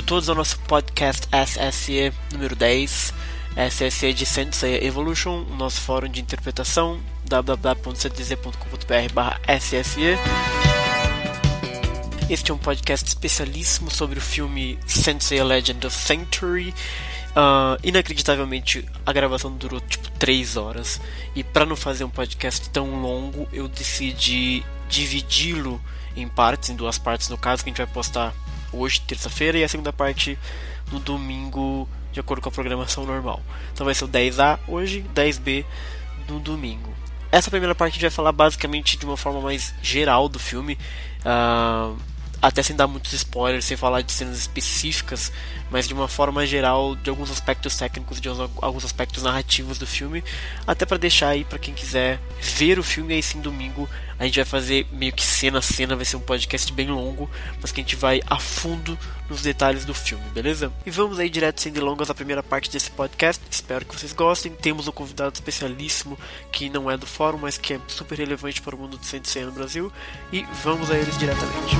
todos ao nosso podcast SSE número 10, SSE de Saint Seiya Evolution, o nosso fórum de interpretação, www.cdz.com.br/SSE. Este é um podcast especialíssimo sobre o filme Saint Seiya Legend of Century. Inacreditavelmente a gravação durou tipo 3 horas, e para não fazer um podcast tão longo eu decidi dividi-lo em partes, em 2 partes no caso, que a gente vai postar hoje, terça-feira, e a segunda parte no domingo, de acordo com a programação normal. Então vai ser o 10A hoje, 10B no domingo. Essa primeira parte a gente vai falar basicamente de uma forma mais geral do filme, até sem dar muitos spoilers, sem falar de cenas específicas, mas de uma forma geral de alguns aspectos técnicos, de alguns aspectos narrativos do filme, até para deixar aí para quem quiser ver o filme. Aí sim, domingo a gente vai fazer meio que cena a cena, vai ser um podcast bem longo, mas que a gente vai a fundo nos detalhes do filme, beleza? E vamos aí direto, sem delongas, à primeira parte desse podcast. Espero que vocês gostem. Temos um convidado especialíssimo que não é do fórum, mas que é super relevante para o mundo do Saint Seiya no Brasil, e vamos a eles diretamente.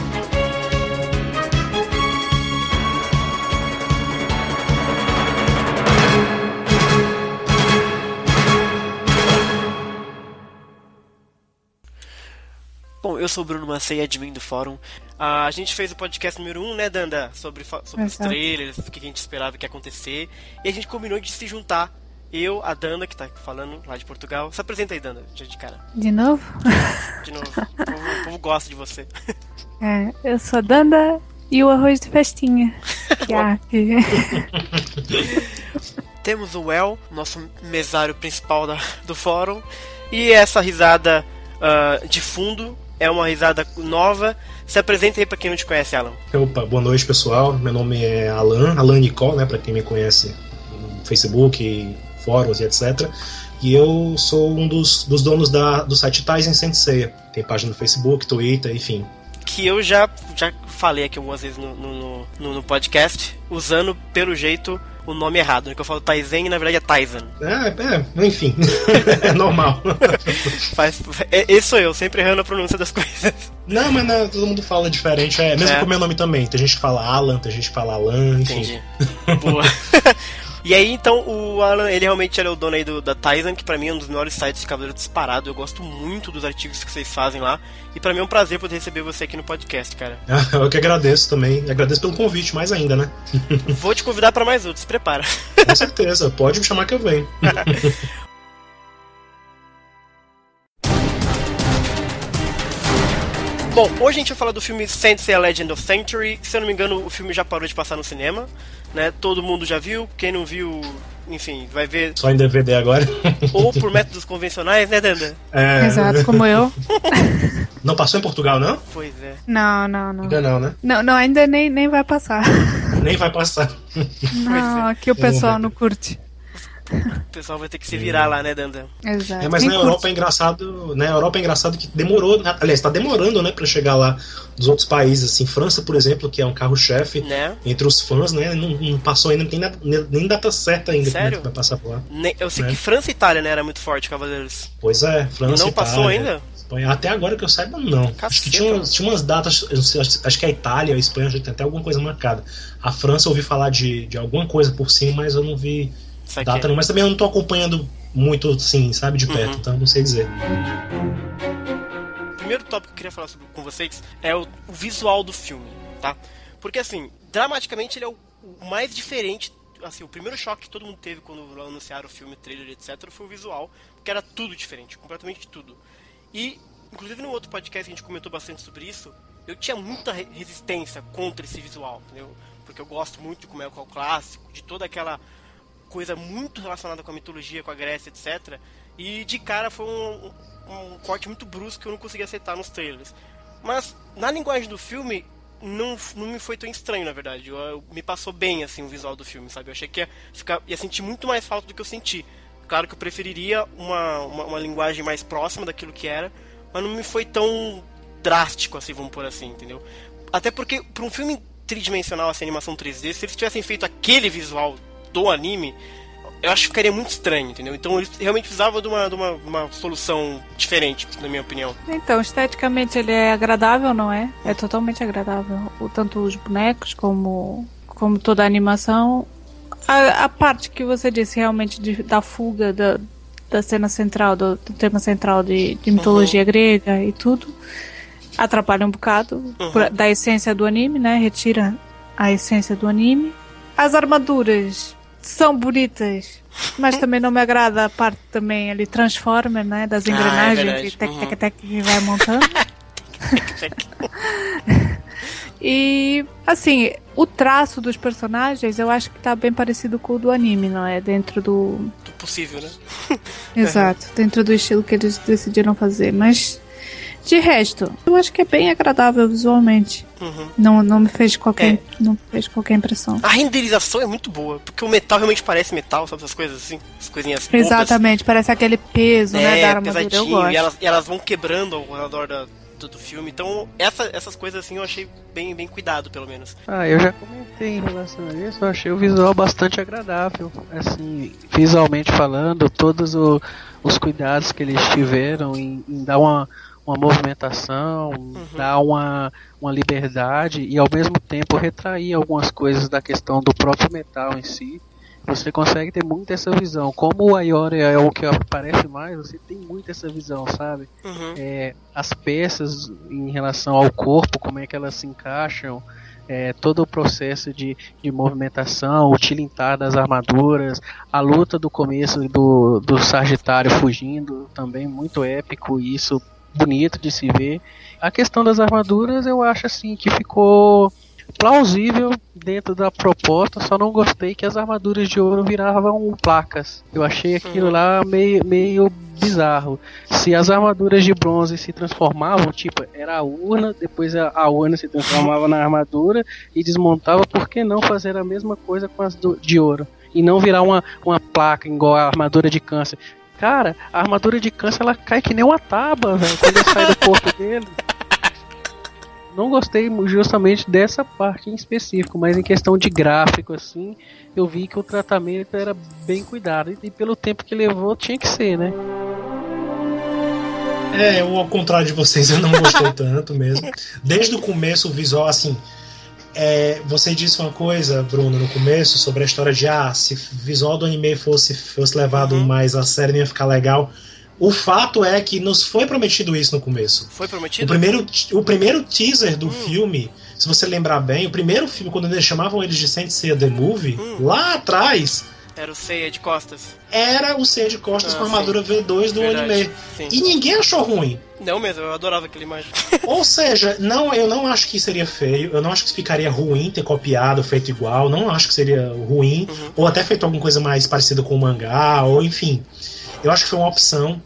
Bom, eu sou o Bruno Macei, admin do fórum. A gente fez o podcast número 1, né, Danda? Sobre os trailers, o que a gente esperava que ia acontecer. E a gente combinou de se juntar. Eu, a Danda, que tá falando lá de Portugal. Se apresenta aí, Danda, de cara. De novo? De novo. O povo gosta de você. Eu sou a Danda e o arroz de festinha. Temos o El, nosso mesário principal do fórum. E essa risada de fundo é uma risada nova. Se apresenta aí pra quem não te conhece, Alan. Opa, boa noite, pessoal. Meu nome é Alan Nicole, né, pra quem me conhece no Facebook, fóruns e etc. E eu sou um dos donos do site Taisen Sensei. Tem página no Facebook, Twitter, enfim. Que eu já falei aqui algumas vezes no podcast, usando, pelo jeito, o nome errado, né? Que eu falo Taisen e na verdade é Taisen. Enfim. É normal. Esse sou eu, sempre errando a pronúncia das coisas. Não, mas não, todo mundo fala diferente. Mesmo com o meu nome também. Tem gente que fala Alan, tem gente que fala Alan, enfim. Entendi. Boa. E aí, então, o Alan, ele realmente era o dono aí da Taisen, que pra mim é um dos melhores sites de cavaleiro disparado. Eu gosto muito dos artigos que vocês fazem lá. E pra mim é um prazer poder receber você aqui no podcast, cara. Eu que agradeço também. Agradeço pelo convite, mais ainda, né? Vou te convidar pra mais outros, se prepara. Com certeza, pode me chamar que eu venho. Bom, hoje a gente vai falar do filme Saint Seiya Legend of Century. Se eu não me engano, o filme já parou de passar no cinema, né? Todo mundo já viu. Quem não viu, enfim, vai ver só em DVD agora. Ou por métodos convencionais, né, Danda? Exato, como eu. Não passou em Portugal, não? Pois é. Não. Ainda não, né? Não, ainda nem vai passar. Nem vai passar. Não, aqui o pessoal não curte. O pessoal vai ter que se virar lá, né, Danda? Exato. Mas na Europa é engraçado, né? A Europa é engraçado que demorou, aliás, tá demorando, né, pra chegar lá dos outros países, assim, França, por exemplo, que é um carro-chefe, né, entre os fãs, né, não passou ainda, não tem nem data certa ainda. Sério? Que vai passar por lá. Eu sei que França e Itália, né, era muito forte, Cavaleiros. Pois é, França e não Itália. Não passou ainda? Espanha. Até agora que eu saiba, não. Caceta. Acho que tinha umas datas, acho que a Itália, a Espanha, já tem até alguma coisa marcada. A França eu ouvi falar de alguma coisa por cima, mas eu não vi data não, mas também eu não tô acompanhando muito, assim, sabe, de perto, então não sei dizer. O primeiro tópico que eu queria falar com vocês é o visual do filme, tá? Porque, assim, dramaticamente ele é o mais diferente, assim, o primeiro choque que todo mundo teve quando anunciaram o filme, trailer, etc, foi o visual, porque era tudo diferente, completamente tudo. E, inclusive no outro podcast que a gente comentou bastante sobre isso, eu tinha muita resistência contra esse visual, entendeu? Porque eu gosto muito de como é o clássico, de toda aquela coisa muito relacionada com a mitologia, com a Grécia, etc. E de cara foi um corte muito brusco que eu não consegui aceitar nos trailers. Mas na linguagem do filme não me foi tão estranho, na verdade. Me passou bem assim o visual do filme, sabe? Eu achei que ia sentir muito mais falta do que eu senti. Claro que eu preferiria uma linguagem mais próxima daquilo que era, mas não me foi tão drástico assim, vamos por assim, entendeu? Até porque para um filme tridimensional, assim, animação 3D, se eles tivessem feito aquele visual do anime, eu acho que ficaria muito estranho, entendeu? Então eles realmente precisavam de uma solução diferente, na minha opinião. Então, esteticamente ele é agradável, não é? É totalmente agradável. Tanto os bonecos como como toda a animação, a parte que você disse realmente da fuga da cena central, do tema central de mitologia grega e tudo, atrapalha um bocado da essência do anime, né? Retira a essência do anime. As armaduras são bonitas, mas também não me agrada a parte também ali Transformer, né? Das engrenagens que vai montando. E assim, o traço dos personagens eu acho que tá bem parecido com o do anime, não é? Dentro do possível, né? Exato, dentro do estilo que eles decidiram fazer, mas de resto, eu acho que é bem agradável visualmente. Não me fez qualquer impressão. A renderização é muito boa, porque o metal realmente parece metal, sabe? Essas coisas assim, as coisinhas poucas. Exatamente, parece aquele peso, né, da armadura. Eu gosto. E elas vão quebrando ao redor do filme, então essas coisas assim eu achei bem cuidado, pelo menos. Eu já comentei em relação a isso, eu achei o visual bastante agradável, assim, visualmente falando, todos os cuidados que eles tiveram em dar uma movimentação, dar uma liberdade e ao mesmo tempo retrair algumas coisas da questão do próprio metal em si. Você consegue ter muito essa visão. Como o Ayori é o que aparece mais, você tem muito essa visão, sabe? As peças em relação ao corpo, como é que elas se encaixam, todo o processo de movimentação, o tilintar das armaduras, a luta do começo do Sagitário fugindo, também muito épico, e isso bonito de se ver. A questão das armaduras eu acho assim que ficou plausível dentro da proposta, só não gostei que as armaduras de ouro viravam placas. Eu achei aquilo lá meio bizarro. Se as armaduras de bronze se transformavam, tipo, era a urna, depois a urna se transformava na armadura e desmontava, por que não fazer a mesma coisa com as de ouro? E não virar uma placa igual a armadura de Câncer. Cara, a armadura de Câncer ela cai que nem uma tábua, velho, quando ele sai do corpo dele. Não gostei justamente dessa parte em específico, mas em questão de gráfico, assim, eu vi que o tratamento era bem cuidado. E pelo tempo que levou, tinha que ser, né? Eu, ao contrário de vocês, eu não gostei tanto mesmo. Desde o começo, o visual, assim... você disse uma coisa, Bruno, no começo, sobre a história de se o visual do anime fosse levado mais a sério, não ia ficar legal. O fato é que nos foi prometido isso no começo. Foi prometido? O primeiro teaser do filme, se você lembrar bem, o primeiro filme, quando eles chamavam eles de Saint Seiya The Movie, lá atrás... Era o Seiya de costas. Era o Seiya de costas com a armadura V2 do anime. Sim. E ninguém achou ruim. Não mesmo, eu adorava aquela imagem. Ou seja, eu não acho que seria feio, eu não acho que ficaria ruim ter copiado, feito igual, não acho que seria ruim, ou até feito alguma coisa mais parecida com o mangá, ou enfim. Eu acho que foi uma opção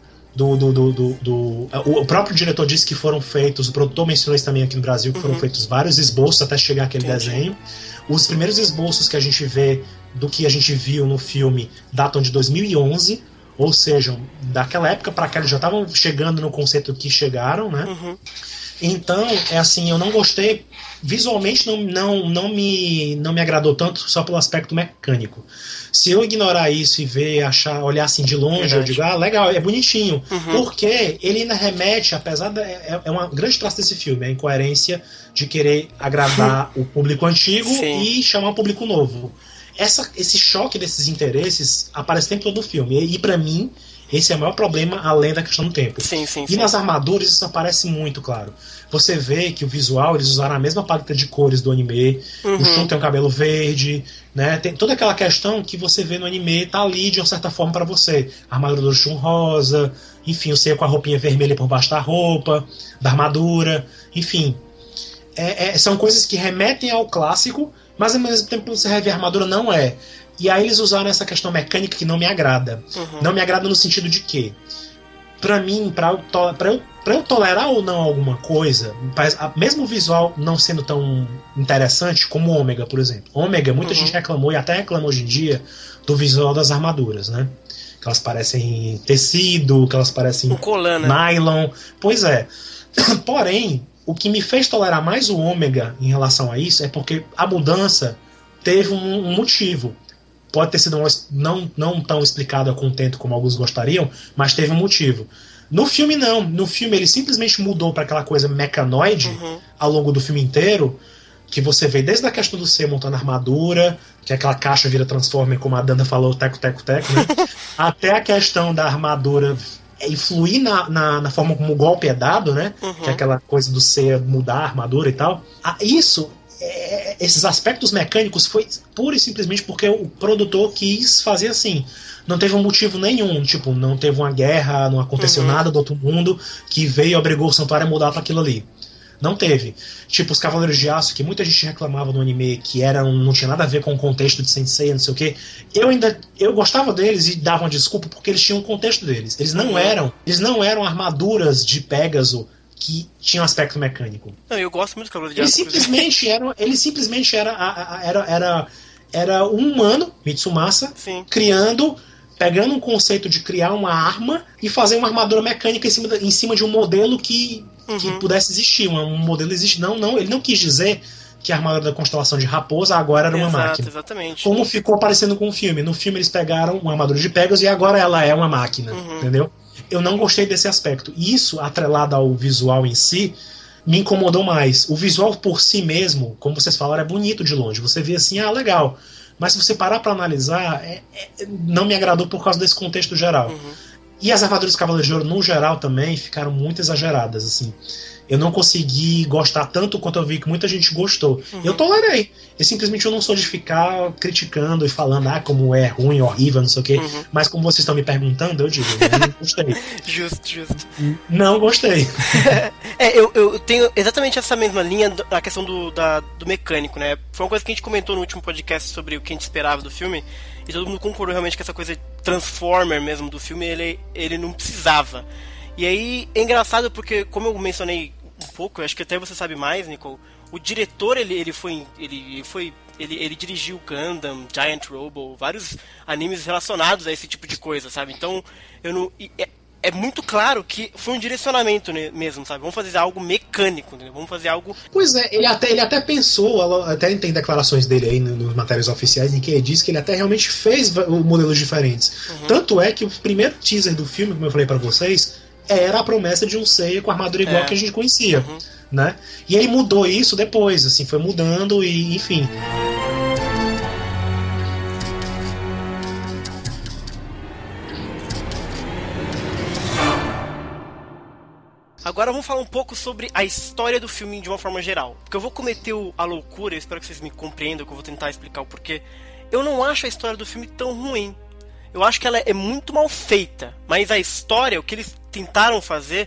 o próprio diretor disse que foram feitos, o produtor mencionou isso também aqui no Brasil, que foram feitos vários esboços até chegar aquele desenho. Os primeiros esboços que a gente vê do que a gente viu no filme datam de 2011, ou seja, daquela época para cá eles já estavam chegando no conceito que chegaram, né? Então, assim, eu não gostei, visualmente não me agradou tanto só pelo aspecto mecânico. Se eu ignorar isso e olhar assim de longe, eu digo, legal, é bonitinho. Porque ele ainda remete, apesar é uma grande traço desse filme, a incoerência de querer agradar o público antigo e chamar o público novo. Esse choque desses interesses aparece o tempo todo no filme. E pra mim, esse é o maior problema, além da questão do tempo. E nas armaduras isso aparece muito, claro. Você vê que o visual, eles usaram a mesma paleta de cores do anime. O Shun tem um cabelo verde, né? Tem toda aquela questão que você vê no anime, tá ali de uma certa forma pra você. A armadura do Shun rosa, enfim, o Seiya com a roupinha vermelha por baixo da roupa, da armadura, enfim. São coisas que remetem ao clássico, mas ao mesmo tempo você revê a armadura, não é. E aí eles usaram essa questão mecânica que não me agrada. Não me agrada no sentido de que, pra mim, pra eu tolerar ou não alguma coisa, mesmo o visual não sendo tão interessante como o Ômega, por exemplo. Ômega, muita gente reclamou e até reclama hoje em dia do visual das armaduras, né? Que elas parecem tecido, que elas parecem nylon. Pois é. Porém, o que me fez tolerar mais o Ômega em relação a isso é porque a mudança teve um motivo. Pode ter sido não tão explicado a contento como alguns gostariam, mas teve um motivo. No filme não. No filme ele simplesmente mudou para aquela coisa mecanoide ao longo do filme inteiro, que você vê desde a questão do ser montando armadura, que aquela caixa vira Transformer, como a Danda falou, teco, né? Até a questão da armadura influir na forma como o golpe é dado, né? Que é aquela coisa do ser mudar a armadura e tal. Esses aspectos mecânicos foi pura e simplesmente porque o produtor quis fazer assim. Não teve um motivo nenhum, tipo, não teve uma guerra, não aconteceu nada do outro mundo que veio e obrigou o santuário a mudar para aquilo ali. Não teve. Tipo, os Cavaleiros de Aço, que muita gente reclamava no anime que não tinha nada a ver com o contexto de Sensei, não sei o que. Eu gostava deles e dava uma desculpa porque eles tinham o contexto deles. Eles não eram armaduras de Pégaso que tinham aspecto mecânico. Não, eu gosto muito do Cavaleiro de Aço. Ele simplesmente era um humano, Mitsumasa, Sim. pegando um conceito de criar uma arma e fazer uma armadura mecânica em cima de um modelo que pudesse existir. Um modelo existe. Não, ele não quis dizer que a armadura da constelação de Raposa agora era uma máquina. Exatamente. Como ficou parecendo com o filme. No filme eles pegaram uma armadura de Pegasus e agora ela é uma máquina. Entendeu? Eu não gostei desse aspecto. Isso, atrelado ao visual em si, me incomodou mais. O visual por si mesmo, como vocês falaram, é bonito de longe. Você vê assim, legal. Mas se você parar pra analisar, não me agradou por causa desse contexto geral. E as armaduras do Cavaleiro de Ouro, no geral, também ficaram muito exageradas, assim. Eu não consegui gostar tanto quanto eu vi que muita gente gostou. Eu tolerei. Eu não sou de ficar criticando e falando como é ruim, horrível, não sei o quê. Mas como vocês estão me perguntando, eu digo, não gostei. Justo. Não gostei. Eu tenho exatamente essa mesma linha na questão do mecânico, né? Foi uma coisa que a gente comentou no último podcast sobre o que a gente esperava do filme. E todo mundo concordou realmente que essa coisa de Transformer mesmo do filme, ele não precisava. E aí é engraçado porque, como eu mencionei um pouco, eu acho que até você sabe mais, Nicole, o diretor ele dirigiu Gundam, Giant Robo, vários animes relacionados a esse tipo de coisa, sabe? Então é muito claro que foi um direcionamento mesmo, sabe? Vamos fazer algo mecânico, entendeu? Vamos fazer algo... Pois é, ele até pensou, até tem declarações dele aí nos materiais oficiais em que ele diz que ele até realmente fez modelos diferentes. Tanto é que o primeiro teaser do filme, como eu falei pra vocês, era a promessa de um Seiya com armadura igual que a gente conhecia, né? E ele mudou isso depois, assim, foi mudando e enfim... Agora vamos falar um pouco sobre a história do filme de uma forma geral. Porque eu vou cometer a loucura, eu espero que vocês me compreendam, que eu vou tentar explicar o porquê. Eu não acho a história do filme tão ruim. Eu acho que ela é muito mal feita. Mas a história, o que eles tentaram fazer,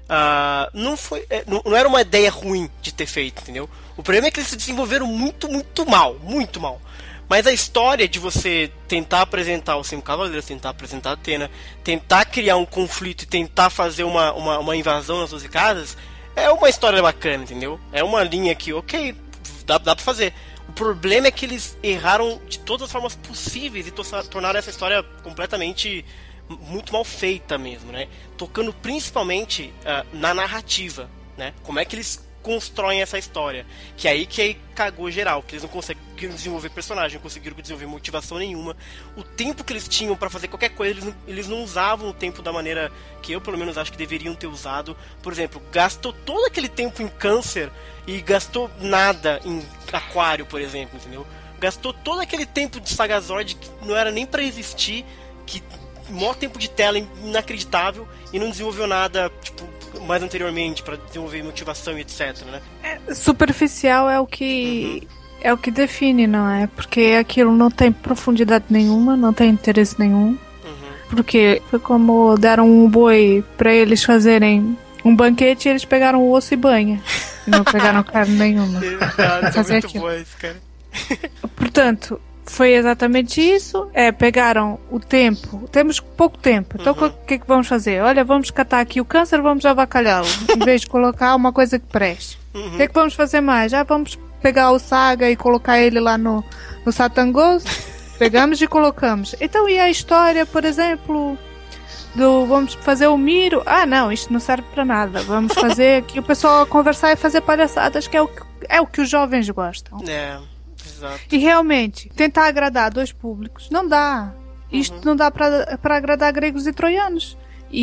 não era uma ideia ruim de ter feito, entendeu? O problema é que eles se desenvolveram muito mal. Mas a história de você tentar apresentar os 5 Cavaleiros, tentar apresentar a Athena, tentar criar um conflito e tentar fazer uma invasão nas 12 casas, é uma história bacana, entendeu? É uma linha que, ok, dá pra fazer. O problema é que eles erraram de todas as formas possíveis e tornaram essa história completamente muito mal feita mesmo, né? Tocando principalmente na narrativa, né? Como é que eles constroem essa história, que aí cagou geral, que eles não conseguiram desenvolver personagem, não conseguiram desenvolver motivação nenhuma. O tempo que eles tinham pra fazer qualquer coisa, eles não usavam o tempo da maneira que eu pelo menos acho que deveriam ter usado. Por exemplo, gastou todo aquele tempo em Câncer e gastou nada em Aquário, por exemplo, entendeu? Gastou todo aquele tempo de Sagazord que não era nem pra existir, que maior tempo de tela inacreditável, e não desenvolveu nada, tipo, mais anteriormente para desenvolver motivação e etc, né? Superficial é o que define, não é? Porque aquilo não tem profundidade nenhuma, não tem interesse nenhum. Porque foi como deram um boi para eles fazerem um banquete e eles pegaram o osso e banha. E não pegaram carne nenhuma. Fazer muito bom isso, cara. Portanto, foi exatamente isso. Pegaram o tempo. Temos pouco tempo. Então o que vamos fazer? Olha, vamos catar aqui o Câncer, vamos avacalhá-lo. Em vez de colocar uma coisa que preste. O que vamos fazer mais? Vamos pegar o Saga e colocar ele lá no Satangos. Pegamos e colocamos. Então, e a história, por exemplo, vamos fazer o Miro? Não, isto não serve pra nada. Vamos fazer aqui o pessoal conversar e fazer palhaçadas, que é o que os jovens gostam. Exato. E realmente, tentar agradar dois públicos não dá. Isto não dá para agradar gregos e troianos. E isto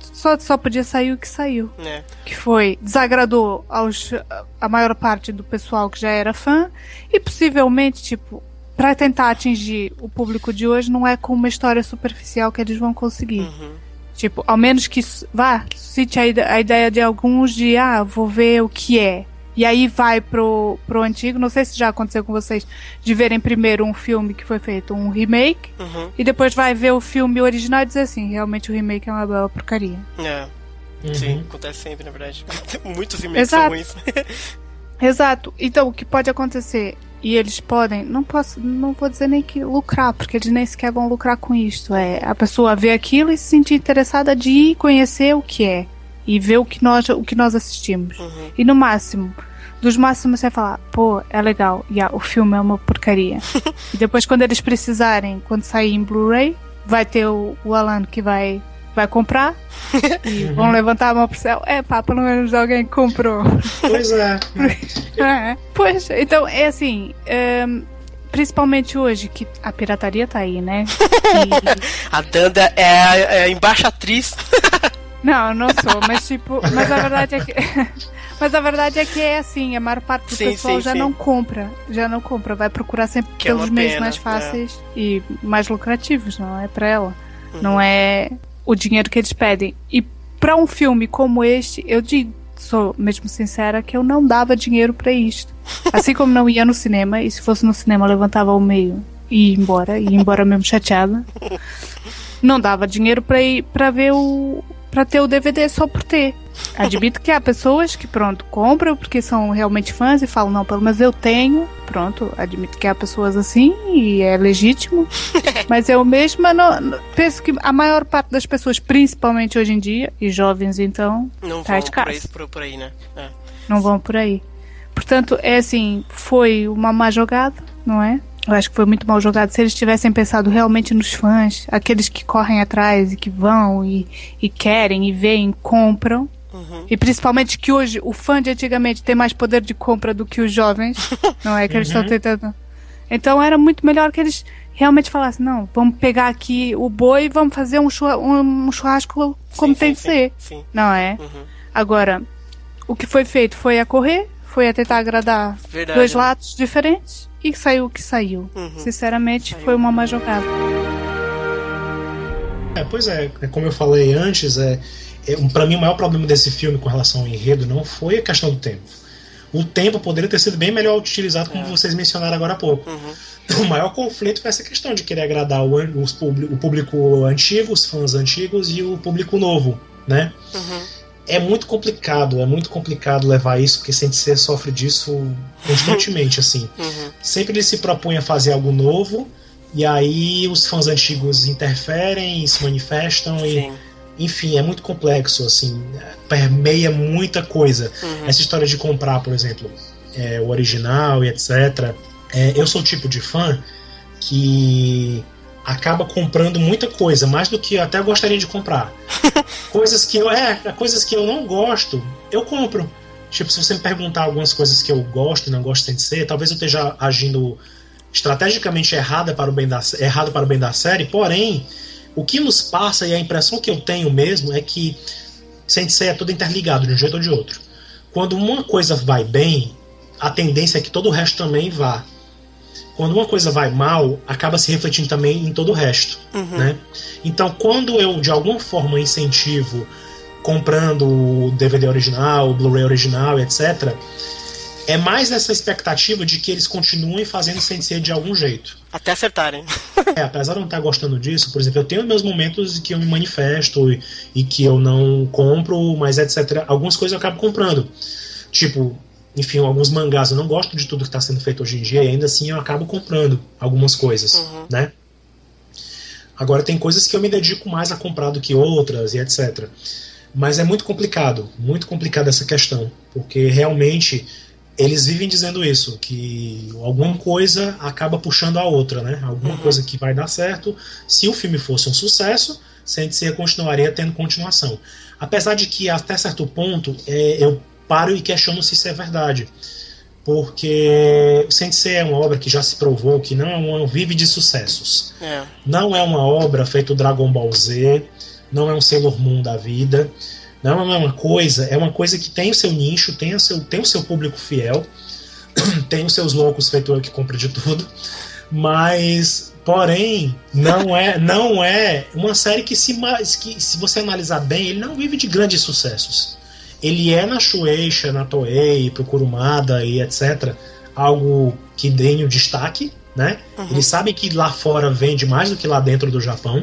só podia sair o que saiu. Que foi, desagradou a maior parte do pessoal que já era fã, e possivelmente, tipo, pra tentar atingir o público de hoje, não é com uma história superficial que eles vão conseguir. Tipo, ao menos que suscite a ideia de alguns de, vou ver o que é. E aí vai pro antigo. Não sei se já aconteceu com vocês de verem primeiro um filme que foi feito, um remake, e depois vai ver o filme original e dizer assim, realmente o remake é uma bela porcaria. Sim, acontece sempre, na verdade. Muitos remakes são ruins. Exato. Então, o que pode acontecer, e eles podem, não vou dizer nem que lucrar, porque eles nem sequer vão lucrar com isso, é a pessoa ver aquilo e se sentir interessada de ir conhecer o que é, e ver o que nós assistimos. E no máximo, dos máximos você falar, pô, é legal, e o filme é uma porcaria. E depois quando eles precisarem, quando sair em Blu-ray, vai ter o Alan que vai comprar e vão levantar a mão pro céu. Pelo menos alguém comprou. Pois é. Pois, então é assim, principalmente hoje que a pirataria tá aí, né? A Danda é a embaixatriz. Não sou, mas tipo, mas a verdade é que é assim, a maior parte do pessoal já não compra, vai procurar sempre pelos meios mais fáceis e mais lucrativos, não é pra ela. Não é o dinheiro que eles pedem. E pra um filme como este, eu digo, sou mesmo sincera, que eu não dava dinheiro pra isto. Assim como não ia no cinema, e se fosse no cinema levantava o meio e ia embora mesmo chateada. Não dava dinheiro pra ver pra ter o DVD só por ter. Admito que há pessoas que, compram porque são realmente fãs e falam, não, pelo menos eu tenho. Admito que há pessoas assim e é legítimo. Mas eu mesma penso que a maior parte das pessoas, principalmente hoje em dia, e jovens então, não tá vão por aí, né? Não vão por aí. Portanto, é assim, foi uma má jogada, não é? Eu acho que foi muito mal jogado. Se eles tivessem pensado realmente nos fãs, aqueles que correm atrás e que vão e querem e veem, compram. E principalmente que hoje o fã de antigamente tem mais poder de compra do que os jovens, não é? Que eles estão tentando. Então era muito melhor que eles realmente falassem, não, vamos pegar aqui o boi e vamos fazer um churrasco como tem que ser. Não é? Agora, o que foi feito foi a correr, foi a tentar agradar dois lados diferentes e saiu o que saiu. Sinceramente, foi uma má jogada. Pois é, como eu falei antes, pra mim o maior problema desse filme com relação ao enredo não foi a questão do tempo. O tempo poderia ter sido bem melhor utilizado, como vocês mencionaram agora há pouco. O maior conflito foi essa questão de querer agradar o público antigo, os fãs antigos e o público novo, né? É muito complicado levar isso, porque Sensei sofre disso constantemente, assim. Sempre ele se propõe a fazer algo novo, e aí os fãs antigos interferem e se manifestam, e enfim, é muito complexo, assim, permeia muita coisa. Essa história de comprar, por exemplo, o original e etc. Eu sou o tipo de fã que acaba comprando muita coisa, mais do que eu até gostaria de comprar. Coisas que eu não gosto, eu compro. Tipo, se você me perguntar algumas coisas que eu gosto e não gosto de ser, talvez eu esteja agindo estrategicamente errado para o bem da série, porém, o que nos passa e a impressão que eu tenho mesmo é que Sensei é tudo interligado de um jeito ou de outro. Quando uma coisa vai bem, a tendência é que todo o resto também vá. Quando uma coisa vai mal, acaba se refletindo também em todo o resto, né? Então, quando eu, de alguma forma, incentivo comprando o DVD original, o Blu-ray original, etc., é mais essa expectativa de que eles continuem fazendo Sensei de algum jeito. Até acertarem. Apesar de eu não estar gostando disso, por exemplo, eu tenho meus momentos em que eu me manifesto e que eu não compro, mas etc. Algumas coisas eu acabo comprando. Tipo, enfim, alguns mangás eu não gosto de tudo que está sendo feito hoje em dia, e ainda assim eu acabo comprando algumas coisas, né? Agora tem coisas que eu me dedico mais a comprar do que outras e etc. Mas é muito complicado essa questão, porque realmente eles vivem dizendo isso, que alguma coisa acaba puxando a outra, né? Alguma coisa que vai dar certo. Se o filme fosse um sucesso, Sensei continuaria tendo continuação. Apesar de que até certo ponto eu paro e questiono se isso é verdade, porque o Sensei é uma obra que já se provou que não vive de sucessos. Não é uma obra feita o Dragon Ball Z, não é um Sailor Moon da vida, não é uma coisa que tem o seu nicho, tem o seu público fiel, tem os seus loucos feito eu que compra de tudo, mas porém não é uma série que se você analisar bem, ele não vive de grandes sucessos. Ele é na Shueisha, na Toei, pro Kurumada e etc, algo que tem o destaque, né? Eles sabem que lá fora vende mais do que lá dentro do Japão.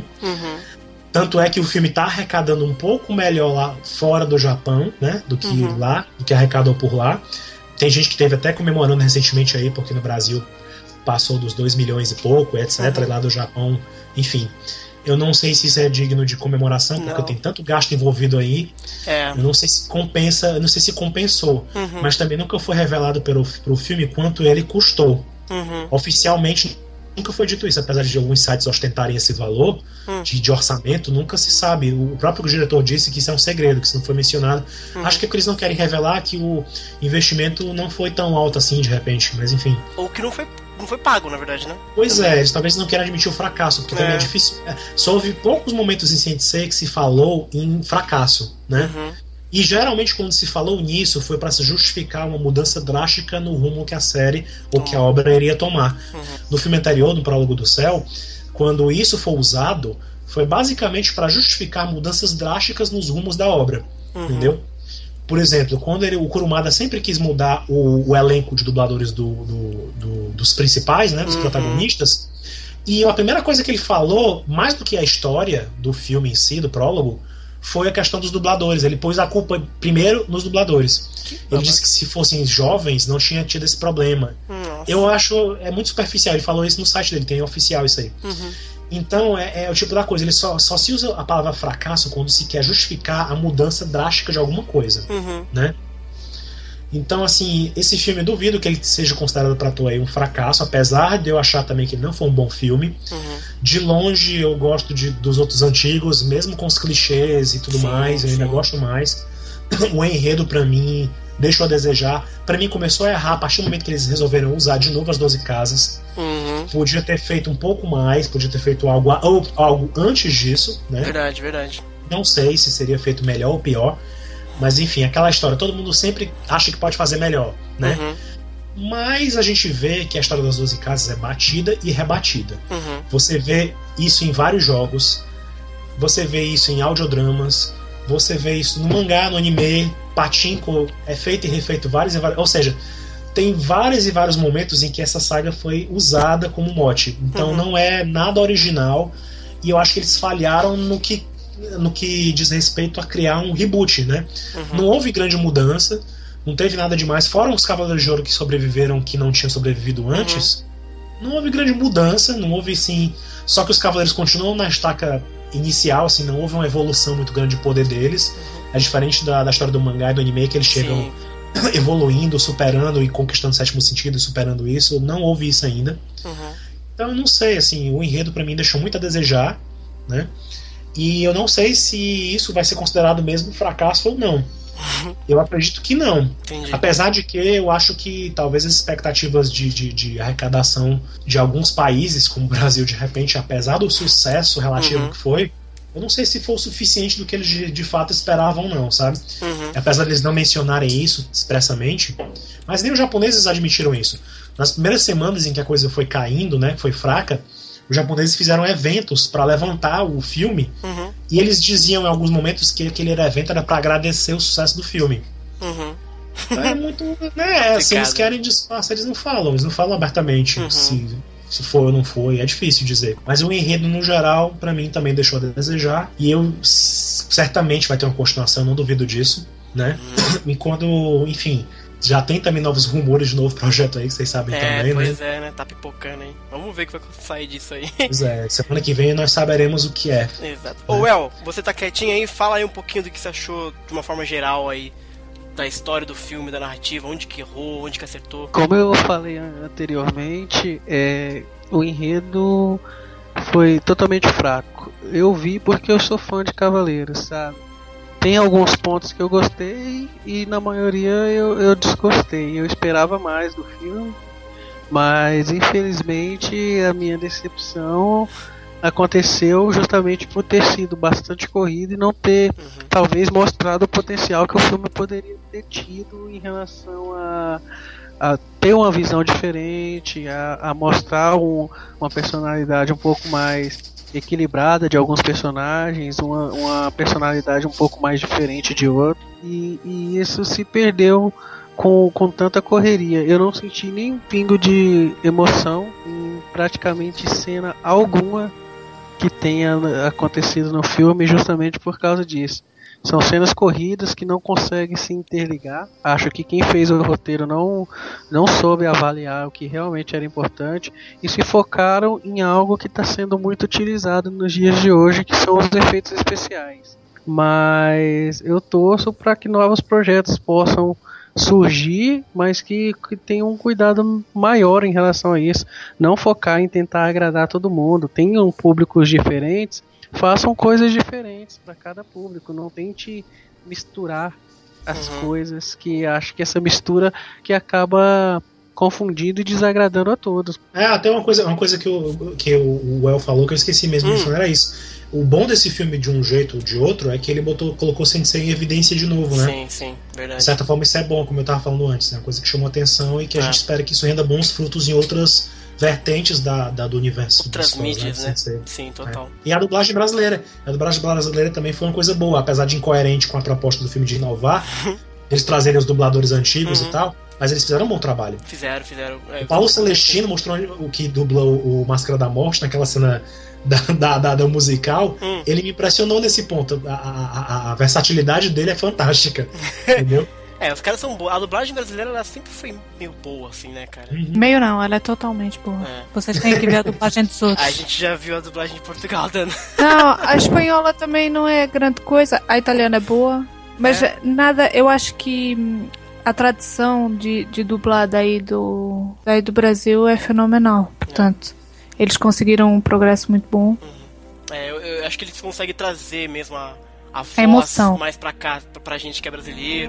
Tanto é que o filme está arrecadando um pouco melhor lá fora do Japão, né? Do que lá, do que arrecadou por lá. Tem gente que teve até comemorando recentemente aí, porque no Brasil passou dos 2 milhões e pouco, etc. E lá do Japão, enfim. Eu não sei se isso é digno de comemoração, porque tem tanto gasto envolvido aí. Eu não sei se compensa, não sei se compensou. Mas também nunca foi revelado pro filme quanto ele custou. Oficialmente nunca foi dito isso, apesar de alguns sites ostentarem esse valor de orçamento, nunca se sabe. O próprio diretor disse que isso é um segredo, que isso não foi mencionado. Acho que é porque eles não querem revelar que o investimento não foi tão alto assim de repente, mas enfim. Ou que não foi pago, na verdade, né? Pois é, eles talvez não queiram admitir o fracasso, porque também é difícil. Só houve poucos momentos em Saint-Seiya que se falou em fracasso, né? E geralmente quando se falou nisso foi para se justificar uma mudança drástica no rumo que a série ou que a obra iria tomar. No filme anterior, no Prólogo do Céu, quando isso foi usado, foi basicamente para justificar mudanças drásticas nos rumos da obra, entendeu? Por exemplo, quando o Kurumada sempre quis mudar o elenco de dubladores dos principais, né, dos protagonistas, e a primeira coisa que ele falou, mais do que a história do filme em si, do prólogo, foi a questão dos dubladores. Ele pôs a culpa primeiro nos dubladores. Ele disse que se fossem jovens não tinha tido esse problema. Eu acho, é muito superficial. Ele falou isso no site dele, tem oficial isso aí. Então é o tipo da coisa, ele só se usa a palavra fracasso quando se quer justificar a mudança drástica de alguma coisa, né? Então assim, esse filme eu duvido que ele seja considerado pra Toei um fracasso, apesar de eu achar também que ele não foi um bom filme. De longe eu gosto dos outros antigos, mesmo com os clichês e tudo mais, eu ainda gosto mais. O enredo pra mim deixou a desejar. Pra mim começou a errar a partir do momento que eles resolveram usar de novo as 12 casas. Podia ter feito um pouco mais, podia ter feito algo antes disso, né? Verdade. Não sei se seria feito melhor ou pior, mas enfim, aquela história, todo mundo sempre acha que pode fazer melhor, né? Mas a gente vê que a história das 12 casas é batida e rebatida. Você vê isso em vários jogos, você vê isso em audiodramas, você vê isso no mangá, no anime. Pachinko é feito e refeito vários e vários, ou seja, tem vários e vários momentos em que essa saga foi usada como mote. Então não é nada original, e eu acho que eles falharam no que diz respeito a criar um reboot, né? Não houve grande mudança, não teve nada demais, fora os Cavaleiros de Ouro que sobreviveram, que não tinham sobrevivido antes. Não houve grande mudança, não houve sim. Só que os Cavaleiros continuam na estaca inicial, assim, não houve uma evolução muito grande de poder deles. É diferente da história do mangá e do anime, que eles chegam evoluindo, superando e conquistando o sétimo sentido e superando isso. Não houve isso ainda. Então eu não sei, assim, o enredo pra mim deixou muito a desejar, né? E eu não sei se isso vai ser considerado mesmo fracasso ou não. Eu acredito que não. Entendi. Apesar de que eu acho que talvez as expectativas de arrecadação de alguns países, como o Brasil, de repente, apesar do sucesso relativo que foi, eu não sei se foi o suficiente do que eles de fato esperavam, não, sabe? Apesar de eles não mencionarem isso expressamente, mas nem os japoneses admitiram isso. Nas primeiras semanas em que a coisa foi caindo, né, foi fraca, os japoneses fizeram eventos para levantar o filme, e eles diziam em alguns momentos que aquele evento era para agradecer o sucesso do filme. Então é muito, né, se eles querem disfarçar, eles não falam abertamente se foi ou não foi, é difícil dizer. Mas o enredo no geral pra mim também deixou a desejar, e eu certamente vai ter uma continuação, não duvido disso, né? E quando, enfim, já tem também novos rumores de novo projeto aí, que vocês sabem também, pois né? né? Tá pipocando aí. Vamos ver o que vai sair disso aí. Pois é, semana que vem nós saberemos o que é. Exato. Ô, El, você tá quietinho aí? Fala aí um pouquinho do que você achou de uma forma geral aí da história do filme, da narrativa, onde que errou, onde que acertou. Como eu falei anteriormente, o enredo foi totalmente fraco. Eu vi porque eu sou fã de Cavaleiros, sabe? Tem alguns pontos que eu gostei e na maioria eu desgostei. Eu esperava mais do filme, mas infelizmente a minha decepção aconteceu justamente por ter sido bastante corrido e não ter talvez mostrado o potencial que o filme poderia ter tido em relação a ter uma visão diferente, a mostrar uma personalidade um pouco mais equilibrada de alguns personagens, uma personalidade um pouco mais diferente de outro, e isso se perdeu com tanta correria. Eu não senti nem um pingo de emoção em praticamente cena alguma que tenha acontecido no filme, justamente por causa disso. São cenas corridas que não conseguem se interligar. Acho que quem fez o roteiro não soube avaliar o que realmente era importante e se focaram em algo que está sendo muito utilizado nos dias de hoje, que são os efeitos especiais. Mas eu torço para que novos projetos possam surgir, mas que tenham um cuidado maior em relação a isso. Não focar em tentar agradar todo mundo. Tenham públicos diferentes, façam coisas diferentes para cada público. Não tente misturar as coisas, que acho que essa mistura que acaba confundindo e desagradando a todos. Até uma coisa que o El falou que eu esqueci mesmo de falar, era isso. O bom desse filme, de um jeito ou de outro, é que ele colocou Sensei em evidência de novo, né? Sim, verdade. De certa forma isso é bom, como eu estava falando antes, né? Uma coisa que chamou atenção e que a gente espera que isso renda bons frutos em outras vertentes do universo. Outras mídias, né? Sensei. Sim, total. E a dublagem brasileira. A dublagem brasileira também foi uma coisa boa, apesar de incoerente com a proposta do filme de inovar, eles trazerem os dubladores antigos e tal, mas eles fizeram um bom trabalho. Fizeram. O Paulo Celestino mostrou o que dubla o Máscara da Morte naquela cena da musical. Ele me impressionou nesse ponto. A versatilidade dele é fantástica. Entendeu? Os caras são bons. A dublagem brasileira, ela sempre foi meio boa, assim, né, cara? Meio não, ela é totalmente boa. Vocês têm que ver a dublagem dos outros. A gente já viu a dublagem de Portugal, dando. Não, a espanhola também não é grande coisa. A italiana é boa. Mas nada, eu acho que a tradição de dublar daí do Brasil é fenomenal. Portanto, eles conseguiram um progresso muito bom. Eu acho que eles conseguem trazer mesmo a voz emoção mais pra cá, pra gente que é brasileiro.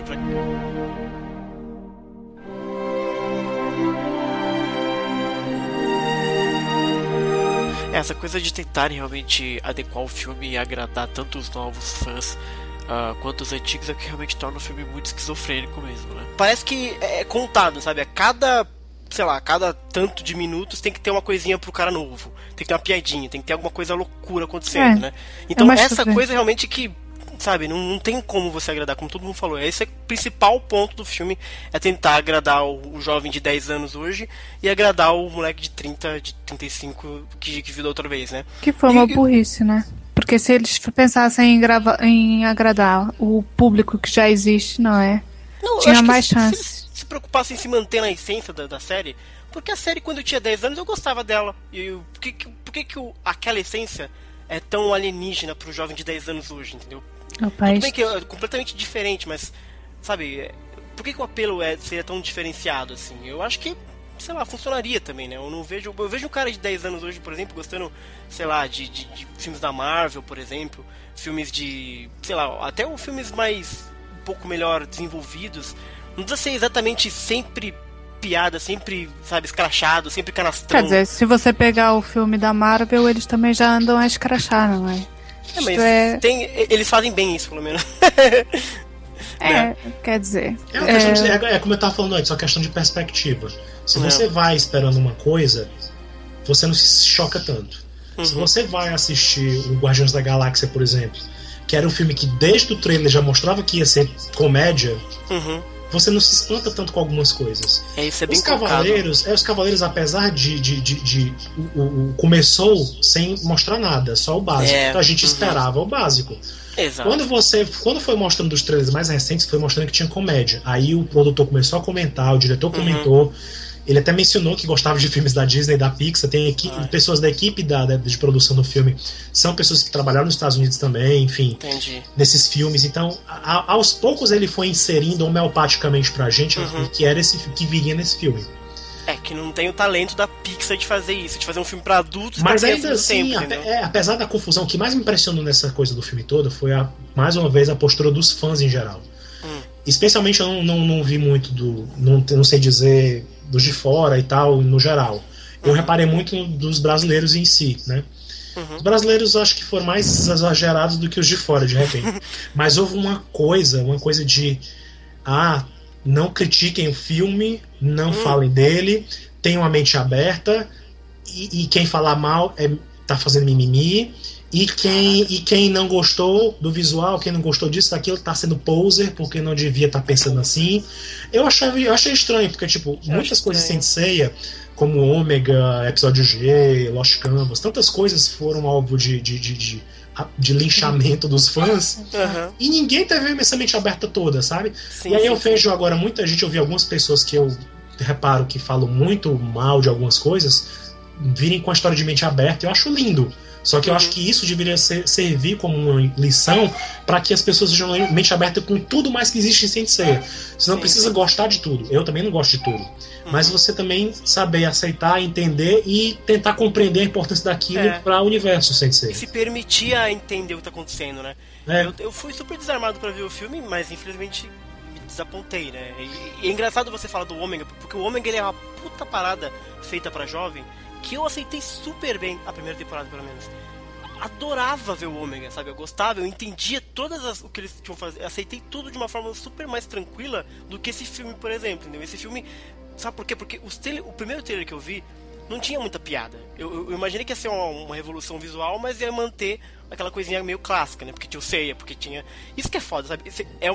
Essa coisa de tentar realmente adequar o filme e agradar tanto os novos fãs quanto os antigos é que realmente torna o filme muito esquizofrênico mesmo, né? Parece que é contado, sabe? A cada tanto de minutos tem que ter uma coisinha pro cara novo, tem que ter uma piadinha, tem que ter alguma coisa loucura acontecendo, né? Então essa coisa realmente que, sabe, não tem como você agradar, como todo mundo falou. Esse é o principal ponto do filme, é tentar agradar o jovem de 10 anos hoje e agradar o moleque de 30, de 35 que viu da outra vez, né? Que foi uma burrice, né? Porque se eles pensassem em agradar o público que já existe, tinha mais chance. Se preocupassem em se manter na essência da série, porque a série, quando eu tinha 10 anos, eu gostava dela. E por que aquela essência é tão alienígena pro jovem de 10 anos hoje, entendeu? Tudo bem que é completamente diferente, mas, sabe, por que o apelo seria tão diferenciado assim? Eu acho que, sei lá, funcionaria também, né? Eu vejo um cara de 10 anos hoje, por exemplo, gostando, sei lá, de filmes da Marvel, por exemplo, filmes de, sei lá, até filmes mais, um pouco melhor desenvolvidos. Não precisa ser exatamente sempre piada, sempre, sabe, escrachado, sempre canastrão. Quer dizer, se você pegar o filme da Marvel, eles também já andam a escrachar, não é? Mas eles fazem bem isso, pelo menos. Quer dizer... É como eu tava falando antes, é uma questão de perspectiva. Se você vai esperando uma coisa, você não se choca tanto. Se você vai assistir o Guardiões da Galáxia, por exemplo, que era um filme que desde o trailer já mostrava que ia ser comédia, você não se espanta tanto com algumas coisas. Isso é bem os Cavaleiros, apesar de começou sem mostrar nada, só o básico. Então a gente esperava o básico. Exato. Quando foi mostrando os trailers mais recentes, foi mostrando que tinha comédia. Aí o produtor começou a comentar, o diretor comentou. Ele até mencionou que gostava de filmes da Disney e da Pixar. Tem pessoas da equipe de produção do filme, são pessoas que trabalharam nos Estados Unidos também, enfim, nesses filmes. Então, aos poucos ele foi inserindo homeopaticamente pra gente o que era que viria nesse filme. Que não tem o talento da Pixar de fazer isso, de fazer um filme pra adultos. Mas ainda assim, apesar da confusão, o que mais me impressionou nessa coisa do filme todo foi, mais uma vez, a postura dos fãs em geral. Especialmente eu não vi muito não sei dizer, dos de fora e tal, no geral. Eu reparei muito dos brasileiros em si, né? Os brasileiros acho que foram mais exagerados do que os de fora, de repente. Mas houve uma coisa de não critiquem o filme, não falem dele, tenham a mente aberta, e quem falar mal tá fazendo mimimi. E quem não gostou do visual, quem não gostou disso, daquilo, tá sendo poser, porque não devia estar pensando assim. Eu achei estranho, porque, tipo, muitas coisas sem Seiya, como Ômega, Episódio G, Lost Canvas, tantas coisas foram alvo de linchamento dos fãs, e ninguém teve essa mente aberta toda, sabe? Sim, e aí eu vejo agora muita gente, eu vi algumas pessoas que eu reparo que falam muito mal de algumas coisas, virem com a história de mente aberta, eu acho lindo. Só que eu acho que isso deveria servir como uma lição para que as pessoas sejam mente aberta com tudo mais que existe em Saint Seiya. Você não precisa gostar de tudo. Eu também não gosto de tudo. Mas você também saber aceitar, entender e tentar compreender a importância daquilo para o universo Saint Seiya. E se permitir a entender o que está acontecendo, né? Eu fui super desarmado para ver o filme, mas infelizmente me desapontei, né? E é engraçado você falar do Ômega, porque o Ômega ele é uma puta parada feita para jovem, que eu aceitei super bem a primeira temporada, pelo menos. Adorava ver o Ômega, sabe? Eu gostava, eu entendia o que eles tinham fazer, aceitei tudo de uma forma super mais tranquila do que esse filme, por exemplo, entendeu? Esse filme, sabe por quê? Porque o primeiro trailer que eu vi não tinha muita piada. Eu imaginei que ia ser uma revolução visual, mas ia manter aquela coisinha meio clássica, né? Porque tinha o Seiya, porque tinha... Isso que é foda, sabe? É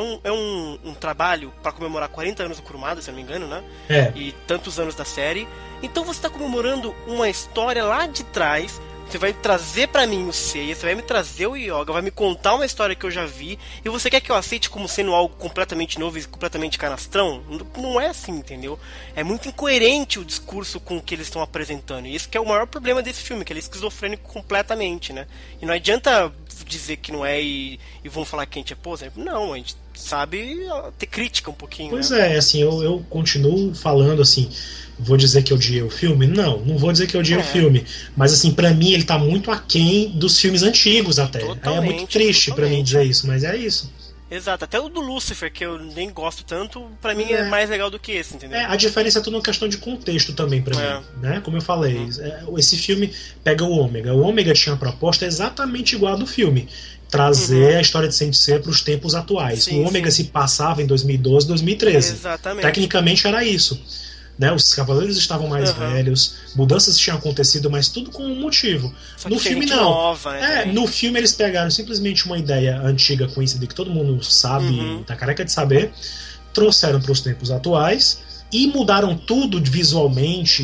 um trabalho pra comemorar 40 anos do Kurumada, se eu não me engano, né? E tantos anos da série. Então você tá comemorando uma história lá de trás. Você vai trazer pra mim o Seiya, você vai me trazer o Yoga, vai me contar uma história que eu já vi, e você quer que eu aceite como sendo algo completamente novo e completamente canastrão? Não é assim, entendeu? É muito incoerente o discurso com o que eles estão apresentando. E isso que é o maior problema desse filme, que ele é esquizofrênico completamente, né? E não adianta dizer que não é e vão falar que a gente é poser. Não, a gente sabe ter crítica um pouquinho. Pois né? Assim, eu continuo falando assim... Vou dizer que eu odiei o filme? Não vou dizer que eu odiei o filme. Mas assim, pra mim ele tá muito aquém dos filmes antigos até. É muito triste pra mim dizer isso, mas é isso. Exato, até o do Lucifer, que eu nem gosto tanto, pra mim é mais legal do que esse, entendeu? A diferença é tudo uma questão de contexto também pra mim, né? Como eu falei, esse filme pega o Ômega. O Ômega tinha uma proposta exatamente igual a do filme. Trazer a história de Saint Seiya para os tempos atuais. O Ômega se passava em 2012, 2013. Exatamente. Tecnicamente era isso. Né, os cavaleiros estavam mais velhos, mudanças tinham acontecido, mas tudo com um motivo. No filme não. Nova, né, no filme eles pegaram simplesmente uma ideia antiga, conhecida, que todo mundo sabe, tá careca de saber, trouxeram para os tempos atuais e mudaram tudo visualmente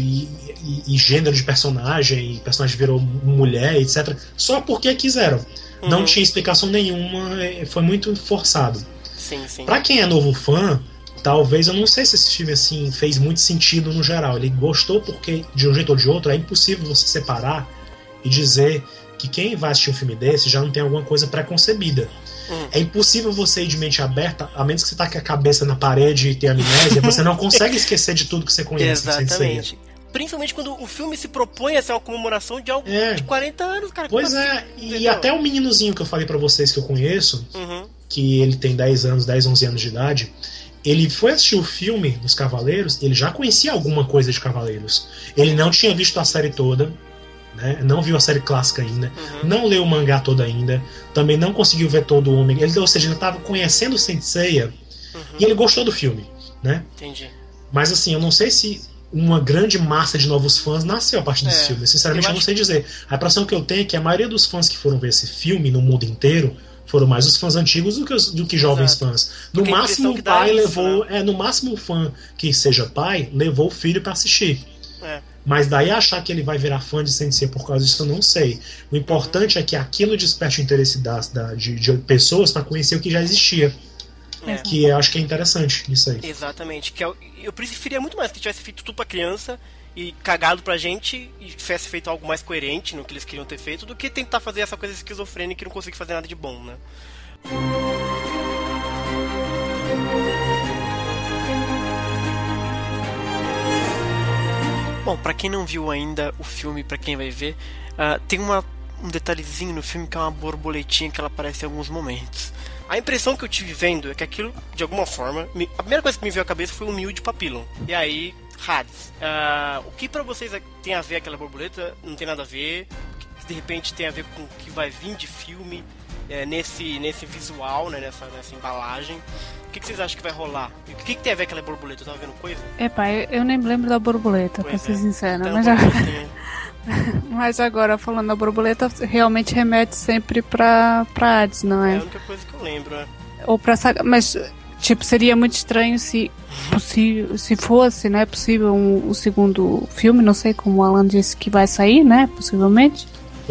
e gênero de personagem, e personagem virou mulher, etc. Só porque quiseram. Não tinha explicação nenhuma, foi muito forçado. Sim. Pra quem é novo fã, talvez, eu não sei se esse filme assim fez muito sentido no geral. Ele gostou porque, de um jeito ou de outro, é impossível você separar e dizer que quem vai assistir um filme desse já não tem alguma coisa pré-concebida. É impossível você ir de mente aberta, a menos que você tá com a cabeça na parede e tenha amnésia, você não consegue esquecer de tudo que você conhece. Exatamente. Principalmente quando o filme se propõe a ser uma comemoração de algo de 40 anos, cara. Pois e até o meninozinho que eu falei pra vocês que eu conheço, que ele tem 10, 11 anos de idade, ele foi assistir o filme dos Cavaleiros, ele já conhecia alguma coisa de Cavaleiros. Ele não tinha visto a série toda, né? Não viu a série clássica ainda, não leu o mangá todo ainda, também não conseguiu ver todo o Ômega. Ou seja, ele estava conhecendo o Saint Seiya e ele gostou do filme, né? Entendi. Mas assim, eu não sei se uma grande massa de novos fãs nasceu a partir desse filme. Sinceramente, eu não sei dizer. A impressão que eu tenho é que a maioria dos fãs que foram ver esse filme no mundo inteiro foram mais os fãs antigos do que jovens fãs. No máximo o pai levou, no máximo o fã que seja pai levou o filho para assistir. Mas daí achar que ele vai virar fã de Saint Seiya por causa disso, eu não sei. O importante é que aquilo desperte o interesse de pessoas para conhecer o que já existia. Que eu acho que é interessante isso aí. Exatamente. Eu preferia muito mais que tivesse feito tudo pra criança e cagado pra gente e tivesse feito algo mais coerente no que eles queriam ter feito do que tentar fazer essa coisa esquizofrênica e não conseguir fazer nada de bom, né? Bom, pra quem não viu ainda o filme, pra quem vai ver, tem um detalhezinho no filme que é uma borboletinha que ela aparece em alguns momentos. A impressão que eu tive vendo é que aquilo, de alguma forma... A primeira coisa que me veio à cabeça foi o Mil de Papillon. E aí, Hades. O que pra vocês tem a ver aquela borboleta? Não tem nada a ver. de repente tem a ver com o que vai vir de filme, nesse visual, né, nessa embalagem. O que vocês acham que vai rolar? O que tem a ver com aquela borboleta? Eu tava vendo coisa? Eu nem me lembro da borboleta, pra ser sincera. Mas agora, falando da borboleta, realmente remete sempre pra Hades, não é? É a única coisa que eu lembro, Ou pra saga, mas, tipo, seria muito estranho se fosse, né, possível um segundo filme, não sei como o Alan disse que vai sair, né, possivelmente.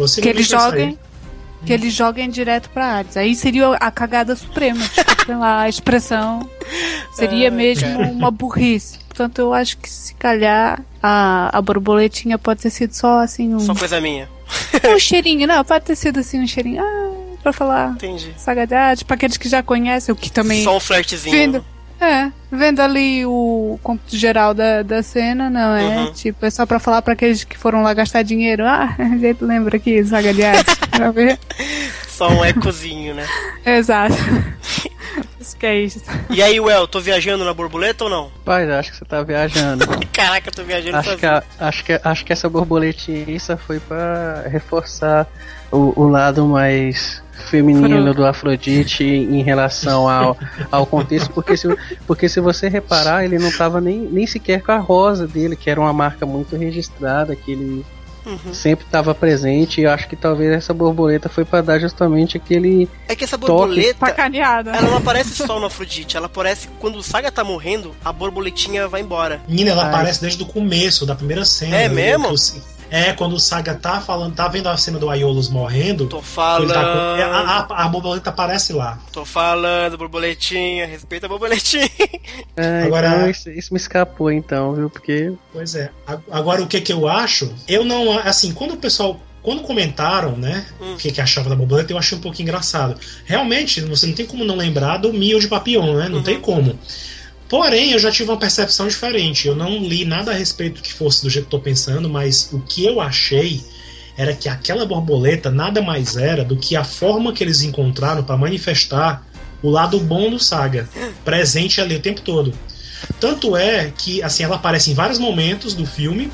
Que eles joguem direto pra Hades. Aí seria a cagada suprema, tipo, sei lá, a expressão seria mesmo uma burrice. Portanto, eu acho que se calhar a borboletinha pode ter sido só assim só coisa minha. Um cheirinho, não, pode ter sido assim um cheirinho. Pra falar. Entendi. Saga de Hades, pra aqueles que já conhecem, o que também. Só um flertezinho. Vendo ali o cômputo geral da cena, não é? Uhum. Tipo, é só pra falar pra aqueles que foram lá gastar dinheiro. A gente lembra aqui, Saga de Hades. Pra ver. Só um ecozinho, né? Exato. Isso que é isso. E aí, Well, tô viajando na borboleta ou não? Pai, acho que você tá viajando. Caraca, eu tô viajando acho que essa borboletinha foi pra reforçar o lado mais feminino do Afrodite em relação ao contexto, porque se você reparar, ele não tava nem sequer com a rosa dele, que era uma marca muito registrada, que ele sempre estava presente, e eu acho que talvez essa borboleta foi para dar justamente aquele que essa borboleta pacaneada. Ela não aparece só no Afrodite, ela aparece quando o Saga tá morrendo, a borboletinha vai embora. Menina, ela aparece desde o começo da primeira cena. É mesmo? Quando o Saga tá falando, tá vendo a cena do Aiolos morrendo. Tô falando. A borboleta aparece lá. Tô falando, borboletinha, respeita a borboletinha. Agora, então isso me escapou então, viu? Porque. Pois é. Agora o que eu acho? Eu não. Assim, quando comentaram, né, o que achava da borboleta, eu achei um pouquinho engraçado. Realmente, você não tem como não lembrar do Mio de Papillon, né? Não tem como. Porém, eu já tive uma percepção diferente. Eu não li nada a respeito que fosse do jeito que eu tô pensando, mas o que eu achei era que aquela borboleta nada mais era do que a forma que eles encontraram para manifestar o lado bom do Saga, presente ali o tempo todo. Tanto é que assim, ela aparece em vários momentos do filme.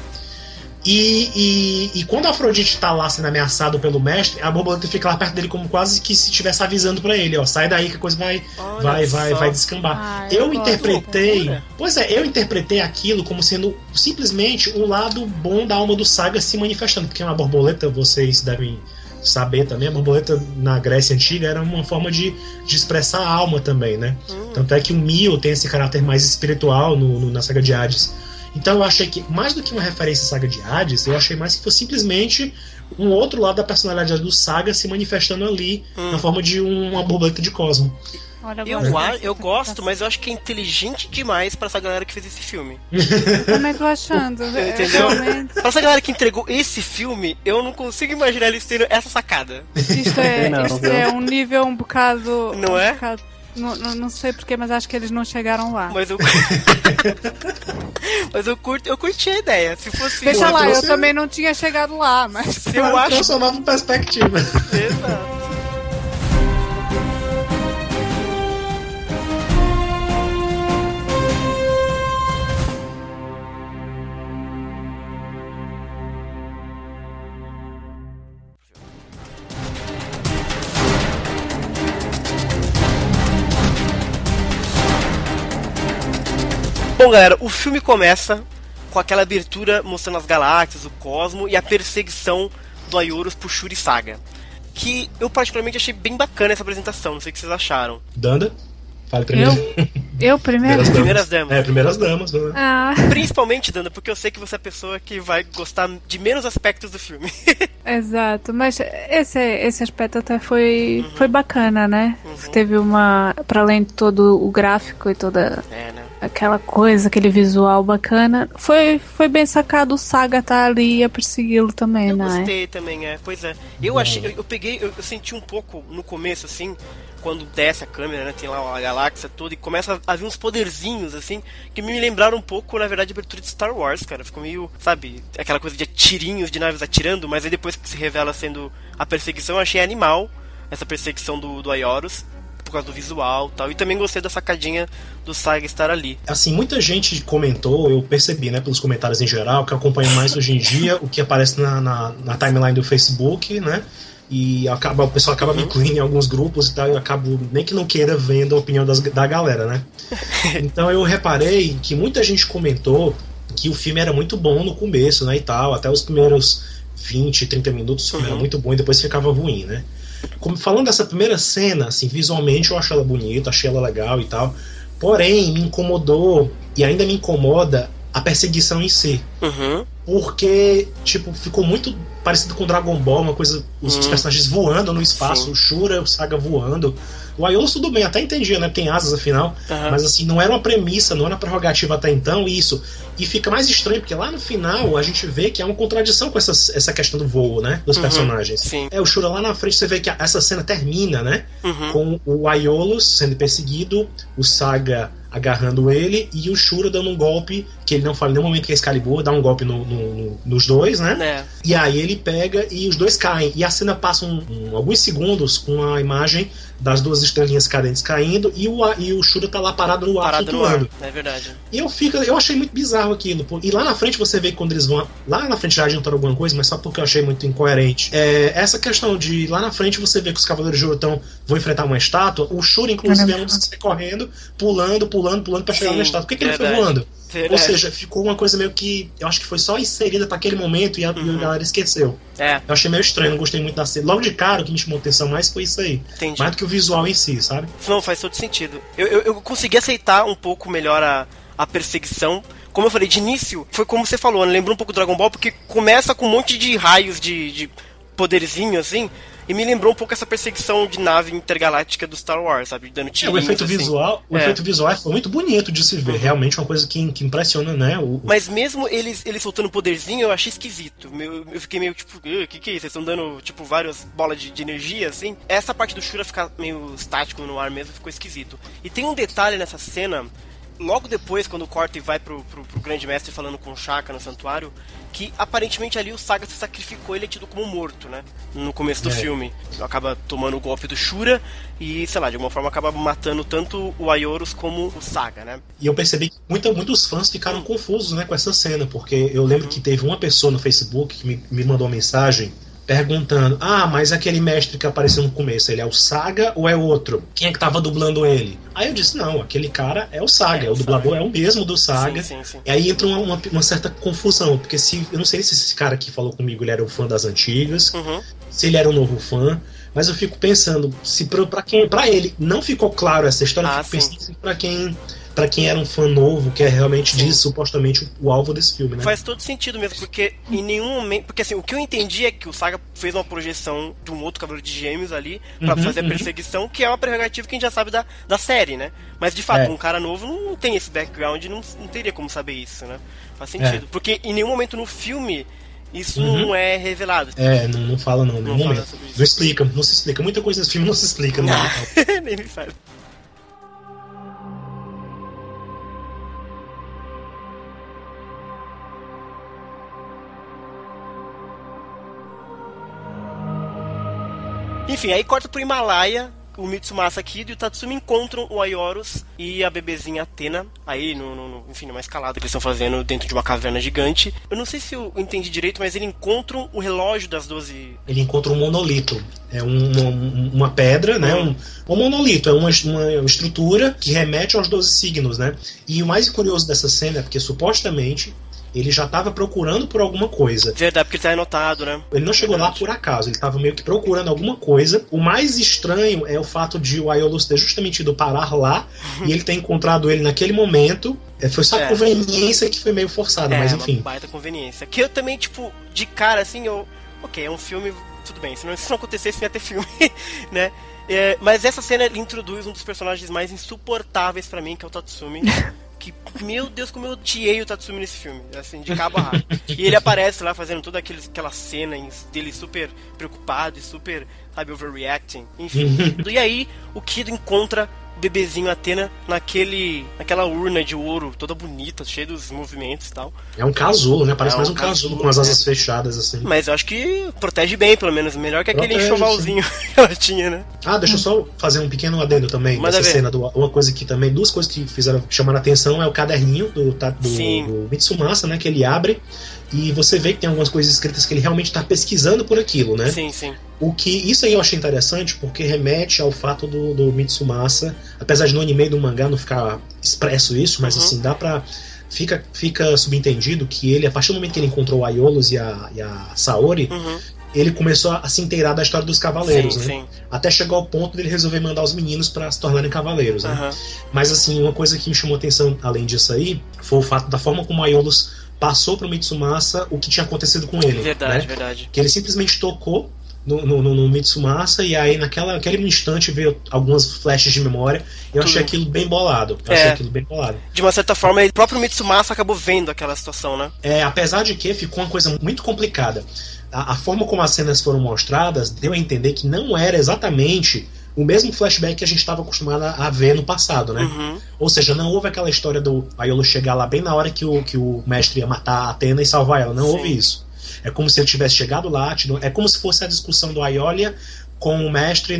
E quando a Afrodite tá lá sendo ameaçado pelo mestre, a borboleta fica lá perto dele como quase que se estivesse avisando pra ele, ó, sai daí que a coisa vai descambar. Eu interpretei aquilo como sendo simplesmente o lado bom da alma do Saga se manifestando, porque uma borboleta, vocês devem saber também, a borboleta na Grécia Antiga era uma forma de expressar a alma também, né? Tanto é que o Mio tem esse caráter mais espiritual na Saga de Hades. Então eu achei que, mais do que uma referência à Saga de Hades, eu achei mais que foi simplesmente um outro lado da personalidade do Saga se manifestando ali na forma de uma borboleta de Cosmo. Eu gosto, mas eu acho que é inteligente demais pra essa galera que fez esse filme. Eu também tô achando. Entendeu? Pra essa galera que entregou esse filme, eu não consigo imaginar eles tendo essa sacada. Isto é um nível um bocado... Não é? Não sei porquê, mas acho que eles não chegaram lá. Mas eu curti a ideia. Se fosse Deixa lá, eu também não tinha chegado lá, mas eu acho só nova perspectiva. Exato. Bom, galera, o filme começa com aquela abertura mostrando as galáxias, o cosmo e a perseguição do Aioros por Shuri Saga. Que eu particularmente achei bem bacana essa apresentação, não sei o que vocês acharam. Danda? Fale primeiro. Eu primeiro? Primeiras damas. Primeiras damas. Principalmente, Danda, porque eu sei que você é a pessoa que vai gostar de menos aspectos do filme. Exato, mas esse aspecto até foi bacana, né? Teve pra além de todo o gráfico e toda aquela coisa, aquele visual bacana, foi bem sacado o Saga tá ali a persegui-lo também, né? Eu gostei também, pois é. Eu senti um pouco no começo, assim, quando desce a câmera, né, tem lá a galáxia toda e começa a vir uns poderzinhos, assim, que me lembraram um pouco, na verdade, a abertura de Star Wars, cara. Ficou meio, sabe, aquela coisa de tirinhos de naves atirando, mas aí depois que se revela sendo a perseguição, eu achei animal essa perseguição do Aioros. por causa do visual e tal. E também gostei da sacadinha do Saiga estar ali. Assim, muita gente comentou, eu percebi, né, pelos comentários em geral, que acompanha mais hoje em dia o que aparece na timeline do Facebook, né? E o pessoal acaba me incluindo em alguns grupos e tal, e eu acabo nem que não queira vendo a opinião da galera, né? Então eu reparei que muita gente comentou que o filme era muito bom no começo, né, e tal, até os primeiros 20, 30 minutos o filme era muito bom e depois ficava ruim, né? Falando dessa primeira cena, assim, visualmente eu acho ela bonita, achei ela legal e tal, porém me incomodou, e ainda me incomoda, a perseguição em si. Porque, tipo, ficou muito parecido com Dragon Ball, uma coisa, os personagens voando no espaço, sim. O Shura, o Saga voando. O Aiolos tudo bem, até entendia, né? Tem asas afinal, mas assim, não era uma premissa, não era uma prerrogativa até então, isso. E fica mais estranho, porque lá no final a gente vê que há uma contradição com essa questão do voo, né? Dos personagens. Sim. O Shura lá na frente, você vê que essa cena termina, né? Com o Aiolos sendo perseguido, o Saga agarrando ele e o Shura dando um golpe, que ele não fala em nenhum momento que é Excalibur, dá um golpe nos dois, né? E aí ele pega e os dois caem. E a cena passa alguns segundos com a imagem das duas estrelinhas cadentes caindo e o Shura tá lá parado no ar, flutuando. É verdade. E eu achei muito bizarro aquilo. E lá na frente você vê que quando eles vão... Lá na frente já adiantaram alguma coisa, mas só porque eu achei muito incoerente. Essa questão de lá na frente você vê que os Cavaleiros de Ouro vão enfrentar uma estátua, o Shura inclusive é um dos que sai correndo, pulando pra chegar na estátua. Por que ele foi voando? Verdade. Ou seja, ficou uma coisa meio que eu acho que foi só inserida para aquele momento e a galera esqueceu. Eu achei meio estranho, não gostei muito da cena. Logo de cara, o que me chamou atenção mais foi isso aí. Entendi. Mais do que o visual em si, sabe? Não, faz todo sentido. Eu consegui aceitar um pouco melhor a perseguição. Como eu falei, de início, foi como você falou, né? Lembrou um pouco do Dragon Ball, porque começa com um monte de raios de poderzinho, assim. E me lembrou um pouco essa perseguição de nave intergaláctica do Star Wars, sabe? Dando tirinhos, o efeito assim. efeito visual foi muito bonito de se ver. Realmente uma coisa que impressiona, né? Mas mesmo eles soltando poderzinho, eu achei esquisito. Eu fiquei meio tipo, o que é isso? Vocês estão dando, tipo, várias bolas de energia, assim? Essa parte do Shura ficar meio estático no ar mesmo ficou esquisito. E tem um detalhe nessa cena... Logo depois, quando o Corte vai pro Grande Mestre falando com o Shaka no santuário, que aparentemente ali o Saga se sacrificou, ele é tido como morto, né? No começo do filme. Acaba tomando o golpe do Shura e, sei lá, de alguma forma acaba matando tanto o Aioros como o Saga, né? E eu percebi que muitos fãs ficaram confusos, né, com essa cena, porque eu lembro que teve uma pessoa no Facebook que me mandou uma mensagem perguntando, mas aquele mestre que apareceu no começo, ele é o Saga ou é outro? Quem é que tava dublando ele? Aí eu disse, não, aquele cara é o Saga, o dublador é o mesmo do Saga. Sim. E aí entra uma certa confusão, porque eu não sei se esse cara que falou comigo, ele era um fã das antigas, se ele era um novo fã, mas eu fico pensando, se pra ele não ficou claro essa história, eu fico pensando se pra quem era um fã novo, que é realmente supostamente o alvo desse filme, né? Faz todo sentido mesmo, porque em nenhum momento... Porque assim, o que eu entendi é que o Saga fez uma projeção de um outro Cavaleiro de Gêmeos ali pra fazer a perseguição, que é uma prerrogativa que a gente já sabe da série, né? Mas de fato, um cara novo não tem esse background, não teria como saber isso, né? Faz sentido. Porque em nenhum momento no filme isso não é revelado. Não fala não, em nenhum momento. Não explica, não se explica. Muita coisa nesse filme não se explica. Nem me fala. Enfim, aí corta pro Himalaia, o Mitsumasa Kido e o Tatsumi encontram o Aioros e a bebezinha Athena, aí enfim, numa escalada que eles estão fazendo dentro de uma caverna gigante. Eu não sei se eu entendi direito, mas eles encontram o relógio das 12... Ele encontra um monolito. É uma pedra, né? Um monolito, é uma estrutura que remete aos 12 signos, né? E o mais curioso dessa cena é porque supostamente ele já estava procurando por alguma coisa. Verdade, porque ele tá anotado, né? Ele não chegou lá por acaso, ele estava meio que procurando alguma coisa. O mais estranho é o fato de o Aiolos ter justamente ido parar lá e ele ter encontrado ele naquele momento. Foi só a conveniência que foi meio forçada, mas enfim. Uma baita conveniência. Que eu também, tipo, de cara, assim, ok, é um filme, tudo bem, se não acontecesse, não ia ter filme, né? Mas essa cena, ele introduz um dos personagens mais insuportáveis pra mim, que é o Tatsumi. Que, meu Deus, como eu odiei o Tatsumi nesse filme, assim, de cabo a rabo. E ele aparece lá fazendo toda aquela cena dele super preocupado e super, sabe, overreacting, enfim. E aí o Kido encontra bebezinho Athena naquela urna de ouro, toda bonita, cheia dos movimentos e tal. É um casulo, né? Parece mais um casulo com as asas fechadas, assim. Mas eu acho que protege bem, pelo menos. Melhor que aquele enxovalzinho que ela tinha, né? Deixa eu só fazer um pequeno adendo também dessa cena. Uma coisa que também, duas coisas que chamaram a atenção é o caderninho do Mitsumasa, né? Que ele abre e você vê que tem algumas coisas escritas que ele realmente está pesquisando por aquilo, né? Sim. Isso aí eu achei interessante porque remete ao fato do Mitsumasa, apesar de no anime e do mangá não ficar expresso isso, mas assim, dá pra... Fica subentendido que ele, a partir do momento que ele encontrou o Aiolos e a Saori, ele começou a se inteirar da história dos cavaleiros, né? Sim. Até chegar ao ponto dele resolver mandar os meninos para se tornarem cavaleiros, né? Mas assim, uma coisa que me chamou atenção além disso aí foi o fato da forma como o Aiolos passou pro Mitsumasa o que tinha acontecido com ele. Verdade. Que ele simplesmente tocou no Mitsumasa e aí naquele instante veio algumas flashes de memória e eu achei aquilo bem bolado. De uma certa forma, o próprio Mitsumasa acabou vendo aquela situação, né? Apesar de que ficou uma coisa muito complicada. A forma como as cenas foram mostradas deu a entender que não era exatamente o mesmo flashback que a gente estava acostumado a ver no passado, né? Ou seja, não houve aquela história do Aiolo chegar lá bem na hora que o mestre ia matar a Athena e salvar ela. Não houve isso. É como se ele tivesse chegado lá, é como se fosse a discussão do Aiolia com o mestre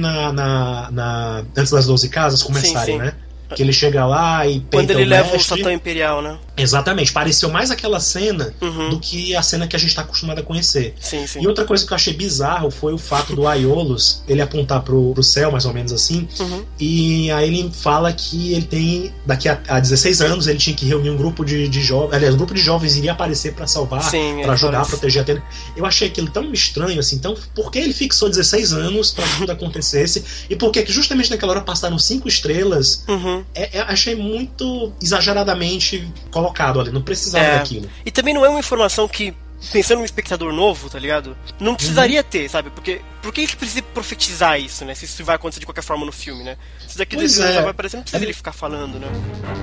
antes das 12 casas começarem, né? Que ele chega lá e peita quando ele leva mestre. o Satã Imperial, né? Exatamente, pareceu mais aquela cena do que a cena que a gente está acostumado a conhecer. Sim. E outra coisa que eu achei bizarro foi o fato do Aiolos ele apontar pro céu, mais ou menos assim, e aí ele fala que ele tem, daqui a 16 anos, ele tinha que reunir um grupo de jovens, aliás, um grupo de jovens iria aparecer para salvar, para ajudar a proteger a Athena. Eu achei aquilo tão estranho, assim, então, por que ele fixou 16 anos para que tudo acontecesse, e por que justamente naquela hora passaram 5 estrelas, achei muito exageradamente colocado ali, não precisava daquilo. E também não é uma informação que, pensando no espectador novo, tá ligado? Não precisaria ter, sabe? Porque por que ele precisa profetizar isso, né? Se isso vai acontecer de qualquer forma no filme, né? Se daqui a já vai aparecer, não precisa ele ficar falando, né?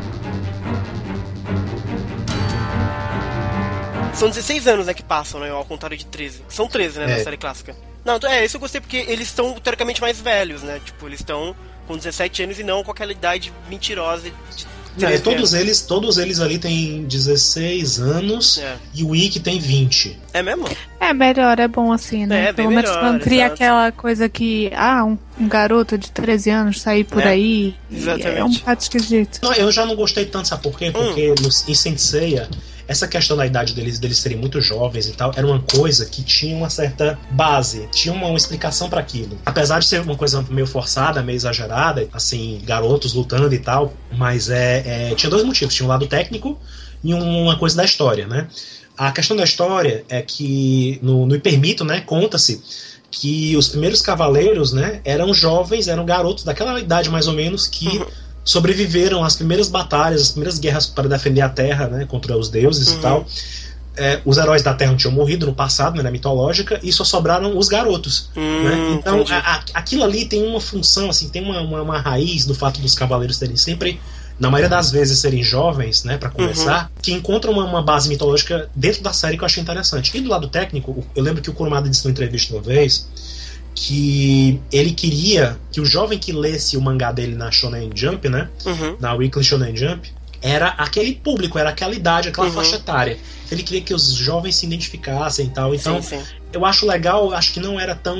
São 16 anos, né, que passam, né? Ao contrário de 13. São 13, né, na série clássica. Não, isso eu gostei porque eles estão, teoricamente, mais velhos, né? Tipo, eles estão com 17 anos e não com aquela idade mentirosa de todos eles ali têm 16 anos e o Ikki tem 20. É mesmo? É melhor, é bom assim, né? Pelo menos não cria aquela coisa que um garoto de 13 anos sair por aí. Exatamente. É um bocado esquisito. Não, eu já não gostei tanto, sabe por quê? Porque em Saint Seiya, essa questão da idade deles serem muito jovens e tal, era uma coisa que tinha uma certa base, tinha uma explicação para aquilo. Apesar de ser uma coisa meio forçada, meio exagerada, assim, garotos lutando e tal, mas tinha dois motivos. Tinha um lado técnico e uma coisa da história, né? A questão da história é que no Hypermito, né, conta-se que os primeiros cavaleiros, né, eram jovens, eram garotos daquela idade mais ou menos que sobreviveram às primeiras batalhas, às primeiras guerras para defender a Terra, né, contra os deuses e tal. Os heróis da Terra tinham morrido no passado, na mitológica, e só sobraram os garotos. Né? Então, aquilo ali tem uma função, assim, tem uma raiz do fato dos cavaleiros terem sempre, na maioria das vezes, serem jovens, né, para começar, que encontram uma base mitológica dentro da série que eu achei interessante. E do lado técnico, eu lembro que o Kurumada disse numa entrevista uma vez que ele queria que o jovem que lesse o mangá dele na Shonen Jump, né, na Weekly Shonen Jump, era aquele público, era aquela idade, aquela faixa etária. Ele queria que os jovens se identificassem e tal. Então, eu acho legal, acho que não era tão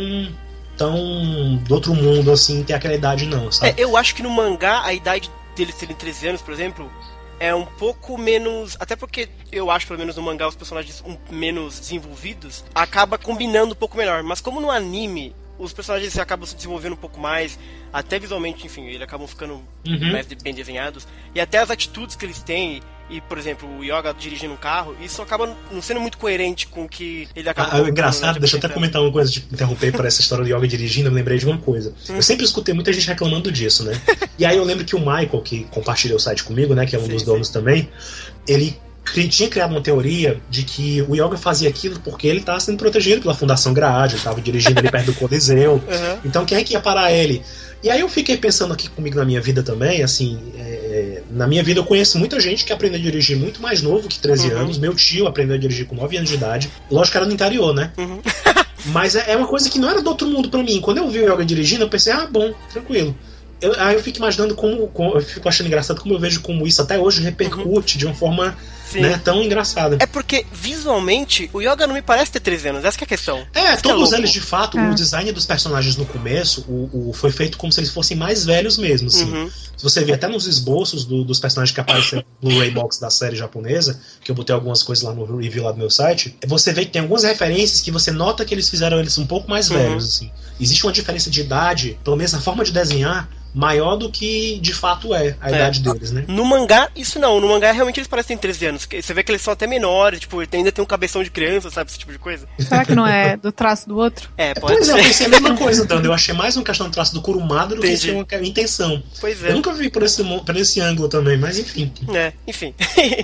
do outro mundo, assim, ter aquela idade, não, sabe? Eu acho que no mangá, a idade deles terem 13 anos, por exemplo, é um pouco menos... Até porque eu acho, pelo menos no mangá, os personagens menos desenvolvidos, acaba combinando um pouco melhor. Mas como no anime, os personagens acabam se desenvolvendo um pouco mais, até visualmente, enfim, eles acabam ficando mais bem desenhados, e até as atitudes que eles têm, e, por exemplo, o Yoga dirigindo um carro, isso acaba não sendo muito coerente com o que ele acaba... engraçado, deixa eu até comentar uma coisa, de interromper para essa história do Yoga dirigindo, eu lembrei de uma coisa. Eu sempre escutei muita gente reclamando disso, né? E aí eu lembro que o Michael, que compartilhou o site comigo, né, que é um dos donos também, ele tinha criado uma teoria de que o Yoga fazia aquilo porque ele estava sendo protegido pela Fundação Grade, ele estava dirigindo ali perto do Coliseu, então quem é que ia parar ele? E aí eu fiquei pensando aqui comigo na minha vida também, assim, na minha vida eu conheço muita gente que aprendeu a dirigir muito mais novo que 13 anos, meu tio aprendeu a dirigir com 9 anos de idade, lógico que era no interior, né? Mas é uma coisa que não era do outro mundo pra mim. Quando eu vi o Yoga dirigindo, eu pensei, bom, tranquilo. eu fico imaginando eu fico achando engraçado como eu vejo como isso até hoje repercute de uma forma, né, tão engraçada. É porque, visualmente, o Yoga não me parece ter 13 anos, essa que é a questão. Todos eles, de fato, o design dos personagens no começo foi feito como se eles fossem mais velhos mesmo, assim. Se você ver até nos esboços dos personagens que aparecem no Blu-ray Box da série japonesa, que eu botei algumas coisas lá no review lá do meu site, você vê que tem algumas referências que você nota que eles fizeram eles um pouco mais velhos, assim. Existe uma diferença de idade, pelo menos na forma de desenhar, maior do que de fato é a idade deles, né? No mangá, isso não. No mangá, realmente, eles parecem ter 13 anos. Você vê que eles são até menores, tipo, ainda tem um cabeção de criança, sabe? Esse tipo de coisa. Será que não é do traço do outro? Pode ser. Eu pensei a mesma coisa, Dando. Eu achei mais uma questão do traço do Kurumada do que ser uma intenção. Pois é. Eu nunca vi por esse ângulo também, mas enfim. Enfim.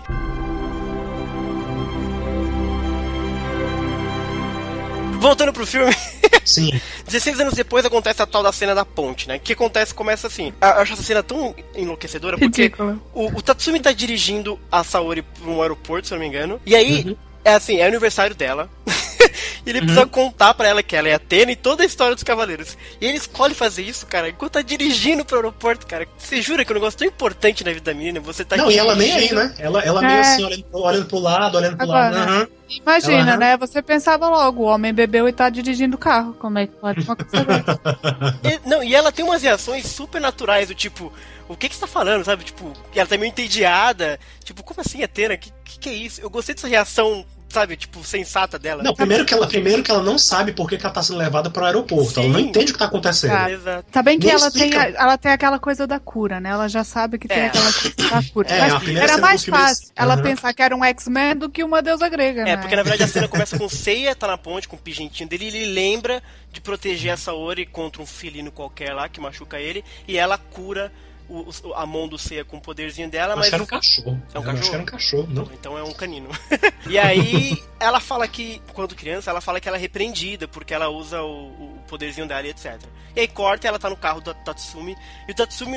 Voltando pro filme. Sim. 16 anos depois acontece a tal da cena da ponte, né? O que acontece? Começa assim. Eu acho essa cena tão enlouquecedora porque o Tatsumi tá dirigindo a Saori pra um aeroporto, se eu não me engano. E aí, é aniversário dela. E ele precisa contar pra ela que ela é Atena e toda a história dos cavaleiros. E ele escolhe fazer isso, cara, enquanto tá dirigindo pro aeroporto, cara. Você jura que é um negócio tão importante na vida da menina? Você tá Não, e ela nem aí, né? Ela meio assim, olhando pro lado. Imagina, né? Você pensava logo, o homem bebeu e tá dirigindo o carro. Como é que pode acontecer isso? E ela tem umas reações super naturais, do tipo, o que você tá falando, sabe? Tipo, ela tá meio entediada. Tipo, como assim, Atena? Que é isso? Eu gostei dessa reação, sabe, tipo, sensata dela. Não, primeiro que ela não sabe por que ela tá sendo levada pro aeroporto. Sim. Ela não entende o que tá acontecendo. Exato. Tá bem que ela tem aquela coisa da cura, né? Ela já sabe que tem aquela coisa da cura. Mas era mais fácil ela pensar que era um X-Men do que uma deusa grega, né? Porque na verdade a cena começa com Seiya, tá na ponte, com o pigentinho dele, e ele lembra de proteger a Saori contra um felino qualquer lá, que machuca ele, e ela cura a mão do Seiya com o poderzinho dela, mas... Acho que era um cachorro. É um cachorro? Acho que era um cachorro, não? Então é um canino. E aí, ela fala que, quando criança, ela fala que ela é repreendida, porque ela usa o poderzinho dela e etc. E aí corta, ela tá no carro do Tatsumi, e o Tatsumi,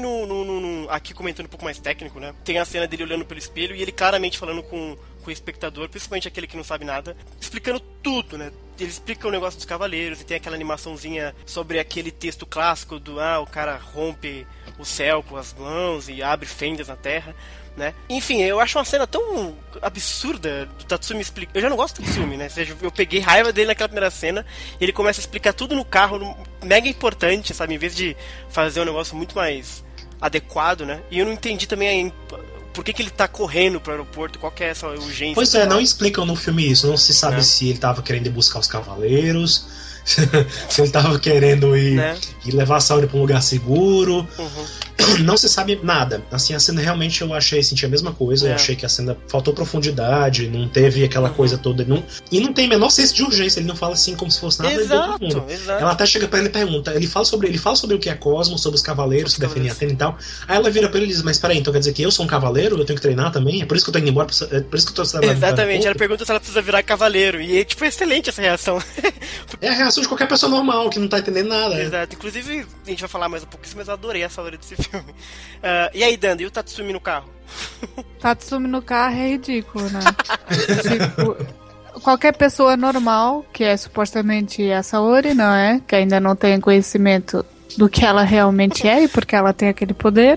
aqui comentando um pouco mais técnico, né? Tem a cena dele olhando pelo espelho, e ele claramente falando com o espectador, principalmente aquele que não sabe nada, explicando tudo, né? Ele explica o negócio dos cavaleiros, e tem aquela animaçãozinha sobre aquele texto clássico do o cara rompe o céu com as mãos e abre fendas na terra, né? Enfim, eu acho uma cena tão absurda do Tatsumi explicar. Eu já não gosto do Tatsumi, né? Ou seja, eu peguei raiva dele naquela primeira cena, e ele começa a explicar tudo no carro, mega importante, sabe? Em vez de fazer um negócio muito mais adequado, né? E eu não entendi também por que ele tá correndo pro aeroporto, qual que é essa urgência. Pois não explicam no filme isso. Não se sabe se ele tava querendo ir buscar os cavaleiros, se ele tava querendo ir levar a Saori pra um lugar seguro. Não se sabe nada. Assim, a cena realmente eu senti a mesma coisa. Eu achei que a cena faltou profundidade, não teve aquela coisa toda. E não tem o menor senso de urgência. Ele não fala assim como se fosse nada do outro mundo. Ela até chega pra ele e pergunta. Ele fala sobre o que é Cosmos, sobre os cavaleiros que defendem a Atena e tal. Aí ela vira pra ele e diz: mas peraí, então quer dizer que eu sou um cavaleiro? Eu tenho que treinar também? É por isso que eu tô indo embora? É por isso que eu tô Exatamente, ela pergunta se ela precisa virar cavaleiro. E é tipo excelente essa reação. É a reação de qualquer pessoa normal, que não tá entendendo nada. Exato, inclusive a gente vai falar mais um pouco isso, mas eu adorei essa hora desse filme. E aí, Danda, e o Tatsumi no carro? Tatsumi no carro é ridículo, né? Tipo, qualquer pessoa normal, que é supostamente a Saori, não é? Que ainda não tem conhecimento do que ela realmente é e porque ela tem aquele poder.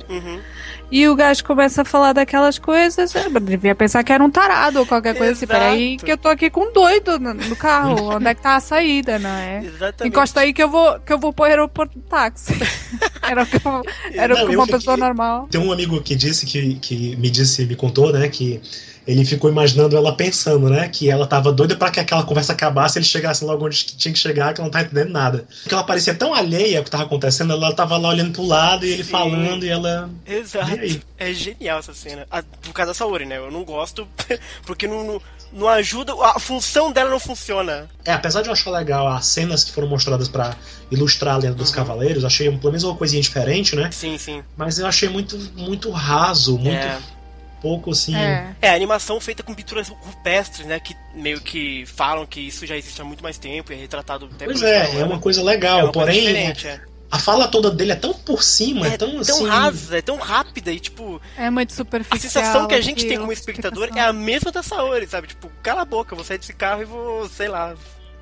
E o gajo começa a falar daquelas coisas, eu devia pensar que era um tarado ou qualquer coisa assim. Peraí, que eu tô aqui com um doido no carro. Onde é que tá a saída, não é? Exatamente. Encosta aí que eu vou pro aeroporto de táxi. Era o que uma pessoa normal. Tem um amigo que disse que me contou, né, que ele ficou imaginando ela pensando, né, que ela tava doida pra que aquela conversa acabasse e ele chegasse logo onde tinha que chegar, que ela não tá entendendo nada. Porque ela parecia tão alheia ao que tava acontecendo, ela tava lá olhando pro lado e ele falando e ela... Exato. É genial essa cena. Por causa da Saori, né, eu não gosto porque não ajuda, a função dela não funciona. Apesar de eu achar legal as cenas que foram mostradas pra ilustrar a lenda dos cavaleiros, achei pelo menos uma coisinha diferente, né? Sim. Mas eu achei muito raso, muito... pouco assim. A animação feita com pinturas rupestres, né? Que meio que falam que isso já existe há muito mais tempo e é retratado até. Pois é uma coisa legal, porém. A fala toda dele é tão por cima, é tão assim... rasa, é tão rápida e tipo... É muito superficial. A sensação que a gente tem como espectador é a mesma da Saori, sabe? Tipo, cala a boca, vou sair desse carro e vou, sei lá...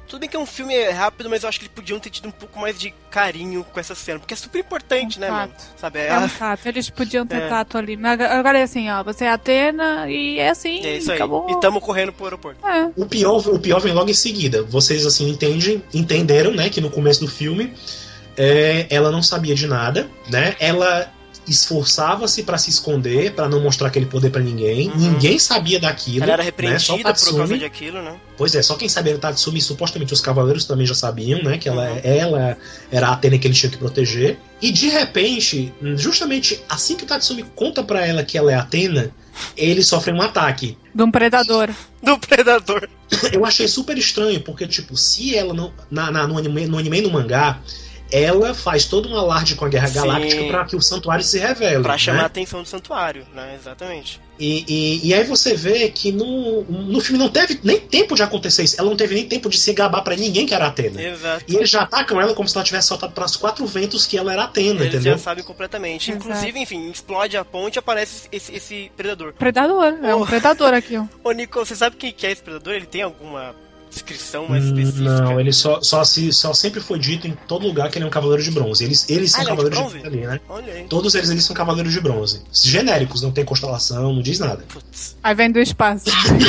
Tudo bem que é um filme rápido, mas eu acho que eles podiam ter tido um pouco mais de carinho com essa cena, porque é super importante, né, mano? Sabe? É um tato, eles podiam ter tato ali. Mas agora é assim, ó, você é Athena e é assim, é isso aí. Acabou. E tamo correndo pro aeroporto. O pior vem logo em seguida. Vocês, assim, entenderam, né, que no começo do filme ela não sabia de nada, né? Ela esforçava-se pra se esconder, pra não mostrar aquele poder pra ninguém. Ninguém sabia daquilo. Ela era repreendida, né? Só Tatsumi, por causa daquilo, né? Pois é, só quem sabia era Tatsumi, e supostamente os cavaleiros também já sabiam, né? Que ela era a Athena que eles tinham que proteger. E de repente, justamente assim que o Tatsumi conta pra ela que ela é Athena, eles sofrem um ataque. De um predador. Do predador. Eu achei super estranho, porque, tipo, se ela não. No anime e no mangá, ela faz todo um alarde com a Guerra Galáctica pra que o santuário se revele. Pra chamar a né? atenção do santuário, né? Exatamente. E aí você vê que no filme não teve nem tempo de acontecer isso. Ela não teve nem tempo de se gabar pra ninguém que era Athena. Exato. E eles já atacam ela como se ela tivesse soltado para os 4 ventos que ela era Athena, eles entendeu? já sabem completamente. Exato. Inclusive, enfim, explode a ponte e aparece esse predador. Predador, é um predador aqui, ó. Ô, Nico, você sabe quem que é esse predador? Ele tem alguma descrição mais específica? Não, ele só sempre foi dito em todo lugar que ele é um cavaleiro de bronze. Eles são cavaleiros de bronze ali, né? Olha aí. Todos eles são cavaleiros de bronze. Genéricos, não tem constelação, não diz nada. Putz. Aí vem do espaço.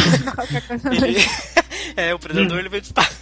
O predador ele veio do espaço.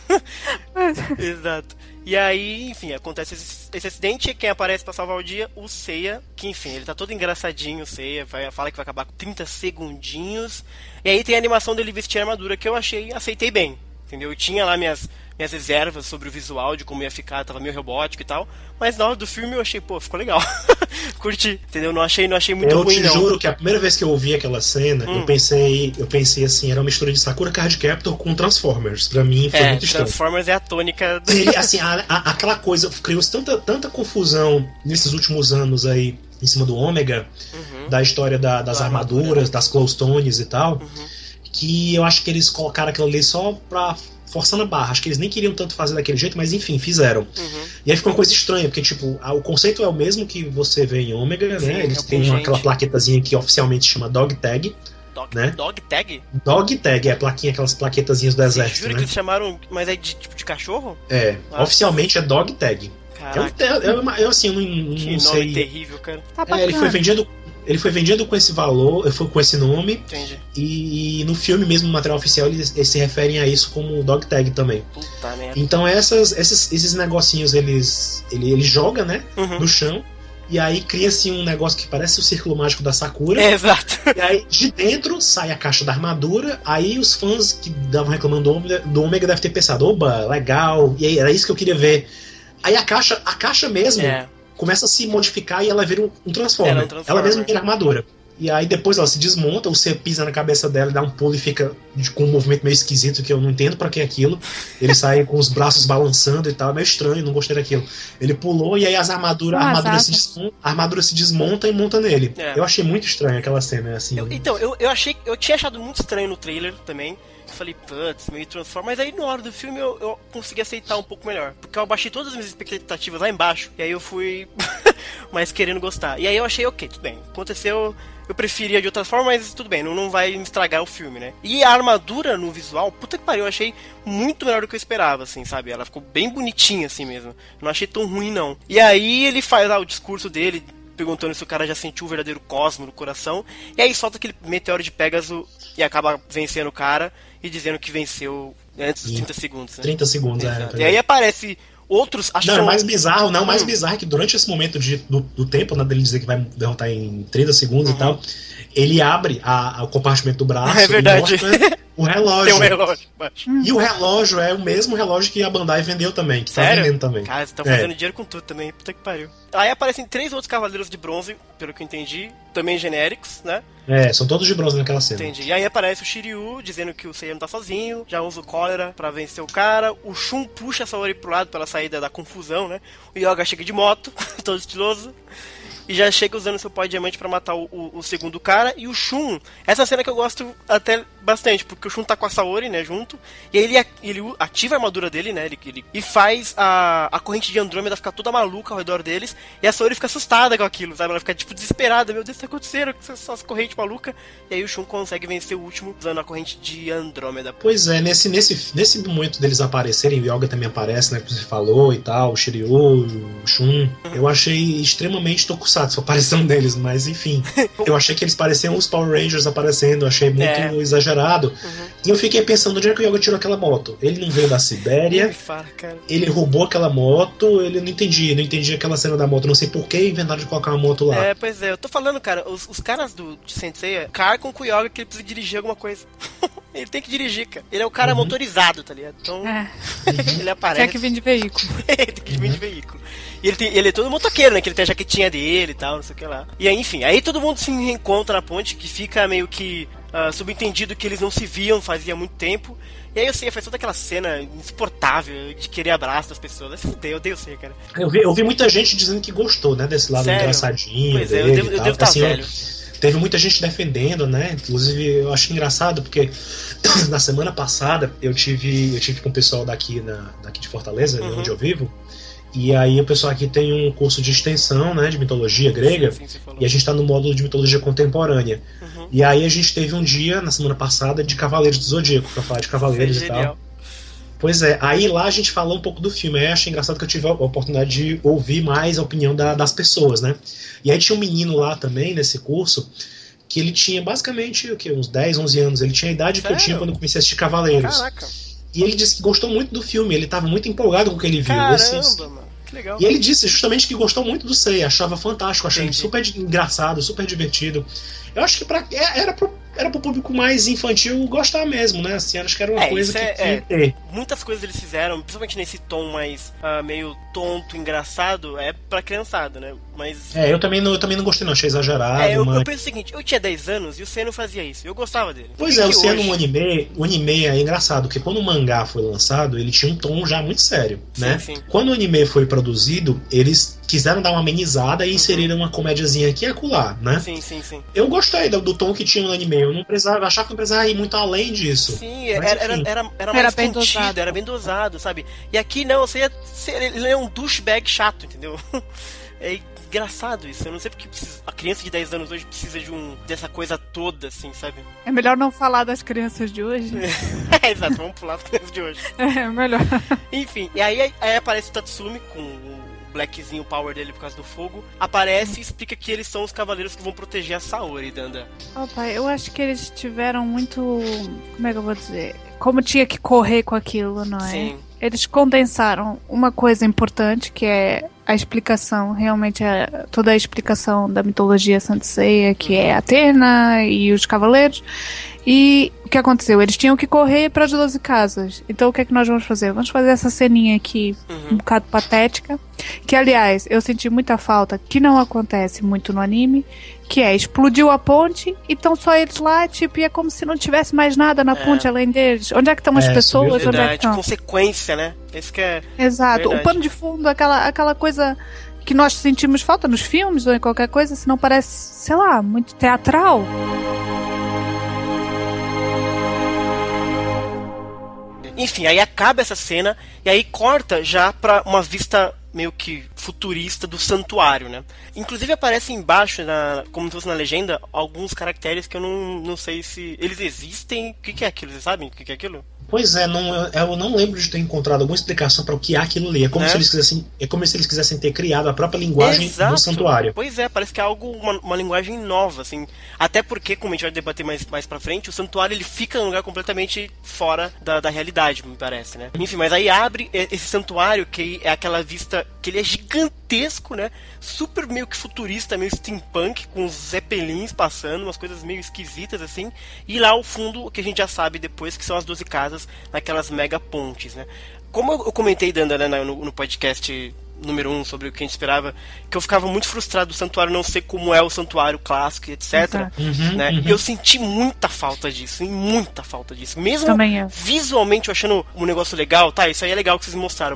Exato. E aí, enfim, acontece esse acidente e quem aparece pra salvar o dia? O Seiya, que enfim, ele tá todo engraçadinho, o Seiya, fala que vai acabar com 30 segundinhos. E aí tem a animação dele vestir a armadura que eu aceitei bem. Entendeu? Eu tinha lá minhas reservas sobre o visual, de como ia ficar, tava meio robótico e tal. Mas na hora do filme eu achei, pô, ficou legal. Curti, entendeu? Não achei muito ruim, não. Eu te juro que a primeira vez que eu ouvi aquela cena, eu pensei assim, era uma mistura de Sakura Card Captor com Transformers. Pra mim foi muito estranho. Transformers é a tônica. Ele, assim, aquela coisa, criou-se tanta confusão nesses últimos anos aí, em cima do Ômega, da história das armaduras, das Clowstones e tal, que eu acho que eles colocaram aquilo ali só pra forçando a barra. Acho que eles nem queriam tanto fazer daquele jeito, mas enfim, fizeram. E aí ficou uma coisa estranha, porque tipo, o conceito é o mesmo que você vê em Ômega, né? Eles têm aquela plaquetazinha que oficialmente chama Dog Tag. Né? Dog Tag? Dog Tag, aquelas plaquetazinhas do exército. Jura né? que eles chamaram, mas é de tipo de cachorro? Oficialmente é Dog Tag. Eu assim, eu não sei. Nome terrível, cara. Tá Ele foi vendido com esse valor, com esse nome. Entendi. E no filme mesmo, no material oficial, eles se referem a isso como Dog Tag também. Puta merda. Então esses negocinhos ele joga, né, no chão. E aí cria-se um negócio que parece o círculo mágico da Sakura. Exato. E aí de dentro sai a caixa da armadura. Aí os fãs que estavam reclamando do Ômega devem ter pensado, oba, legal. E aí era isso que eu queria ver. Aí a caixa mesmo começa a se modificar e ela vira um Transformer. Ela mesma vira armadura. E aí depois ela se desmonta, você pisa na cabeça dela e dá um pulo e fica com um movimento meio esquisito que eu não entendo pra que é aquilo. Ele sai com os braços balançando e tal, é meio estranho, não gostei daquilo. Ele pulou e aí a armadura se desmonta e monta nele. Eu achei muito estranho aquela cena, assim. Eu tinha achado muito estranho no trailer também. Eu falei, putz, meio Transformers. Mas aí na hora do filme eu consegui aceitar um pouco melhor. Porque eu abaixei todas as minhas expectativas lá embaixo. E aí eu fui mais querendo gostar. E aí eu achei, ok, tudo bem. Aconteceu, eu preferia de outra forma, mas tudo bem, não vai me estragar o filme, né? E a armadura no visual, puta que pariu, eu achei muito melhor do que eu esperava, assim, sabe? Ela ficou bem bonitinha assim mesmo. Eu não achei tão ruim, não. E aí ele faz lá o discurso dele, perguntando se o cara já sentiu o verdadeiro cosmo no coração. E aí solta aquele meteoro de Pégaso e acaba vencendo o cara e dizendo que venceu antes dos 30 segundos. Né? 30 segundos, E aí aparece outros... mais bizarro é que durante esse momento do tempo, né, dele dizer que vai derrotar em 30 segundos e tal, ele abre o compartimento do braço e mostra o relógio. Tem um relógio embaixo. E o relógio é o mesmo relógio que a Bandai vendeu também, que Sério? tá vendendo também. Cara, você tá fazendo dinheiro com tudo também, puta que pariu. Aí aparecem 3 outros cavaleiros de bronze, pelo que eu entendi, também genéricos, né? São todos de bronze naquela cena. Entendi. E aí aparece o Shiryu, dizendo que o Seiya não tá sozinho, já usa o cólera pra vencer o cara, o Shun puxa a Saori pro lado pra ela sair da confusão, né? O Yoga chega de moto, todo estiloso, e já chega usando seu pó de diamante pra matar o segundo cara, e o Shun, essa cena que eu gosto até bastante, porque o Shun tá com a Saori, né, junto, e aí ele ativa a armadura dele, né, e faz a corrente de Andrômeda ficar toda maluca ao redor deles, e a Saori fica assustada com aquilo, sabe? Ela fica, tipo, desesperada, meu Deus, o que tá acontecendo? Essas correntes malucas. E aí o Shun consegue vencer o último usando a corrente de Andrômeda. Pois é, nesse momento deles aparecerem, o Yoga também aparece, né, que você falou e tal, o Shiryu, o Shun, eu achei extremamente tokusatsu a aparição deles, mas enfim, eu achei que eles pareciam os Power Rangers aparecendo, achei muito exagerado. E eu fiquei pensando, onde é que o Yoga tirou aquela moto? Ele não veio da Sibéria, ele roubou aquela moto, ele não entendi aquela cena da moto, não sei por que inventaram de colocar uma moto lá. Pois é, eu tô falando, cara, os caras de Sensei carcam com o Yoga que ele precisa dirigir alguma coisa. Ele tem que dirigir, cara. Ele é o cara motorizado, tá ligado? Então, ele aparece. Quer que vem de veículo. Ele tem que vir de veículo. E ele é todo motoqueiro, né? Que ele tem a jaquetinha dele e tal, não sei o que lá. E aí, enfim, aí todo mundo se reencontra na ponte, que fica meio que subentendido que eles não se viam fazia muito tempo. E aí eu sei, faz toda aquela cena insuportável de querer abraço das pessoas. Eu odeio ser, cara. Eu vi muita gente dizendo que gostou, né? Desse lado engraçadinho. Pois dele, eu devo estar velho. Teve muita gente defendendo, né? Inclusive, eu achei engraçado, porque na semana passada eu tive com o pessoal daqui de Fortaleza, onde eu vivo, e aí o pessoal aqui tem um curso de extensão, né, de mitologia grega, sim, e a gente tá no módulo de mitologia contemporânea. E aí a gente teve um dia, na semana passada, de Cavaleiros do Zodíaco, pra falar de Cavaleiros e tal. Pois é, aí lá a gente falou um pouco do filme. Aí achei engraçado que eu tive a oportunidade de ouvir mais a opinião das pessoas, né? E aí tinha um menino lá também, nesse curso, que ele tinha basicamente uns 10, 11 anos. Ele tinha a idade que eu tinha quando eu comecei a assistir Cavaleiros. Caraca. E ele disse que gostou muito do filme, ele estava muito empolgado com o que ele viu. Caramba, mano. Legal. E ele disse justamente que gostou muito do Sei, achava fantástico, achava super engraçado, super divertido. Eu acho que era pro público mais infantil gostar mesmo, né? Assim, acho que era uma coisa que muitas coisas eles fizeram, principalmente nesse tom mais meio tonto, engraçado, é pra criançada, né? Mas eu também não gostei, não, achei exagerado. Eu penso o seguinte, eu tinha 10 anos e o Sei não fazia isso, eu gostava dele. Pois o Sei no anime é engraçado, porque quando o mangá foi lançado, ele tinha um tom já muito sério, né? Sim. Quando o anime foi produzido, eles quiseram dar uma amenizada e inseriram uma comédiazinha aqui e acolá, né? Sim. Eu gostei do tom que tinha no anime, eu não precisava, achava que não precisava ir muito além disso. Sim, era mais bem contido, dosado. Era bem dosado, sabe? E aqui não, ele é um douchebag chato, entendeu? É engraçado isso, eu não sei porque a criança de 10 anos hoje precisa dessa coisa toda, assim, sabe? É melhor não falar das crianças de hoje. Exato, vamos pular das crianças de hoje. É melhor. Enfim, e aí aparece o Tatsumi com o Blackzinho, o power dele por causa do fogo, aparece e explica que eles são os cavaleiros que vão proteger a Saori, Danda. Pai, eu acho que eles tiveram muito... Como é que eu vou dizer? Como tinha que correr com aquilo, não é? Sim. Eles condensaram uma coisa importante, que é a explicação, realmente toda a explicação da mitologia Sanseiya, que é Atena e os cavaleiros. E o que aconteceu? Eles tinham que correr para as 12 casas. Então o que é que nós vamos fazer? Vamos fazer essa ceninha aqui, um bocado patética, que aliás, eu senti muita falta, que não acontece muito no anime, que é, explodiu a ponte e estão só eles lá, tipo, e é como se não tivesse mais nada na ponte além deles. Onde é que estão as pessoas? Verdade, onde é que estão? Consequência, né? Esse que é... Exato. Verdade. O pano de fundo, aquela coisa que nós sentimos falta nos filmes ou em qualquer coisa, se não parece, sei lá, muito teatral. Enfim, aí acaba essa cena e aí corta já pra uma vista meio que futurista do santuário, né? Inclusive aparece embaixo, como se fosse na legenda, alguns caracteres que eu não sei se eles existem. O que é aquilo? Vocês sabem o que é aquilo? Pois é, eu não lembro de ter encontrado alguma explicação para o que é aquilo ali. É como se eles quisessem ter criado a própria linguagem do santuário. Pois é, parece que é uma linguagem nova, assim. Até porque, como a gente vai debater mais pra frente, o santuário ele fica num lugar completamente fora da realidade, me parece, né? Enfim, mas aí abre esse santuário, que é aquela vista que ele é gigantesco, né? Super meio que futurista, meio steampunk, com os zeppelins passando, umas coisas meio esquisitas, assim. E lá ao fundo, o que a gente já sabe depois, que são as 12 casas naquelas mega pontes, né? Como eu comentei, Danda, né, no podcast número 1 sobre o que a gente esperava, que eu ficava muito frustrado do santuário não ser como é o santuário clássico, etc. Né? E eu senti muita falta disso, mesmo visualmente eu achando um negócio legal, tá, isso aí é legal que vocês mostraram, mas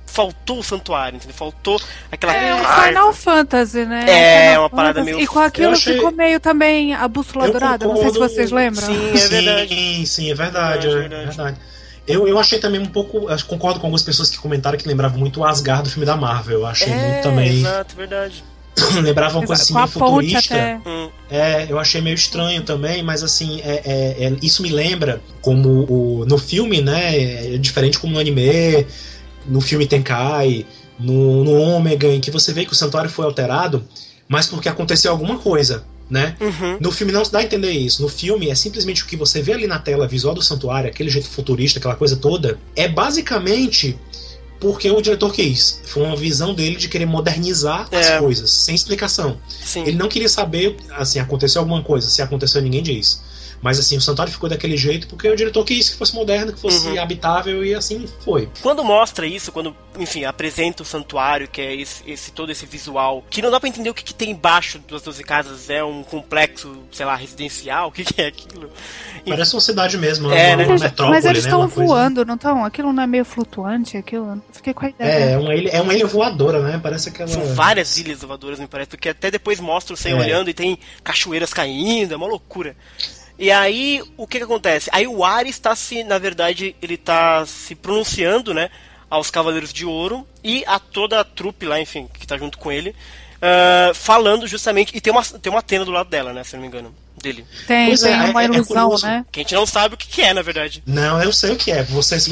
faltou o santuário, entendeu? Faltou aquela... um Final Fantasy, né? Uma parada meio... E com aquilo ficou meio também a Bússola Dourada, não sei se vocês lembram. Sim, é verdade. Sim, é verdade. Eu achei também um pouco... Concordo com algumas pessoas que comentaram que lembravam muito o Asgard do filme da Marvel. Eu achei muito também... Exato, verdade. Lembrava uma coisa assim meio futurista. Até. Eu achei meio estranho também, mas assim, isso me lembra como no filme, né? É diferente como no anime, no filme Tenkai, no Ômega, em que você vê que o santuário foi alterado, mas porque aconteceu alguma coisa, né? No filme não se dá a entender isso. No filme é simplesmente o que você vê ali na tela visual do santuário, aquele jeito futurista, aquela coisa toda, é basicamente porque o diretor quis. Foi uma visão dele de querer modernizar as coisas, sem explicação. Sim. Ele não queria saber, assim, aconteceu alguma coisa. Se aconteceu, ninguém diz. Mas assim, o santuário ficou daquele jeito porque o diretor quis que fosse moderno, que fosse habitável, e assim foi. Quando mostra isso, quando, enfim, apresenta o santuário, que é todo esse visual, que não dá pra entender o que tem embaixo das 12 casas, é um complexo, sei lá, residencial, o que é aquilo? Parece uma cidade mesmo, uma metrópole. Mas eles estão voando, não estão? Aquilo não é meio flutuante, aquilo? Fiquei com a ideia. É uma ilha voadora, né? Parece aquela... São várias ilhas voadoras, me parece, porque até depois mostra você olhando e tem cachoeiras caindo, é uma loucura. E aí, o que acontece? Aí o Ares na verdade, ele tá se pronunciando, né, aos Cavaleiros de Ouro e a toda a trupe lá, enfim, que tá junto com ele, falando justamente, e tem uma Atena do lado dela, né, se eu não me engano, dele. Tem uma ilusão, né? Que a gente não sabe o que é, na verdade. Não, eu sei o que é. Se você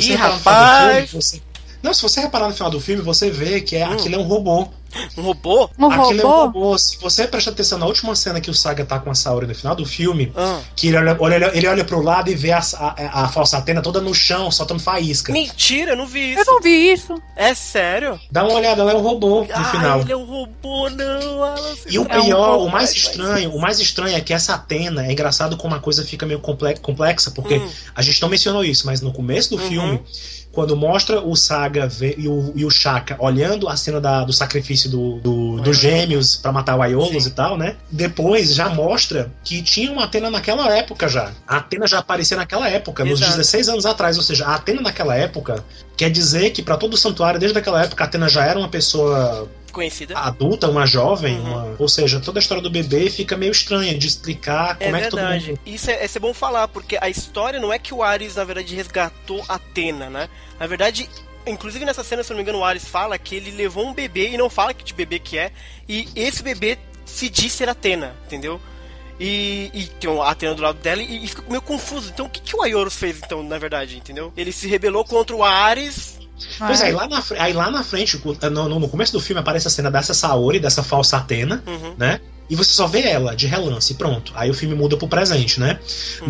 se você reparar no final do filme, você vê que aquilo é um robô. Um robô? Aquilo é um robô. Se você prestar atenção na última cena que o Saga tá com a Saori no final do filme, que ele olha pro lado e vê a falsa Atena toda no chão, soltando faísca. Mentira, eu não vi isso. Eu não vi isso. É sério? Dá uma olhada, ela é um robô no final. Ele é um robô, não. E o pior, o mais estranho é que essa Atena, é engraçado como a coisa fica meio complexa, porque a gente não mencionou isso, mas no começo do filme, quando mostra o Saga e o Shaka olhando a cena do sacrifício dos gêmeos pra matar o Aiolos e tal, né? Depois já mostra que tinha uma Atena naquela época já. A Atena já aparecia naquela época, nos 16 anos atrás. Ou seja, a Atena naquela época quer dizer que pra todo o santuário, desde aquela época, a Atena já era uma pessoa conhecida, adulta, uma jovem, ou seja, toda a história do bebê fica meio estranha de explicar como é que todo mundo... Isso é bom falar, porque a história não é que o Ares, na verdade, resgatou a Atena, né? Na verdade, inclusive nessa cena, se eu não me engano, o Ares fala que ele levou um bebê e não fala que de bebê que é, e esse bebê se diz ser Atena, entendeu? E tem a Atena do lado dela e fica meio confuso. Então o que o Aioros fez, então, na verdade, entendeu? Ele se rebelou contra o Ares... Pois é, aí lá na frente, no começo do filme, aparece a cena dessa Saori, dessa falsa Atena, né? E você só vê ela de relance, pronto. Aí o filme muda pro presente, né?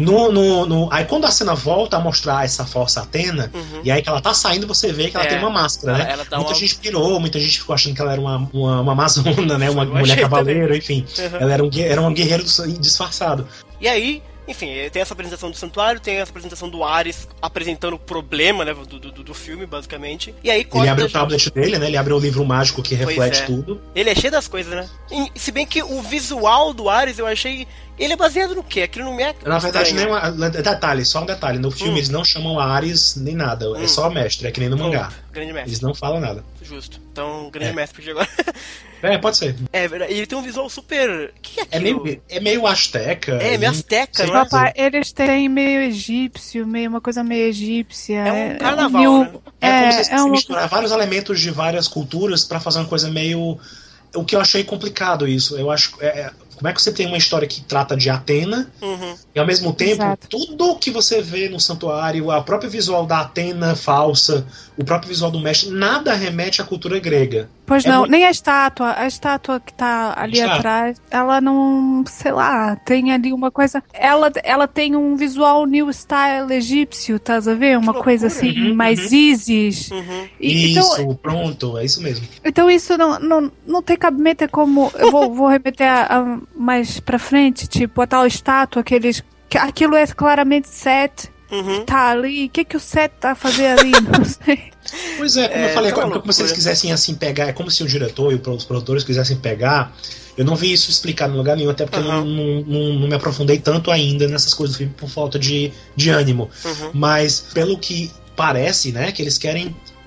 Aí quando a cena volta a mostrar essa falsa Atena, e aí que ela tá saindo, você vê que ela tem uma máscara, né? Muita gente pirou, muita gente ficou achando que ela era uma amazona, né? Uma mulher cavaleiro, enfim. Ela era um guerreiro disfarçado. E aí... Enfim, tem essa apresentação do santuário, tem essa apresentação do Ares apresentando o problema, né, do filme, basicamente. E aí ele abre o tablet dele, né? Ele abre o livro mágico que reflete tudo. Ele é cheio das coisas, né? E, se bem que o visual do Ares, eu achei... Ele é baseado no quê? Aquilo não me é... Na verdade, só um detalhe. No filme eles não chamam Ares nem nada. É só mestre, é que nem no mangá. Grande mestre. Eles não falam nada. Justo. Então, grande mestre de agora. Pode ser. É verdade. E ele tem um visual super... O que é aquilo? É meio asteca. Meio asteca, né? Papai, eles têm meio egípcio, uma coisa meio egípcia. É um carnaval, né? Como se você misturar vários elementos de várias culturas pra fazer uma coisa meio... O que eu achei complicado isso. Eu acho... Como é que você tem uma história que trata de Atena e ao mesmo tempo tudo que você vê no santuário, o próprio visual da Atena falsa, o próprio visual do mestre, nada remete à cultura grega. Pois não, nem a estátua que tá ali atrás, ela não, sei lá, tem ali uma coisa, ela tem um visual new style egípcio, tá a ver? Uma coisa assim, mais Isis. Isso, então, pronto, é isso mesmo. Então isso não tem cabimento, é como, eu vou remeter mais pra frente, tipo, a tal estátua, aquilo é claramente Set, que tá ali, o que o Set tá a fazer ali, não sei. Pois é, como eu falei, como vocês quisessem assim pegar, é como se o diretor e os produtores quisessem pegar. Eu não vi isso explicado em lugar nenhum, até porque eu não me aprofundei tanto ainda nessas coisas do filme por falta de ânimo. Mas pelo que parece, né, que eles querem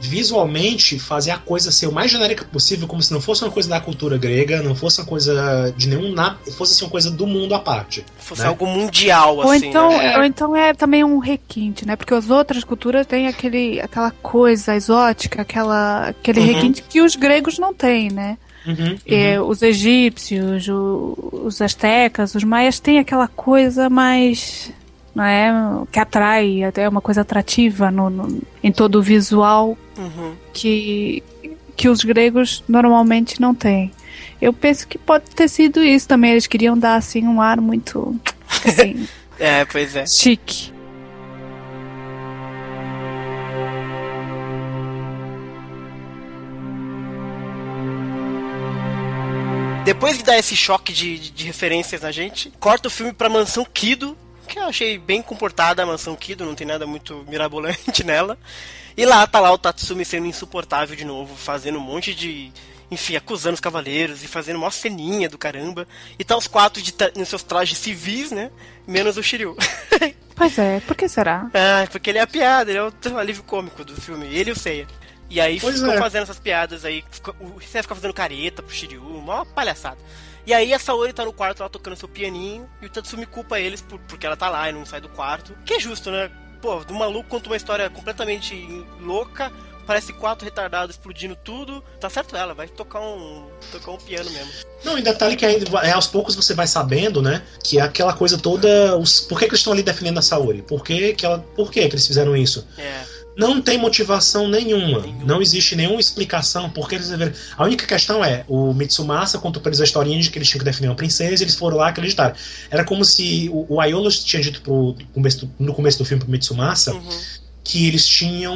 visualmente fazer a coisa ser o mais genérica possível, como se não fosse uma coisa da cultura grega, não fosse uma coisa de nenhum nada, fosse assim, uma coisa do mundo à parte. Fosse algo mundial, assim. Ou então é também um requinte, né? Porque as outras culturas têm aquela coisa exótica, aquele requinte que os gregos não têm, né? Os egípcios, os astecas, os maias têm aquela coisa mais, não é, que atrai, até uma coisa atrativa em todo o visual que os gregos normalmente não têm. Eu penso que pode ter sido isso também. Eles queriam dar assim um ar muito assim, pois é, chique. Depois de dar esse choque de referências na gente, corta o filme pra Mansão Kido, que eu achei bem comportada a Mansão Kido, não tem nada muito mirabolante nela. E lá tá lá o Tatsumi sendo insuportável de novo, fazendo um monte de... Enfim, acusando os cavaleiros e fazendo uma ceninha do caramba. E tá os 4 nos seus trajes civis, né? Menos o Shiryu. Pois é, por que será? Porque ele é a piada, ele é o alívio cômico do filme. Ele e o Seiya. E aí ficam fazendo essas piadas aí. O Seiya fica fazendo careta pro Shiryu, uma palhaçada. E aí a Saori tá no quarto lá tocando seu pianinho. E o Tatsumi culpa eles porque ela tá lá e não sai do quarto. Que é justo, né? Pô, do maluco conta uma história completamente louca. Parece 4 retardados explodindo tudo. Tá certo ela, vai tocar um piano mesmo. Não, e detalhe que aos poucos você vai sabendo, né? Que é aquela coisa toda... Por que eles estão ali defendendo a Saori? Por que eles fizeram isso? Não tem motivação nenhuma. Não existe nenhuma explicação porque eles... A única questão é, o Mitsumasa contou pra eles a historinha de que eles tinham que defender uma princesa e eles foram lá acreditar. Era como se o Aiolos tinha dito no começo do filme pro Mitsumasa que eles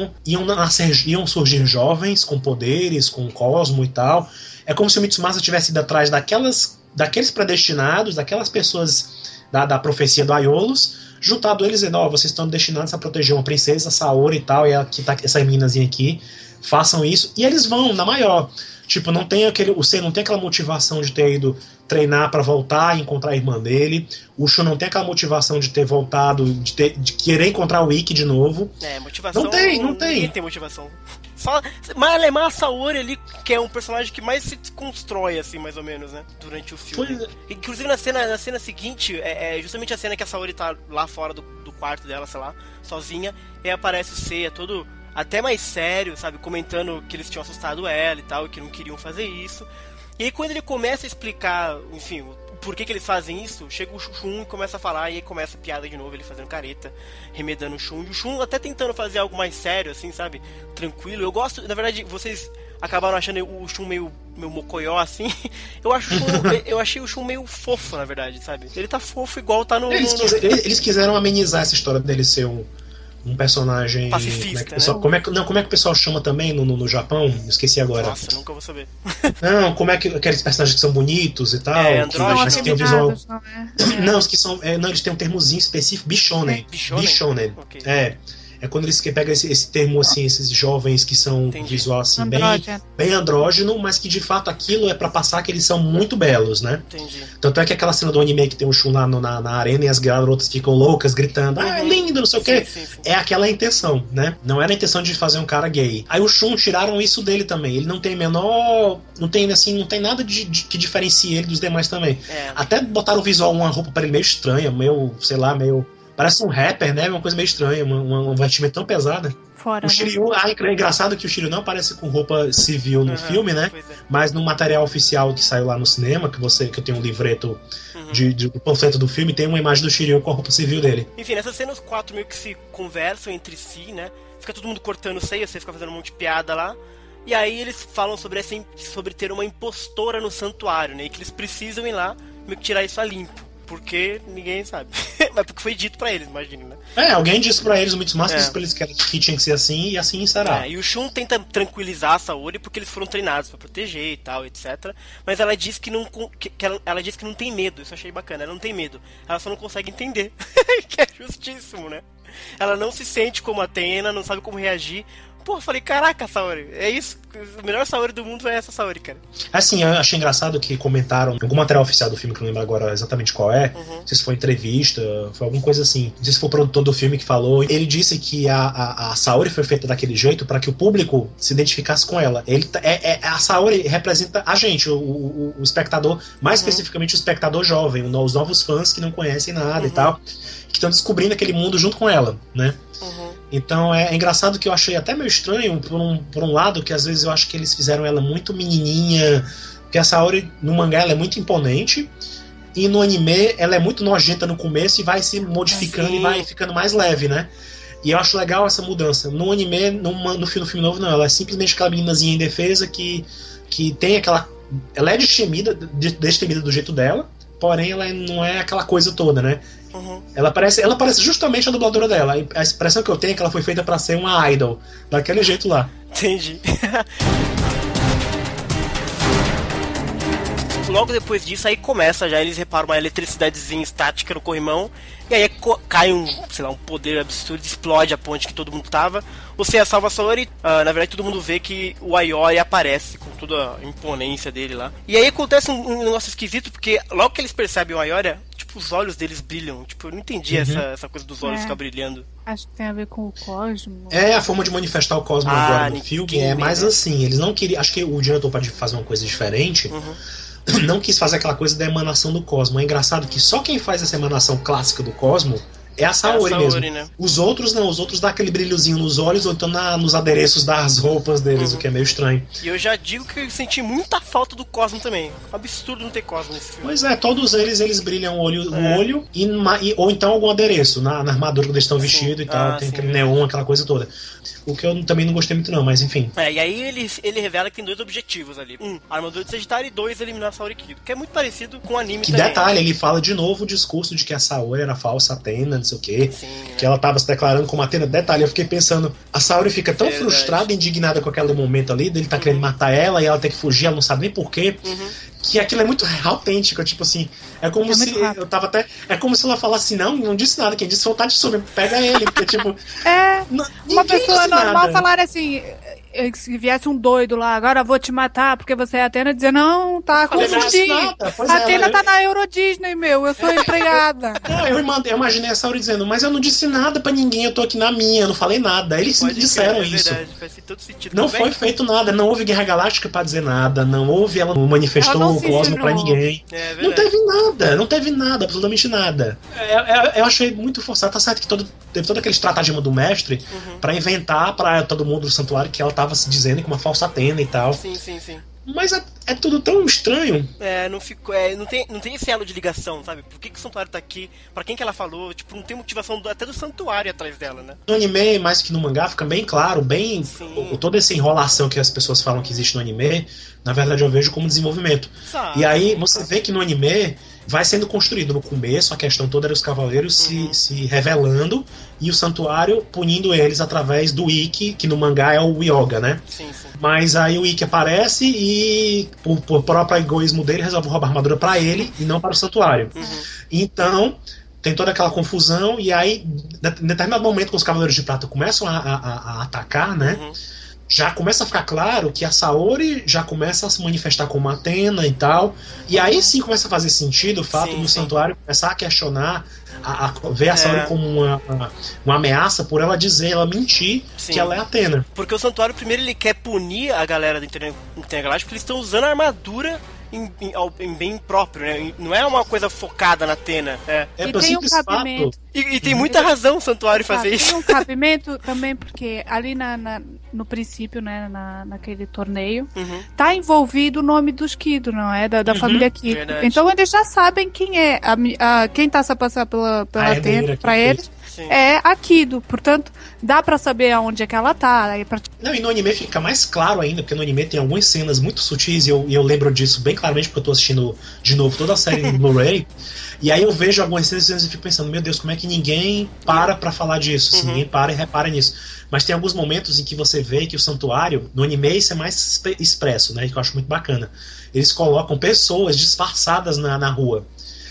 iam surgir jovens com poderes, com cosmo e tal. É como se o Mitsumasa tivesse ido atrás daqueles predestinados, daquelas pessoas da profecia do Aiolos, juntado eles e dizendo, vocês estão destinados a proteger uma princesa, Saori e tal, e aqui tá essa meninazinha aqui, façam isso, e eles vão, na maior. Tipo, não tem o Sei não tem aquela motivação de ter ido treinar pra voltar e encontrar a irmã dele. O Shun não tem aquela motivação de ter voltado, de querer encontrar o Ikki de novo. Motivação... Não tem. Ninguém tem motivação. Só a Saori ali, que é um personagem que mais se constrói, assim, mais ou menos, né? Durante o filme. Inclusive na cena seguinte, é justamente a cena que a Saori tá lá fora do quarto dela, sei lá, sozinha, e aí aparece o Seiya todo... até mais sério, sabe, comentando que eles tinham assustado ela e tal, e que não queriam fazer isso. E aí quando ele começa a explicar, enfim, por que eles fazem isso, chega o Shun e começa a falar, e aí começa a piada de novo, ele fazendo careta, remedando o Shun, e o Shun até tentando fazer algo mais sério, assim, sabe, tranquilo. Eu gosto, na verdade, vocês acabaram achando o Shun meio mocoió, assim. Eu achei o Shun meio fofo, na verdade, sabe. Ele tá fofo igual tá no... Eles quiseram amenizar essa história dele ser um personagem pacifista, como é que o pessoal chama também no Japão? Esqueci agora. Nossa, nunca vou saber. Não, como é que aqueles personagens que são bonitos e tal, mas que tem um visual. Não, os que são, não, eles têm um termozinho específico, Bishonen. Bishonen. Okay. É quando eles pegam esse termo assim, esses jovens que são visual assim bem andrógeno, mas que de fato aquilo é pra passar que eles são muito belos, né? Entendi. Tanto é que aquela cena do anime que tem o Shun lá na arena e as garotas ficam loucas gritando, lindo, não sei o quê. Sim. É aquela intenção, né? Não era a intenção de fazer um cara gay. Aí o Shun tiraram isso dele também. Ele não tem não tem nada que diferencie ele dos demais também. Até botaram o visual, uma roupa pra ele meio estranha, meio, sei lá, meio... Parece um rapper, né? Uma coisa meio estranha, uma vestimenta tão pesada. Fora, o Shiryu, é engraçado que o Shiryu não aparece com roupa civil no filme, né? Mas no material oficial que saiu lá no cinema, que eu tenho um livreto do panfleto do filme, tem uma imagem do Shiryu com a roupa civil dele. Enfim, nessa cena os 4 meio que se conversam entre si, né? Fica todo mundo cortando o Seiya, você fica fazendo um monte de piada lá. E aí eles falam sobre ter uma impostora no santuário, né? E que eles precisam ir lá meio que tirar isso a limpo. Porque ninguém sabe. Mas porque foi dito pra eles, imagina, né? Alguém disse pra eles, o Mitsumasa disse pra eles que tinha que ser assim, e assim será. E o Shun tenta tranquilizar a Saori porque eles foram treinados pra proteger e tal, etc. Mas ela diz que ela diz que não tem medo, isso eu achei bacana, ela não tem medo. Ela só não consegue entender. Que é justíssimo, né? Ela não se sente como Athena, não sabe como reagir porra, falei, caraca, Saori, é isso. O melhor Saori do mundo é essa Saori, cara. Assim, eu achei engraçado que comentaram em algum material oficial do filme, que eu não lembro agora exatamente qual é, não sei se foi entrevista, foi alguma coisa assim, não sei se foi o produtor do filme que falou, ele disse que a Saori foi feita daquele jeito para que o público se identificasse com ela. A Saori representa a gente, o espectador, mais especificamente o espectador jovem, os novos fãs que não conhecem nada e tal, que estão descobrindo aquele mundo junto com ela, né? Então é engraçado que eu achei até meio estranho, por um lado, que às vezes eu acho que eles fizeram ela muito menininha, porque a Saori no mangá ela é muito imponente, e no anime ela é muito nojenta no começo e vai se modificando e vai ficando mais leve, né? E eu acho legal essa mudança. No anime, no filme novo, não, ela é simplesmente aquela meninazinha indefesa que tem aquela... Ela é destemida do jeito dela, porém ela não é aquela coisa toda, né? Ela parece justamente a dubladora dela. A expressão que eu tenho é que ela foi feita pra ser uma idol, daquele jeito lá. Entendi. Logo depois disso, aí começa já, eles reparam uma eletricidadezinha estática no corrimão, e aí cai um poder absurdo, explode a ponte que todo mundo tava. Você salva a Saori, na verdade todo mundo vê que o Aiori aparece com toda a imponência dele lá. E aí acontece um negócio esquisito, porque logo que eles percebem o Aiori, tipo, os olhos deles brilham. Tipo, eu não entendi essa coisa dos olhos ficar brilhando. Acho que tem a ver com o cosmo. É, a forma de manifestar o cosmo agora no filme é mais assim, eles não queriam, acho que o diretor pode fazer uma coisa diferente, não quis fazer aquela coisa da emanação do cosmo. É engraçado que só quem faz essa emanação clássica do cosmo é a Saori mesmo. Né? Os outros não, os outros dá aquele brilhozinho nos olhos ou então nos adereços das roupas deles, o que é meio estranho. E eu já digo que eu senti muita falta do cosmo também. Absurdo não ter cosmo nesse filme. Pois é, todos eles brilham o olho ou então algum adereço na armadura que eles estão vestidos e tal, tem aquele neon, aquela coisa toda. O que eu também não gostei muito não, mas enfim. E aí ele revela que tem 2 objetivos ali. A armadura de Sagitário, e 2, eliminar a Saori Kido. Que é muito parecido com o anime que também. Detalhe, ele fala de novo o discurso de que a Saori era falsa Athena, não sei o quê. Que ela tava se declarando como Athena. Detalhe, eu fiquei pensando, a Saori fica tão frustrada, indignada com aquele momento ali, dele tá querendo matar ela e ela tem que fugir, ela não sabe nem porquê. Que aquilo é muito autêntico, tipo assim, é como se eu tava até, é como se ela falasse não disse nada, quem disse vontade de subir, pega ele, porque tipo, uma pessoa normal falar assim, se viesse um doido lá, agora eu vou te matar porque você é Athena, dizer não, tá confundindo. A Athena tá na Euro Disney, eu sou empregada. Eu imaginei a Saori dizendo, mas eu não disse nada pra ninguém, eu tô aqui na minha, eu não falei nada. Eles disseram isso. Verdade, faz todo sentido não também. Foi feito nada, não houve Guerra Galáctica pra dizer nada, não houve, ela não manifestou o cosmo pra ninguém. Não teve nada, absolutamente nada. Eu achei muito forçado, tá certo que teve todo aquele estratagema do mestre pra inventar pra todo mundo do santuário que ela tava se dizendo como uma falsa Athena e tal. Sim. Mas é tudo tão estranho. Não ficou. Não tem esse elo de ligação, sabe? Por que o santuário tá aqui? Pra quem que ela falou? Tipo, não tem motivação até do santuário atrás dela, né? No anime, mais que no mangá, fica bem claro, toda essa enrolação que as pessoas falam que existe no anime, na verdade eu vejo como desenvolvimento. E aí você vê que no anime vai sendo construído no começo, a questão toda era os cavaleiros se revelando e o santuário punindo eles através do Ikki, que no mangá é o Yoga, né? Sim. Mas aí o Ikki aparece e, por próprio egoísmo dele, resolve roubar a armadura pra ele e não para o santuário. Então, tem toda aquela confusão e aí, em determinado momento, quando os Cavaleiros de Prata começam a atacar, né? Já começa a ficar claro que a Saori já começa a se manifestar como Athena e tal. E aí sim começa a fazer sentido o fato do santuário começar a questionar, a ver a Saori como uma ameaça por ela mentir que ela é Athena. Porque o santuário primeiro ele quer punir a galera do Intergaláctico porque eles estão usando a armadura em bem próprio, né? Não é uma coisa focada na Athena. E tem um cabimento. E tem muita razão o santuário fazer isso. Tem um cabimento também, porque ali no princípio, né, naquele torneio, tá envolvido o nome dos Kido, não é? Da família Kido. Verdade. Então eles já sabem quem é. Quem tá se passando pela Athena pra eles. É a Kido, portanto, dá pra saber aonde é que ela tá. Não, e no anime fica mais claro ainda, porque no anime tem algumas cenas muito sutis, e eu lembro disso bem claramente, porque eu tô assistindo de novo toda a série no Blu-ray, e aí eu vejo algumas cenas e fico pensando, meu Deus, como é que ninguém para falar disso? Se ninguém para e repara nisso. Mas tem alguns momentos em que você vê que o santuário, no anime isso é mais expresso, né, que eu acho muito bacana. Eles colocam pessoas disfarçadas na rua.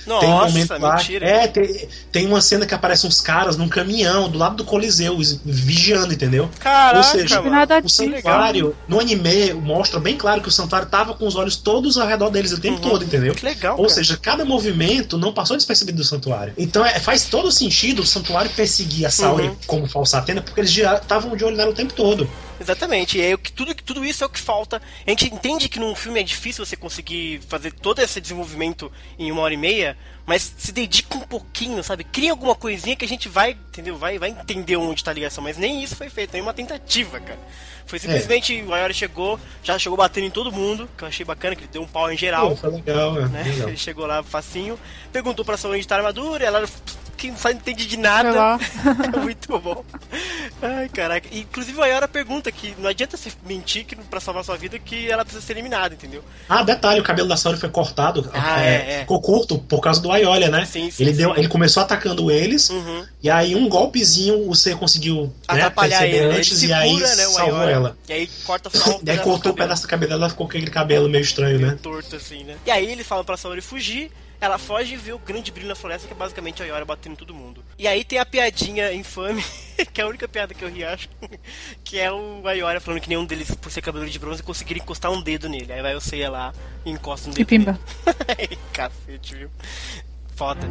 Nossa, tem um momento lá, mentira. Tem uma cena que aparecem uns caras num caminhão do lado do Coliseu, vigiando, entendeu? Caraca, ou seja, mano. O santuário, no anime, mostra bem claro que o santuário tava com os olhos todos ao redor deles o tempo todo, entendeu? Que legal, ou seja, cada movimento não passou despercebido do santuário. Então faz todo sentido o santuário perseguir a Saori como falsa Athena, porque eles já estavam de olho nela o tempo todo. Exatamente, e aí tudo isso é o que falta. A gente entende que num filme é difícil você conseguir fazer todo esse desenvolvimento em 1h30, mas se dedica um pouquinho, sabe? Cria alguma coisinha que a gente vai, entendeu? Vai entender onde tá a ligação, mas nem isso foi feito, nem uma tentativa, cara. Foi simplesmente o Ayori já chegou batendo em todo mundo, que eu achei bacana, que ele deu um pau em geral. Foi legal, né? Legal. Ele chegou lá facinho, perguntou pra Saori onde tá a armadura, ela que não entende de nada. É muito bom. Ai, caraca. Inclusive, a Ayora pergunta que não adianta você mentir que, pra salvar sua vida que ela precisa ser eliminada, entendeu? Detalhe, o cabelo da Saori foi cortado. Ficou curto por causa do Aiolia, né? Sim, ele começou atacando eles, e aí um golpezinho o C conseguiu atrapalhar ele antes, segura, e aí né, salvou ela. E aí corta só e aí cortou o pedaço do cabelo dela, ficou com aquele cabelo meio estranho, meio né? torto assim, né? E aí eles falam pra Saori fugir. Ela foge e vê o grande brilho na floresta, que é basicamente a Ayora batendo em todo mundo. E aí tem a piadinha infame, que é a única piada que eu ri, acho, que é o Ayora falando que nenhum deles, por ser cabelo de bronze, conseguiria encostar um dedo nele. Aí vai o Seiya lá e encosta um dedo. E pimba. Cacete, viu? Foda.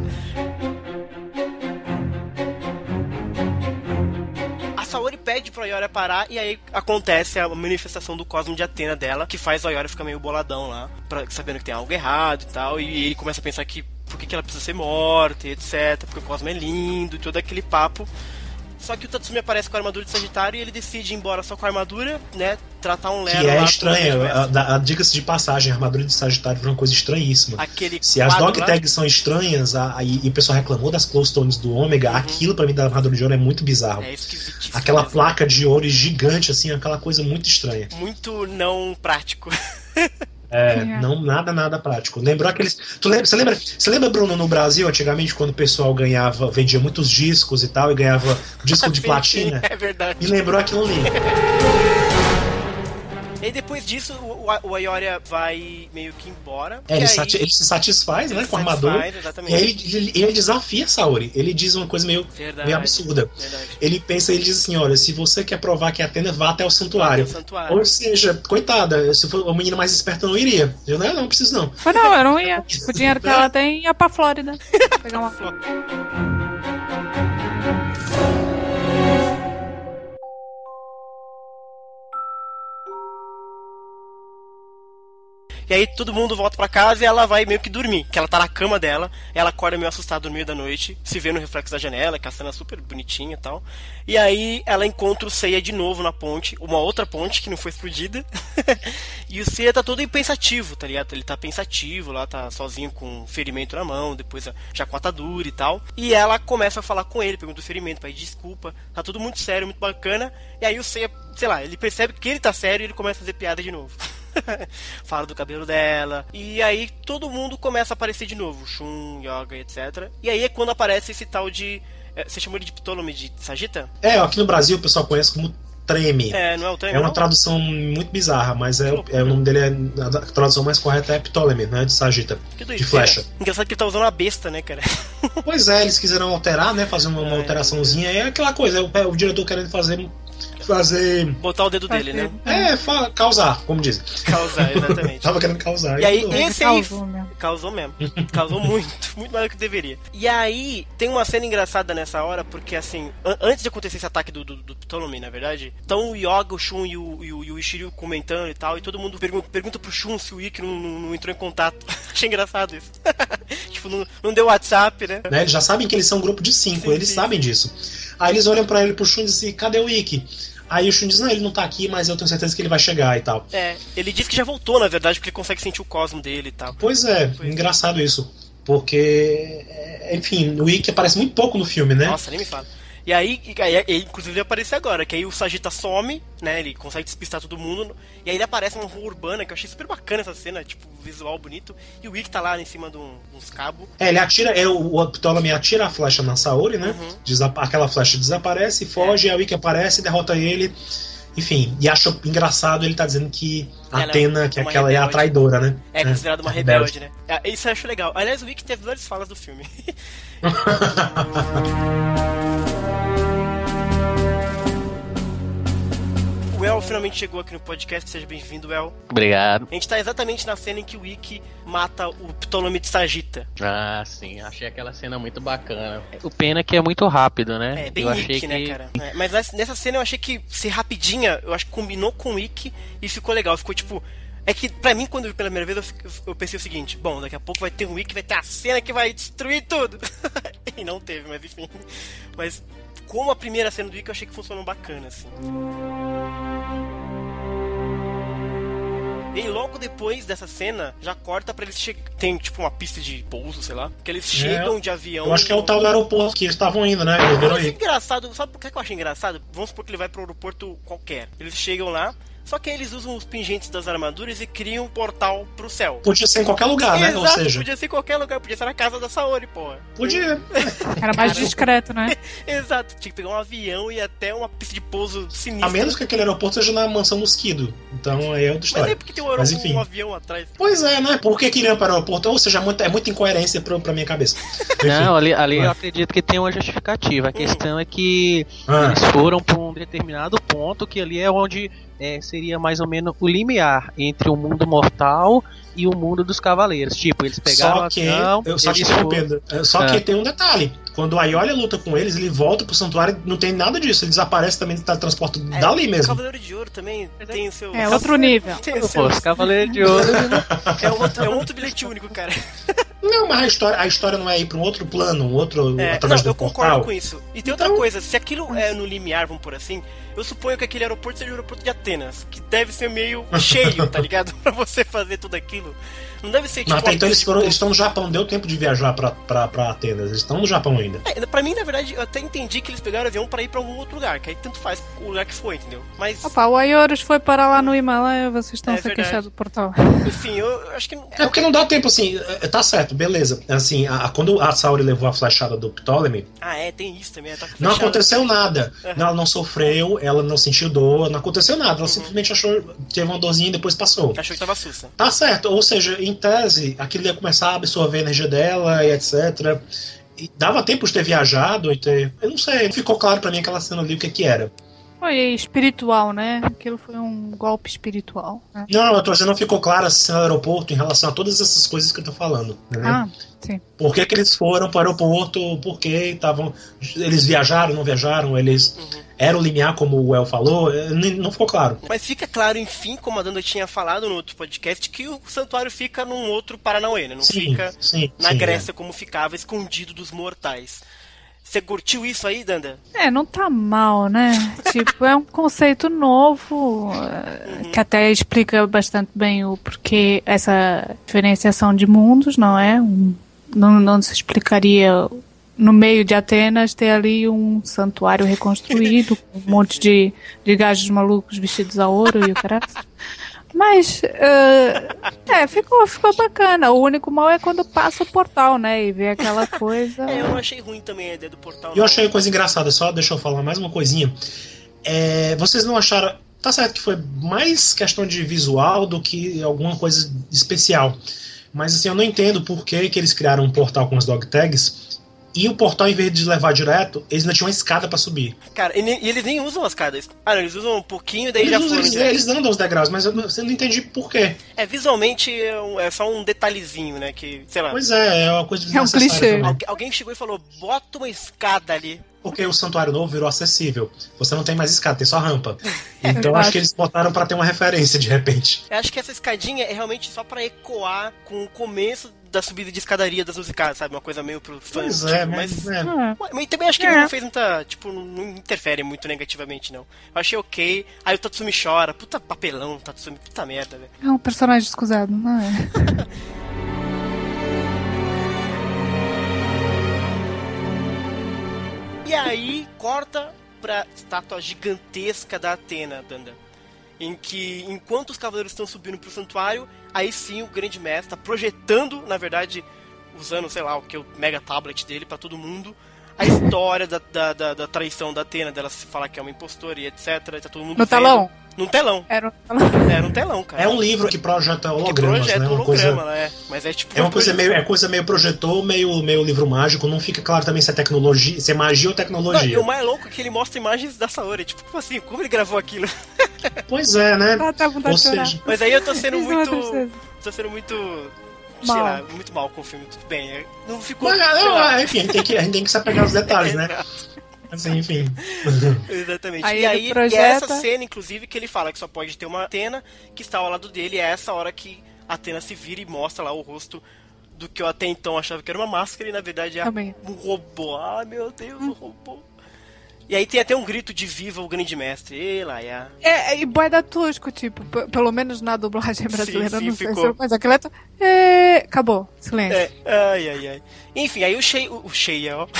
Saori pede pro Ayora parar e aí acontece a manifestação do Cosmo de Athena dela, que faz o Ayora ficar meio boladão lá, sabendo que tem algo errado e tal, e ele começa a pensar que por que ela precisa ser morta e etc, porque o Cosmo é lindo e todo aquele papo. Só que o Tatsumi aparece com a armadura de Sagitário e ele decide ir embora só com a armadura, né? Tratar um Lero. Que é estranha. Diga-se de passagem, a armadura de Sagitário foi uma coisa estranhíssima. Se as dog tags são estranhas, e o pessoal reclamou das close tones do Ômega, aquilo pra mim da armadura de ouro é muito bizarro. É esquisitíssimo. Aquela placa de ouro gigante, assim, aquela coisa muito estranha. Muito não prático. Não, nada prático. Lembrou aqueles. Você lembra, Bruno, no Brasil, antigamente, quando o pessoal vendia muitos discos e tal, e ganhava disco de platina? É verdade. Me lembrou aquilo ali. E depois disso, o Aioria vai meio que embora. Ele se satisfaz, né, com a armadura. Exatamente. E aí ele desafia a Saori. Ele diz uma coisa meio absurda. Verdade. Ele diz assim, olha, se você quer provar que é Athena, vá até o santuário. Ou seja, coitada, se for uma menina mais esperta, eu não iria. Eu não preciso não. Eu não ia. O dinheiro que ela tem ia pra Flórida. Pegar uma flor. E aí todo mundo volta pra casa e ela vai meio que dormir, que ela tá na cama dela, ela acorda meio assustada no meio da noite, se vê no reflexo da janela, que a cena é super bonitinha e tal. E aí ela encontra o Seiya de novo na ponte, uma outra ponte que não foi explodida. E o Seiya tá todo pensativo, tá ligado? Ele tá pensativo lá, tá sozinho com um ferimento na mão, depois já com atadura e tal. E ela começa a falar com ele, pergunta o ferimento, pede desculpa, tá tudo muito sério, muito bacana. E aí o Seiya, sei lá, ele percebe que ele tá sério e ele começa a fazer piada de novo. Fala do cabelo dela. E aí todo mundo começa a aparecer de novo, Shun, Yoga, etc. E aí é quando aparece esse tal de... Você chamou ele de Ptolemy de Sagita? Aqui no Brasil o pessoal conhece como Treme. Não é o Treme, é uma tradução muito bizarra, mas o nome dele a tradução mais correta é Ptolemy, né? De Sagita. De flecha. Engraçado que ele tá usando uma besta, né, cara? Pois é, eles quiseram alterar, né? Fazer uma alteraçãozinha. É aquela coisa, o diretor querendo fazer. Botar o dedo dele, né? Causar, como dizem. Causar, exatamente. Tava querendo causar. E aí, esse aí. Causou mesmo. Causou muito mais do que deveria. E aí, tem uma cena engraçada nessa hora, porque assim, antes de acontecer esse ataque do Ptolemy, na verdade, estão o Yoga, o Shun e o Ishiryu comentando e tal, e todo mundo pergunta pro Shun se o Ikki não entrou em contato. Achei engraçado isso. Tipo, não deu WhatsApp, né? Eles já sabem que eles são um grupo de 5, eles sabem disso. Aí eles olham pra ele, pro Shun e dizem, cadê o Ikki? Aí o Shun diz, não, ele não tá aqui, mas eu tenho certeza que ele vai chegar e tal. Ele diz que já voltou, na verdade, porque ele consegue sentir o cosmo dele e tal. Pois é, engraçado isso. Porque, enfim, o Ikki aparece muito pouco no filme, né? Nossa, nem me fala. E aí inclusive ele aparece agora, que aí o Sagita some, né, ele consegue despistar todo mundo, e aí ele aparece uma rua urbana, que eu achei super bacana essa cena, tipo, visual bonito, e o Ikki tá lá em cima de uns cabos. Ele atira, o Ptolemy atira a flecha na Saori, né, aquela flecha desaparece, foge, aí o Ikki aparece, derrota ele, Enfim, e acho engraçado ele tá dizendo que a Athena, que aquela é a traidora, né? É considerada uma rebelde, né? Isso eu acho legal. Aliás, o Ikki teve várias falas do filme. O El finalmente chegou aqui no podcast, seja bem-vindo, El. Obrigado. A gente tá exatamente na cena em que o Ikki mata o Ptolemy de Sagita. Ah, sim, achei aquela cena muito bacana. O pena é que é muito rápido, né? É, bem Ikki, né, cara? Mas nessa cena eu achei que ser rapidinha, eu acho que combinou com o Ikki e ficou legal. Ficou tipo... É que pra mim, quando eu vi pela primeira vez, eu pensei o seguinte: bom, daqui a pouco vai ter um Ikki, vai ter a cena que vai destruir tudo. E não teve, mas enfim. Mas como a primeira cena do Ikki, eu achei que funcionou bacana, assim. E logo depois dessa cena, já corta pra eles chegarem. Tem tipo uma pista de pouso, sei lá. Que eles chegam de avião. Eu acho que é o tal do aeroporto que eles estavam indo, né? Eles viram aí. Engraçado, sabe por que eu achei engraçado? Vamos supor que ele vai pro aeroporto qualquer. Eles chegam lá. Só que aí eles usam os pingentes das armaduras e criam um portal pro céu. Podia ser em qualquer lugar, né? Exato, ou seja... podia ser em qualquer lugar. Podia ser na casa da Saori, porra. Podia. Era mais discreto, né? Exato. Tinha que pegar um avião e ir até uma pista de pouso sinistra. A menos que aquele aeroporto seja na mansão Mosquito. Então aí é outra história. Mas é porque tem um avião atrás. Pois é, né? Por que queriam para o aeroporto? Ou seja, é muita incoerência pra minha cabeça. Não, ali eu acredito que tem uma justificativa. A questão é que eles foram pra um determinado ponto, que ali é onde seria mais ou menos o limiar entre o mundo mortal e o mundo dos cavaleiros. Tipo, eles pegaram Só que tem um detalhe. Quando a Aioli luta com eles, ele volta pro santuário, não tem nada disso. Ele desaparece também, tá transportado dali mesmo. O Cavaleiro de Ouro também tem o seu... É outro nível. Os Cavaleiros de Ouro... É um outro bilhete único, cara. Não, mas a história não é ir pra um outro plano, através do portal. Eu concordo com isso. E tem outra coisa, se aquilo é no limiar, vamos por assim, eu suponho que aquele aeroporto seja o aeroporto de Atenas, que deve ser meio cheio, tá ligado? Pra você fazer tudo aquilo. Não deve ser tipo... Não, até então eles estão no Japão, deu tempo de viajar pra Atenas, eles estão no Japão ainda. Pra mim, na verdade, eu até entendi que eles pegaram o avião pra ir pra algum outro lugar, que aí tanto faz o lugar que foi, entendeu? Mas... Opa, o Ayorus foi parar lá no Himalaia, vocês estão se queixando do portal. Enfim, eu acho que... É porque não dá tempo, assim, tá certo, beleza. Assim, quando a Saori levou a flechada do Ptolemy... tem isso também, tá não aconteceu nada. Ela não sofreu, ela não sentiu dor, não aconteceu nada. Ela simplesmente teve uma dorzinha e depois passou. Achou que tava sussa. Tá certo, ou seja, em tese, aquilo ia começar a absorver a energia dela e etc. E dava tempo de ter viajado e ter... Eu não sei, ficou claro pra mim aquela cena ali o que era. Foi espiritual, né? Aquilo foi um golpe espiritual. Né? Não, eu tô dizendo, não ficou claro assim no aeroporto em relação a todas essas coisas que eu tô falando. Né? Sim. Por que eles foram para o aeroporto? Por que estavam... Eles viajaram, não viajaram? Eles eram limiar, como o El falou? Não ficou claro. Mas fica claro, enfim, como a Danda tinha falado no outro podcast, que o santuário fica num outro Paranauê, né? Não fica na Grécia como ficava, escondido dos mortais. Você curtiu isso aí, Danda? Não tá mal, né? Tipo, é um conceito novo, que até explica bastante bem o porquê essa diferenciação de mundos, não é? Não se explicaria no meio de Atenas ter ali um santuário reconstruído com um monte de gajos malucos vestidos a ouro e o caralho. Mas, ficou bacana. O único mal é quando passa o portal, né? E vê aquela coisa... eu não achei ruim também a ideia do portal. Eu achei coisa engraçada, só deixa eu falar mais uma coisinha. Vocês não acharam... Tá certo que foi mais questão de visual do que alguma coisa especial. Mas assim, eu não entendo por que eles criaram um portal com as dog tags... E o portal, em vez de levar direto, eles ainda tinham uma escada pra subir. Cara, e eles nem usam as escadas. Não, eles usam um pouquinho e daí eles andam os degraus, mas eu não entendi por quê. Visualmente é só um detalhezinho, né? Que, sei lá. Pois é uma coisa desnecessária. É um clichê. Alguém chegou e falou, bota uma escada ali. Porque o santuário novo virou acessível. Você não tem mais escada, tem só rampa. Então acho que eles botaram pra ter uma referência, de repente. Eu acho que essa escadinha é realmente só pra ecoar com o começo da subida de escadaria das musicadas, sabe? Uma coisa meio pro fã. Mas também acho que não fez muita... Tipo, não interfere muito negativamente, não. Eu achei ok. Aí o Tatsumi chora. Puta papelão, Tatsumi. Puta merda, velho. É um personagem escusado, não é? E aí, corta pra estátua gigantesca da Athena, Danda. Em que, enquanto os cavaleiros estão subindo pro santuário, aí sim o grande mestre tá projetando, na verdade, usando, sei lá, o Mega Tablet dele pra todo mundo, a história da traição da Athena, dela se falar que é uma impostora e etc. Tá todo mundo no telão? Num telão. Era um telão, cara. É um livro que projeta hologramas, né? Holograma, coisa... né? Mas é tipo... É uma coisa meio projetor, meio livro mágico. Não fica claro também se é tecnologia, se é magia ou tecnologia. Não, e o mais louco é que ele mostra imagens da Saori. Tipo, como assim? Como ele gravou aquilo? Pois é, né? Ou seja... Mas aí eu tô sendo muito... sei lá, muito mal com o filme. Tudo bem. Não ficou... enfim, a gente tem que se apegar aos detalhes, né? Assim, enfim. Exatamente. E aí essa cena, inclusive, que ele fala que só pode ter uma Athena que está ao lado dele, e é essa hora que a Athena se vira e mostra lá o rosto do que eu até então achava que era uma máscara, e na verdade é um robô. Ah, meu Deus, um robô. E aí tem até um grito de viva o grande mestre. E boy da tosco, tipo, pelo menos na dublagem brasileira, sim, não sei ficou. se mas aquilo acabou, silêncio. Ai. Enfim, aí o Seiya, ó.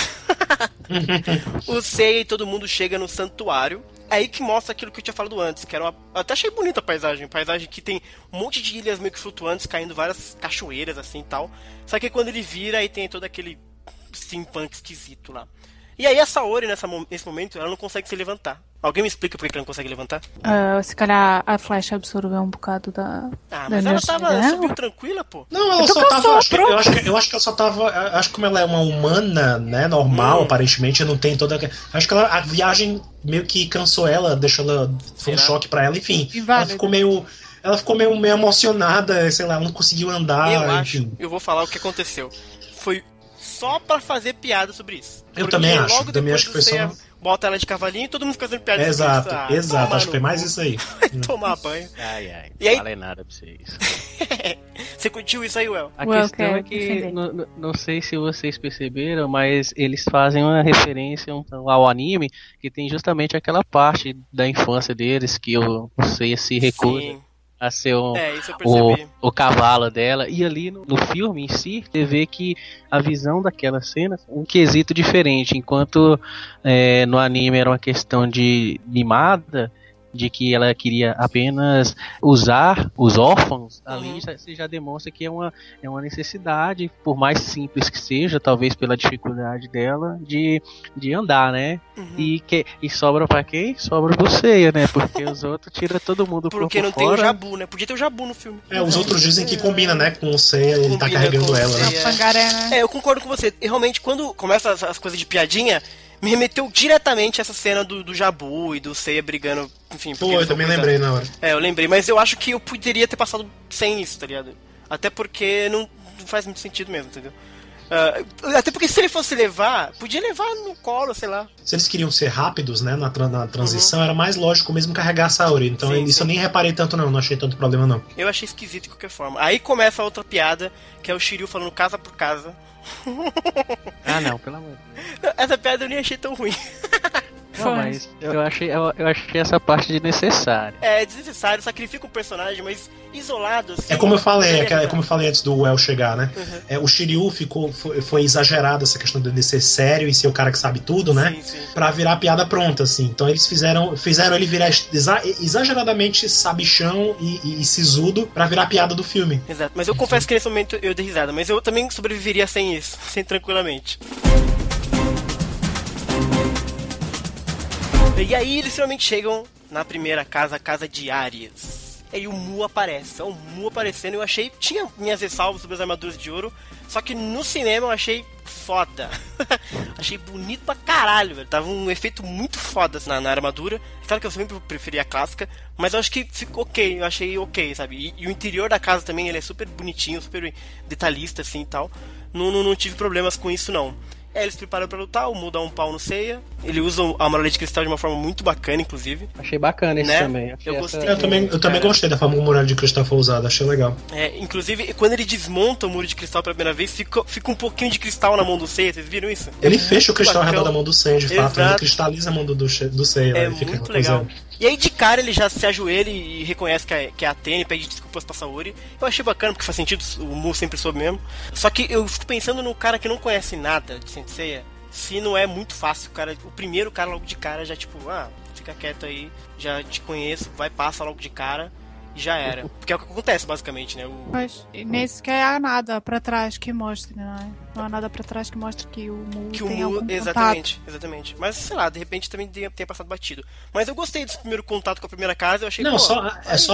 O Seiya e todo mundo chega no santuário. Aí que mostra aquilo que eu tinha falado antes, que era uma... Eu até achei bonita a paisagem que tem um monte de ilhas meio que flutuantes, caindo várias cachoeiras assim e tal. Só que quando ele vira, aí tem todo aquele steampunk esquisito lá. E aí a Saori, nesse momento, ela não consegue se levantar. Alguém me explica por que ela não consegue levantar? Se calhar a flecha absorveu um bocado da... mas ela subiu tranquila, pô. Não, ela só tava... Eu acho que ela só tava... Acho que como ela é uma humana, né, normal, aparentemente, não tem toda... Acho que a viagem meio que cansou ela, deixou ela... Foi um choque pra ela, enfim. Ela ficou meio emocionada, sei lá, ela não conseguiu andar, Eu vou falar o que aconteceu. Foi só pra fazer piada sobre isso. Eu também acho que foi só... Bota ela de cavalinho e todo mundo fica fazendo piada. Exato, acho que foi mais isso aí. Vai tomar banho. E aí... Não falei nada pra vocês. Você curtiu isso aí, Well? A questão é que, não sei se vocês perceberam, mas eles fazem uma referência ao anime que tem justamente aquela parte da infância deles que o Seiya se recusa. Sim. A ser o cavalo dela. E ali no filme em si, você vê que a visão daquela cena é um quesito diferente. Enquanto no anime era uma questão de mimada, de que ela queria apenas usar os órfãos, ali você já demonstra que é uma necessidade, por mais simples que seja, talvez pela dificuldade dela, de andar, né? E sobra pra quem? Sobra pro Seiya, né? Porque os outros tiram todo mundo por fora. Porque não tem o Jabu, né? Podia ter o Jabu no filme. Os outros dizem que combina, né? Com o Seiya, ele tá carregando ela, né? Pangaré, né? Eu concordo com você. E, realmente, quando começa as coisas de piadinha, me remeteu diretamente a essa cena do Jabu e do Seiya brigando, enfim. Pô, eu também lembrei na hora. Eu lembrei, mas eu acho que eu poderia ter passado sem isso, tá ligado? Até porque não faz muito sentido mesmo, entendeu? Até porque se ele fosse levar, podia levar no colo, sei lá. Se eles queriam ser rápidos, né, na transição, era mais lógico mesmo carregar a Saori. Então isso eu nem reparei tanto não achei tanto problema não. Eu achei esquisito de qualquer forma. Aí começa a outra piada, que é o Shiryu falando casa por casa. Não, pelo amor de Deus. Essa piada eu nem achei tão ruim. Não, mas eu achei essa parte desnecessária. É desnecessário, sacrifica o personagem, mas isolado assim. É como eu falei, como eu falei antes do Well chegar, né? O Shiryu foi exagerado essa questão dele ser sério e ser o cara que sabe tudo, né? Sim. Pra virar piada pronta, assim. Então eles fizeram ele virar exageradamente sabichão e sisudo pra virar piada do filme. Exato, mas eu confesso que nesse momento eu dei risada, mas eu também sobreviveria sem isso, sem tranquilamente. E aí eles finalmente chegam na primeira casa, a casa de Aries. E aí o Mu aparece. O Mu aparecendo, eu achei... Tinha minhas ressalvas sobre as armaduras de ouro, só que no cinema eu achei foda. Achei bonito pra caralho, velho. Tava um efeito muito foda na armadura. Claro que eu sempre preferi a clássica, mas eu acho que ficou ok. Eu achei ok, sabe? E o interior da casa também, ele é super bonitinho, super detalhista, assim, e tal. Não tive problemas com isso, não. Eles se preparam pra lutar, o Mu dá um pau no Seiya. Ele usa a muralha de cristal de uma forma muito bacana, inclusive. Achei bacana esse também. Eu gostei. Eu também gostei da forma como a muralha de cristal foi usada, achei legal. Inclusive, quando ele desmonta o muro de cristal pela primeira vez, fica um pouquinho de cristal na mão do Seiya, vocês viram isso? Ele fecha o cristal ao redor da mão do Seiya, de fato. Ele cristaliza a mão do Seiya. É muito legal. E aí, de cara, ele já se ajoelha e reconhece que é a Athena e pede desculpas pra Saori. Eu achei bacana, porque faz sentido, o Mu sempre soube mesmo. Só que eu fico pensando no cara que não conhece nada de Saint Seiya. Se não é muito fácil, o primeiro cara logo de cara já tipo, fica quieto aí, já te conheço, passa logo de cara. e já era. Porque é o que acontece, basicamente, né? Mas nem sequer há nada pra trás que mostre, né? Não há nada pra trás que mostre que o Mu tem algum exatamente, contato. Exatamente. Mas, sei lá, de repente também tenha passado batido. Mas eu gostei desse primeiro contato com a primeira casa, eu achei... Não, só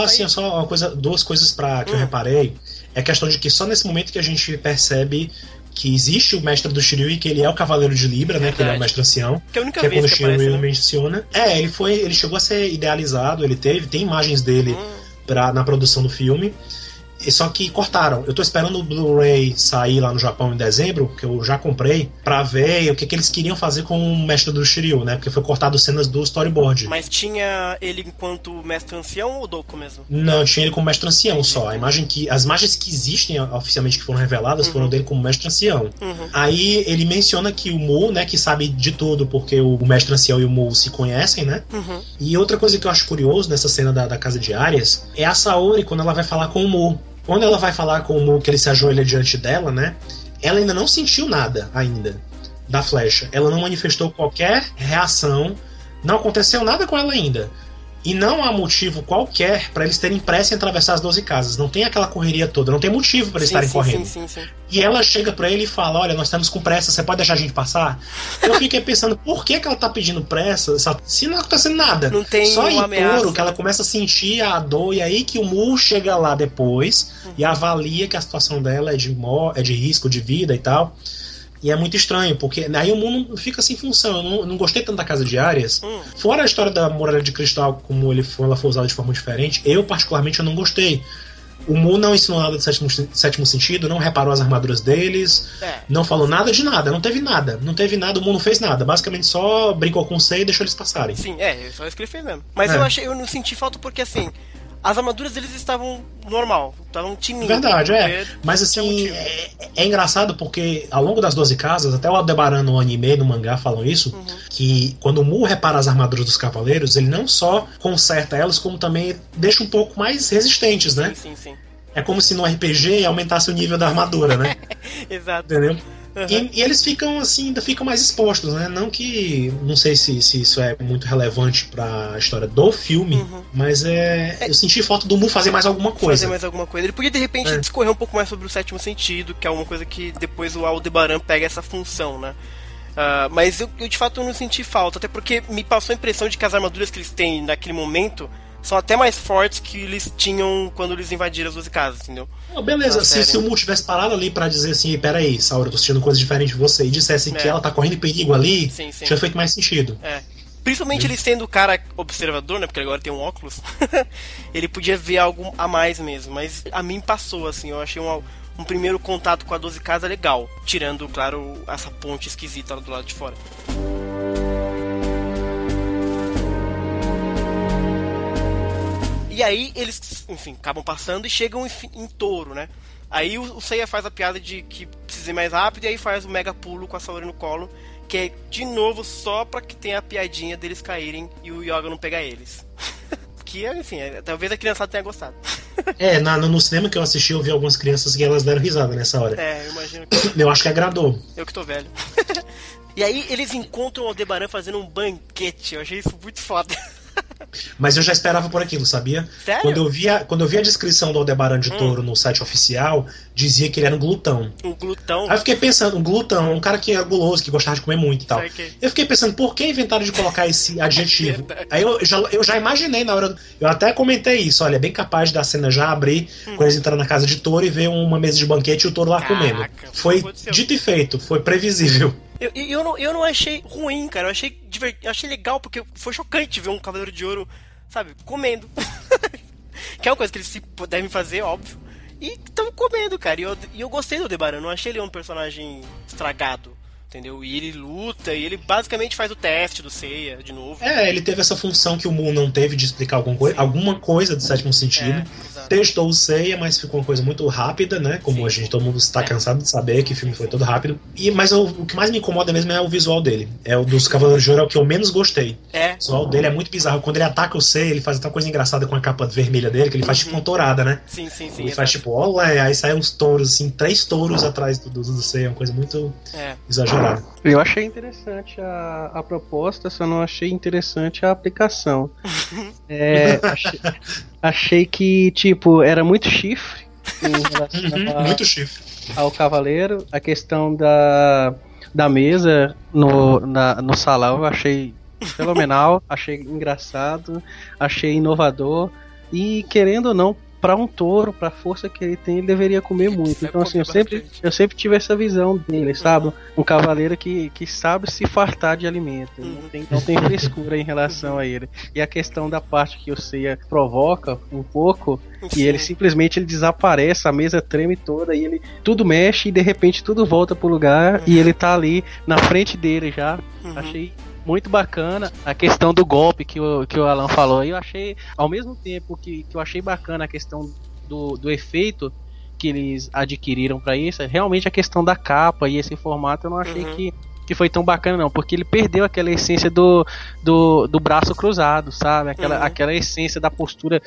uma coisa, duas coisas que eu reparei. É a questão de que só nesse momento que a gente percebe que existe o mestre do Shiryu e que ele é o Cavaleiro de Libra, né? Que ele é o mestre ancião. Que é a única vez que quando o Shiryu aparece, menciona. Ele chegou a ser idealizado, tem imagens dele na produção do filme. Só que cortaram. Eu tô esperando o Blu-ray sair lá no Japão em dezembro, que eu já comprei, pra ver o que eles queriam fazer com o mestre do Shiryu, né? Porque foi cortado cenas do storyboard. Mas tinha ele enquanto mestre ancião ou Doku mesmo? Não, tinha ele como mestre ancião só. As imagens que existem oficialmente que foram reveladas foram dele como mestre ancião. Aí ele menciona que o Mu, né, que sabe de tudo, porque o mestre ancião e o Mu se conhecem, né? E outra coisa que eu acho curioso nessa cena da casa de Arias é a Saori quando ela vai falar com o Mu. Quando ela vai falar com o Mu, que ele se ajoelha diante dela, né? Ela ainda não sentiu nada ainda da flecha. Ela não manifestou qualquer reação. Não aconteceu nada com ela ainda. E não há motivo qualquer para eles terem pressa em atravessar as 12 casas. Não tem aquela correria toda. Não tem motivo para eles estarem correndo. Sim. E ela chega para ele e fala: olha, nós estamos com pressa, você pode deixar a gente passar? Eu fiquei pensando, por que ela tá pedindo pressa se não acontecendo nada? Não tem só em ameaça. Toro que ela começa a sentir a dor. E aí que o Mu chega lá depois e avalia que a situação dela é de risco de vida e tal. E é muito estranho, porque aí o mundo fica sem função. Eu não gostei tanto da Casa de Arias. Fora a história da Muralha de Cristal, como ela foi usada de forma diferente, eu particularmente eu não gostei. O Mu não ensinou nada de sétimo sentido, não reparou as armaduras deles, não falou nada de nada, não teve nada, o Mu não fez nada, basicamente só brincou com o Sei e deixou eles passarem. Sim, só isso que ele fez mesmo. Mas eu não senti falta porque assim, as armaduras deles estavam normal, estavam tinindo. Verdade, mas assim, é engraçado porque ao longo das 12 casas, até o Aldebaran no anime, no mangá falam isso, que quando o Mu repara as armaduras dos cavaleiros, ele não só conserta elas, como também deixa um pouco mais resistentes, né? Sim. É como se no RPG aumentasse o nível da armadura, né? Exato. Entendeu? E eles ficam assim, ainda ficam mais expostos, né? Não sei se isso é muito relevante pra história do filme, mas eu senti falta do Mu fazer mais alguma coisa. Ele podia de repente discorrer um pouco mais sobre o sétimo sentido, que é uma coisa que depois o Aldebaran pega essa função, né? Mas eu de fato não senti falta, até porque me passou a impressão de que as armaduras que eles têm naquele momento são até mais fortes que eles tinham quando eles invadiram as 12 casas, entendeu? Beleza, se o Mu tivesse parado ali pra dizer assim, peraí, Saori, eu tô sentindo coisa diferente de você, e dissesse que ela tá correndo perigo ali, tinha feito mais sentido. Principalmente ele sendo o cara observador, né, porque agora tem um óculos, ele podia ver algo a mais mesmo, mas a mim passou, assim, eu achei um primeiro contato com a 12 casas legal, tirando, claro, essa ponte esquisita lá do lado de fora. E aí eles, enfim, acabam passando e chegam em Toro, né? Aí o Seiya faz a piada de que precisa ir mais rápido e aí faz o mega pulo com a Saori no colo, que é, de novo, só pra que tenha a piadinha deles caírem e o Yoga não pegar eles. Que, enfim, talvez a criançada tenha gostado. No cinema que eu assisti, eu vi algumas crianças que elas deram risada nessa hora. Eu imagino que... Eu acho que agradou. Eu que tô velho. E aí eles encontram o Aldebaran fazendo um banquete, eu achei isso muito foda. Mas eu já esperava por aquilo, sabia? Sério? Quando eu vi a descrição do Aldebaran de Toro no site oficial, dizia que ele era um glutão. Um glutão? Aí eu fiquei pensando, um glutão, um cara que é guloso, que gostava de comer muito e tal. Eu fiquei pensando, por que inventaram de colocar esse adjetivo? Aí eu já imaginei na hora. Eu até comentei isso, olha, é bem capaz da cena já abrir, quando eles entraram na casa de Toro e ver uma mesa de banquete e o Toro lá comendo. Foi dito e feito, foi previsível. Eu não achei ruim, cara. Eu achei legal, porque foi chocante ver um Cavaleiro de Ouro, sabe, comendo. Que é uma coisa que eles devem fazer, óbvio. E estão comendo, cara. E eu gostei do Aldebaran. Não achei ele um personagem estragado, entendeu? E ele luta, e ele basicamente faz o teste do Seiya de novo. Ele teve essa função que o Mu não teve de explicar alguma coisa do sétimo sentido. Testou o Seiya, mas ficou uma coisa muito rápida, né? Como todo mundo está cansado de saber que o filme foi todo rápido. Mas o que mais me incomoda mesmo é o visual dele. É o dos Cavaleiros de Ouro, é o que eu menos gostei. O visual dele é muito bizarro. Quando ele ataca o Seiya, ele faz até uma coisa engraçada com a capa vermelha dele, que ele faz tipo uma tourada, né? Sim. Ele faz tipo, olé, aí sai uns touros, assim, 3 touros atrás do Seiya, uma coisa muito exagerada. temporada. Eu achei interessante a proposta, só não achei interessante a aplicação. Achei que, tipo, era muito chifre em relação muito chifre ao cavaleiro. A questão da mesa no salão eu achei fenomenal, achei engraçado, achei inovador. E, querendo ou não, para um touro, para a força que ele tem, ele deveria comer muito. Então, assim, eu sempre tive essa visão dele, sabe? Um cavaleiro que sabe se fartar de alimento. Não tem frescura em relação a ele. E a questão da parte que o Seiya provoca um pouco, e ele simplesmente desaparece, a mesa treme toda, e ele tudo mexe e de repente tudo volta pro lugar, e ele tá ali na frente dele já. Achei muito bacana a questão do golpe que o Alan falou. Eu achei, ao mesmo tempo que eu achei bacana a questão do efeito que eles adquiriram para isso, realmente a questão da capa e esse formato eu não achei que foi tão bacana não, porque ele perdeu aquela essência do braço cruzado, sabe? Aquela essência da postura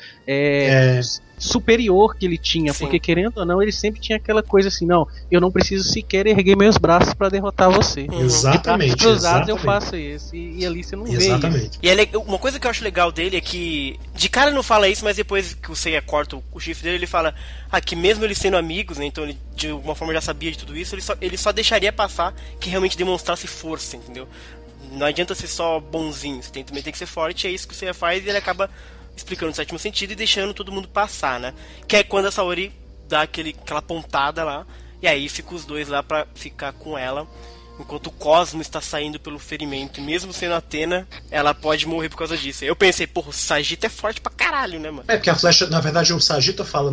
superior que ele tinha, porque querendo ou não, ele sempre tinha aquela coisa assim, não, eu não preciso sequer erguer meus braços para derrotar você. Exatamente. Cruzados eu faço isso, e ali você não vê isso. E uma coisa que eu acho legal dele é que, de cara ele não fala isso, mas depois que o Seiya corta o chifre dele, ele fala que mesmo eles sendo amigos, né, então ele de alguma forma já sabia de tudo isso, ele só deixaria passar que realmente demonstrasse força, entendeu? Não adianta ser só bonzinho, você também tem que ser forte, é isso que o Seiya faz, e ele acaba explicando o sétimo sentido e deixando todo mundo passar, né? Que é quando a Saori dá aquela pontada lá, e aí fica os dois lá pra ficar com ela, enquanto o Cosmo está saindo pelo ferimento, e mesmo sendo Athena, ela pode morrer por causa disso. Eu pensei, porra, o Sagitta é forte pra caralho, né, mano? Porque a flecha, na verdade, o Sagitta fala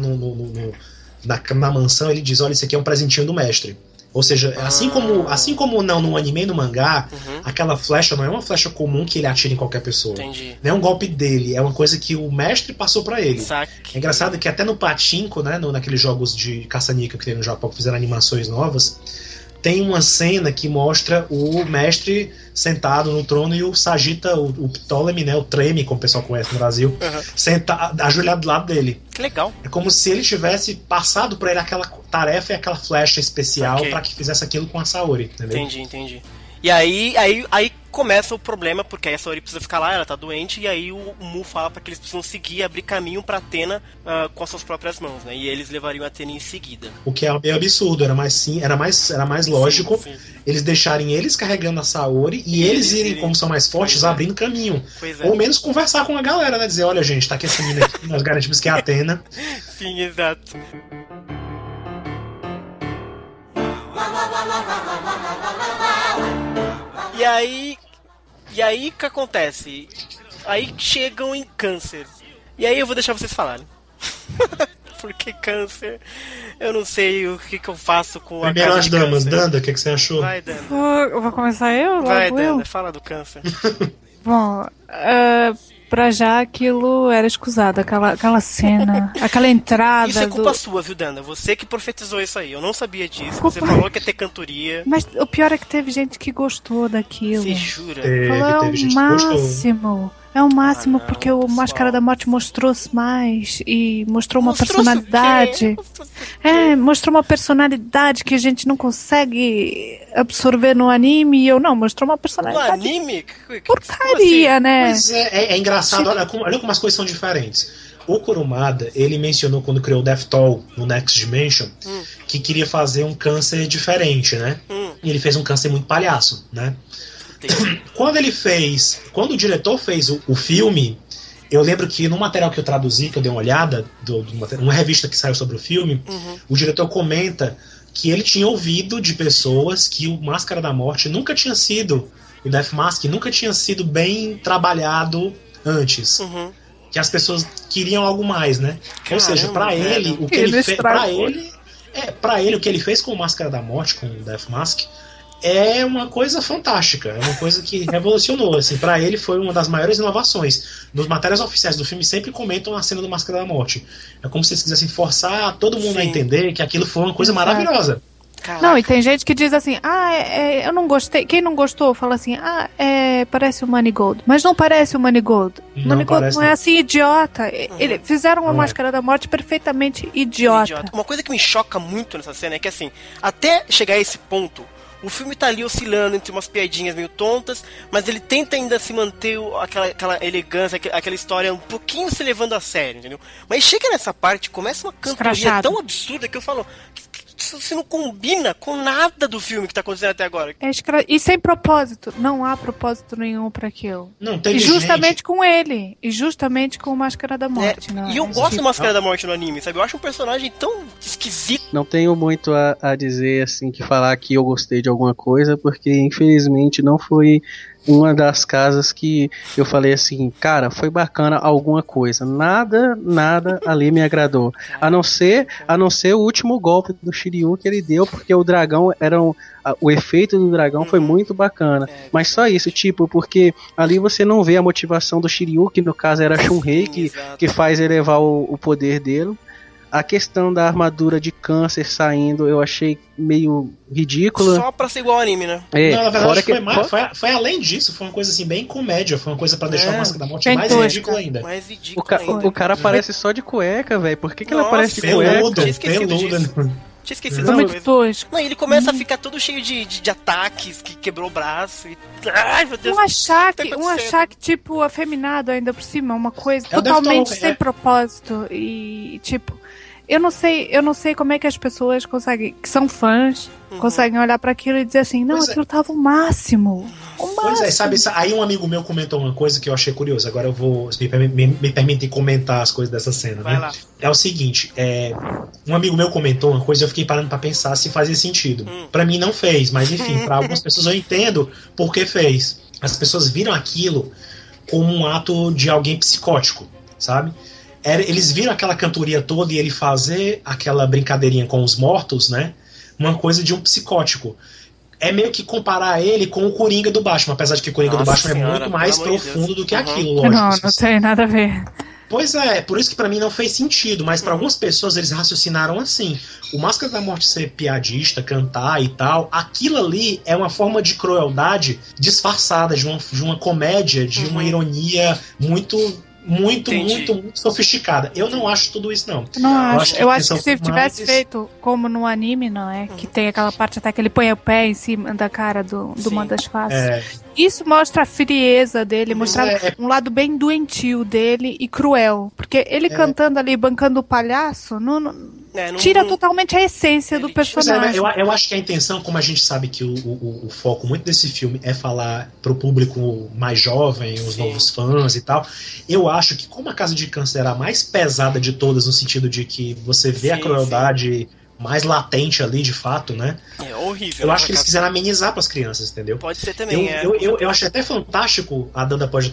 na mansão, ele diz, olha, isso aqui é um presentinho do mestre. Ou seja, assim como não no anime e no mangá, aquela flecha não é uma flecha comum que ele atira em qualquer pessoa. Entendi. Não é um golpe dele, é uma coisa que o mestre passou pra ele. Saque. É engraçado que até no Pachinko, né, naqueles jogos de caça-níquel que tem no Japão, que fizeram animações novas, tem uma cena que mostra o mestre sentado no trono e o Sagitta, o Ptolemy, né, o Treme, como o pessoal conhece no Brasil, ajoelhado do lado dele. Que legal. É como se ele tivesse passado por ele aquela tarefa e aquela flecha especial para que fizesse aquilo com a Saori, entendeu? Entendi. E aí começa o problema, porque aí a Saori precisa ficar lá, ela tá doente, e aí o Mu fala pra que eles precisam seguir, abrir caminho pra Athena com as suas próprias mãos, né? E eles levariam a Athena em seguida. O que é meio absurdo, era mais lógico eles deixarem eles carregando a Saori e eles irem, como são mais fortes, abrindo caminho. Ou menos conversar com a galera, né? Dizer, olha gente, tá aqui essa menina aqui, nós garantimos que é a Athena. Sim, exato. E aí o que acontece? Aí chegam em Câncer. E aí eu vou deixar vocês falarem. Porque Câncer, eu não sei o que eu faço com a Primeiro casa as damas, Danda, o que você achou? Vai, Danda. Vou começar eu? Vai, Danda, fala do Câncer. Bom, pra já aquilo era escusado, aquela cena, aquela entrada. Isso é culpa sua, viu, Danda? Você que profetizou isso aí. Eu não sabia disso. Você falou que ia ter cantoria. Mas o pior é que teve gente que gostou daquilo. Você jura? Falou, é o máximo. É o máximo porque o Máscara da Morte mostrou-se mais e mostrou uma personalidade. Mostrou uma personalidade que a gente não consegue absorver no anime. E eu não, mostrou uma personalidade. No anime? Porcaria, né? Mas é engraçado, olha como as coisas são diferentes. O Kurumada, ele mencionou quando criou o Death Toll no Next Dimension que queria fazer um Câncer diferente, né? E ele fez um Câncer muito palhaço, né? Quando o diretor fez o filme, eu lembro que no material que eu traduzi, que eu dei uma olhada, uma revista que saiu sobre o filme, o diretor comenta que ele tinha ouvido de pessoas que o Máscara da Morte nunca tinha sido, o Death Mask nunca tinha sido bem trabalhado antes. Que as pessoas queriam algo mais, né? Caramba, ou seja, pra ele, o que ele fez, pra ele, o que ele fez com o Máscara da Morte, com o Death Mask, é uma coisa fantástica, é uma coisa que revolucionou, assim, pra ele foi uma das maiores inovações. Nos materiais oficiais do filme sempre comentam a cena do Máscara da Morte. É como se eles quisessem forçar todo mundo a entender que aquilo foi uma coisa maravilhosa. Caraca. Não, e tem gente que diz assim, eu não gostei. Quem não gostou fala assim, parece o Manigold. Mas não parece o Manigold. O Manigold não é assim idiota. Eles fizeram uma Máscara da Morte perfeitamente idiota. Uma coisa que me choca muito nessa cena é que assim, até chegar a esse ponto, o filme tá ali oscilando entre umas piadinhas meio tontas, mas ele tenta ainda se manter aquela elegância, aquela história um pouquinho se levando a sério, entendeu? Mas chega nessa parte, começa uma cantoria tão absurda que eu falo, isso não combina com nada do filme que tá acontecendo até agora. E sem propósito. Não há propósito nenhum pra aquilo. Não, tem e justamente com ele. E justamente com o Máscara da Morte. E eu gosto do Máscara da Morte no anime, sabe? Eu acho um personagem tão esquisito. Não tenho muito a dizer, assim, que falar que eu gostei de alguma coisa, porque infelizmente não foi uma das casas que eu falei assim, cara, foi bacana alguma coisa. Nada ali me agradou. A não ser o último golpe do Shiryu que ele deu, porque o dragão o efeito do dragão foi muito bacana. Mas só isso, tipo, porque ali você não vê a motivação do Shiryu, que no caso era Shunrei, que faz elevar o poder dele. A questão da armadura de câncer saindo, eu achei meio ridícula. Só pra ser igual ao anime, né? Não, na verdade foi além disso, foi uma coisa assim, bem comédia, foi uma coisa pra deixar a Máscara da Morte mais ridícula ainda. O cara aparece só de cueca, velho. Por que ele aparece de cueca? Peludo. Tinha esquecido dessa coisa. Não, ele começa a ficar todo cheio de ataques, que quebrou o braço e... Ai, meu Deus. Um achaque tipo afeminado ainda por cima, uma coisa totalmente sem propósito e tipo... Eu não sei como é que as pessoas conseguem, que são fãs, conseguem olhar pra aquilo e dizer assim, não, aquilo tava o máximo. Pois é, sabe, aí um amigo meu comentou uma coisa que eu achei curiosa, agora eu vou me permitir comentar as coisas dessa cena, né? Lá. É o seguinte, um amigo meu comentou uma coisa e eu fiquei parando pra pensar se fazia sentido. Pra mim não fez, mas enfim, pra algumas pessoas eu entendo por que fez. As pessoas viram aquilo como um ato de alguém psicótico, sabe? Eles viram aquela cantoria toda e ele fazer aquela brincadeirinha com os mortos, né? Uma coisa de um psicótico. É meio que comparar ele com o Coringa do Batman, apesar de que o Coringa do Batman é muito mais profundo do que aquilo, lógico. Não tem nada a ver. Pois é, por isso que pra mim não fez sentido, mas pra algumas pessoas eles raciocinaram assim. O Máscara da Morte ser piadista, cantar e tal, aquilo ali é uma forma de crueldade disfarçada, de uma comédia, de uma ironia muito sofisticada. Eu não acho tudo isso, não. Eu acho que se tivesse feito como no anime, não é? Que tem aquela parte até que ele põe o pé em cima da cara de uma das faces. Isso mostra a frieza dele, mostra um lado bem doentio dele e cruel. Porque ele cantando ali, bancando o palhaço, tira totalmente a essência do personagem. Eu acho que a intenção, como a gente sabe que o foco muito desse filme é falar pro público mais jovem, os novos fãs e tal, eu acho que como a Casa de Câncer era a mais pesada de todas, no sentido de que você vê a crueldade mais latente ali, de fato, né? É horrível. Eu acho que eles quiseram amenizar pras crianças, entendeu? Pode ser também, eu achei até fantástico, a Danda pode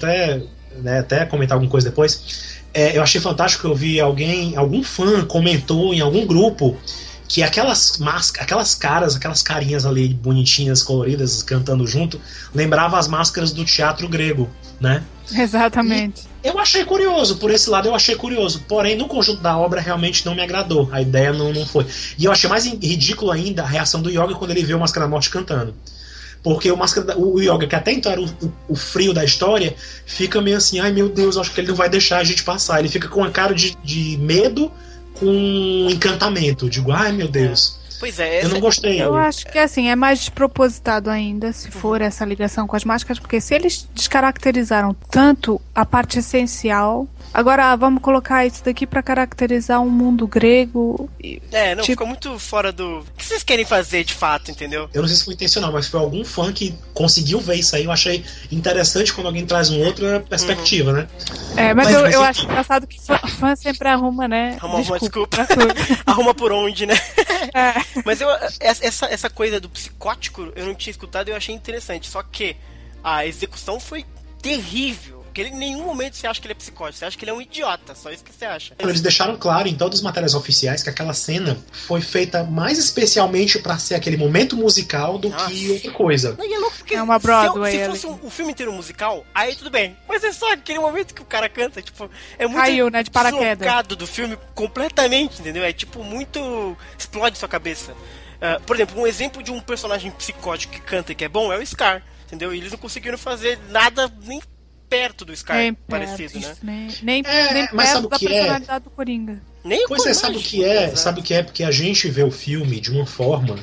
até comentar alguma coisa depois, eu achei fantástico que eu vi algum fã comentou em algum grupo que aquelas caras, aquelas carinhas ali bonitinhas, coloridas, cantando junto, lembrava as máscaras do teatro grego, né? Exatamente. E eu achei curioso, por esse lado eu achei curioso, porém no conjunto da obra realmente não me agradou, a ideia não foi. E eu achei mais ridículo ainda a reação do Yoga quando ele viu o Máscara da Morte cantando. Porque o Yoga, que até então era o frio da história, fica meio assim, ai meu Deus, acho que ele não vai deixar a gente passar. Ele fica com uma cara de medo, com um encantamento. Digo, ai meu Deus. Pois é, eu não gostei. Eu acho que assim, é mais despropositado ainda, se for essa ligação com as máscaras, porque se eles descaracterizaram tanto a parte essencial, agora vamos colocar isso daqui pra caracterizar um mundo grego. Ficou muito fora do... O que vocês querem fazer de fato, entendeu? Eu não sei se foi intencional, mas foi algum fã que conseguiu ver isso aí. Eu achei interessante quando alguém traz uma outra perspectiva, né? Mas eu acho engraçado que fã sempre arruma, né? Desculpa. Arruma por onde, né? Mas essa coisa do psicótico eu não tinha escutado e eu achei interessante. Só que a execução foi terrível. Porque ele, em nenhum momento você acha que ele é psicótico, você acha que ele é um idiota, só isso que você acha. Eles deixaram claro em todos os materiais oficiais que aquela cena foi feita mais especialmente pra ser aquele momento musical do que outra coisa. Não, e é louco porque é uma Broadway. Se fosse o filme inteiro musical, aí tudo bem. Mas é só aquele momento que o cara canta, tipo, é muito caiu, né, de paraquedas. Deslocado do filme completamente, entendeu? É tipo muito... explode sua cabeça. Por exemplo, um exemplo de um personagem psicótico que canta e que é bom é o Scar, entendeu? E eles não conseguiram fazer nada nem perto do Scar parecido, né? Nem perto da personalidade do Coringa. Pois é, sabe o que é? Sabe o que é? Porque a gente vê o filme de uma forma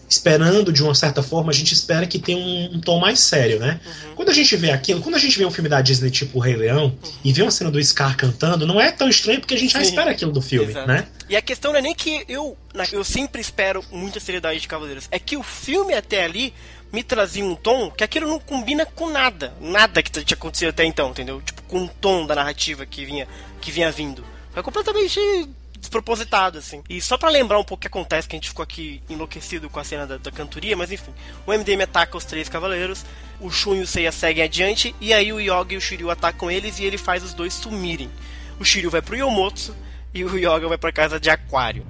esperando de uma certa forma, a gente espera que tenha um tom mais sério, né? Quando a gente vê aquilo, quando a gente vê um filme da Disney tipo O Rei Leão e vê uma cena do Scar cantando, não é tão estranho porque a gente já espera aquilo do filme, né? E a questão não é nem que eu sempre espero muita seriedade de Cavaleiros, é que o filme até ali me trazia um tom que aquilo não combina com nada que tinha acontecido até então, entendeu? Tipo, com o tom da narrativa que vinha vindo. Foi completamente despropositado, assim. E só pra lembrar um pouco o que acontece, que a gente ficou aqui enlouquecido com a cena da cantoria, mas enfim, o MDM ataca os 3 cavaleiros, o Shun e o Seiya seguem adiante, e aí o Yoga e o Shiryu atacam eles e ele faz os dois sumirem. O Shiryu vai pro Yomotsu e o Yoga vai pra casa de Aquário.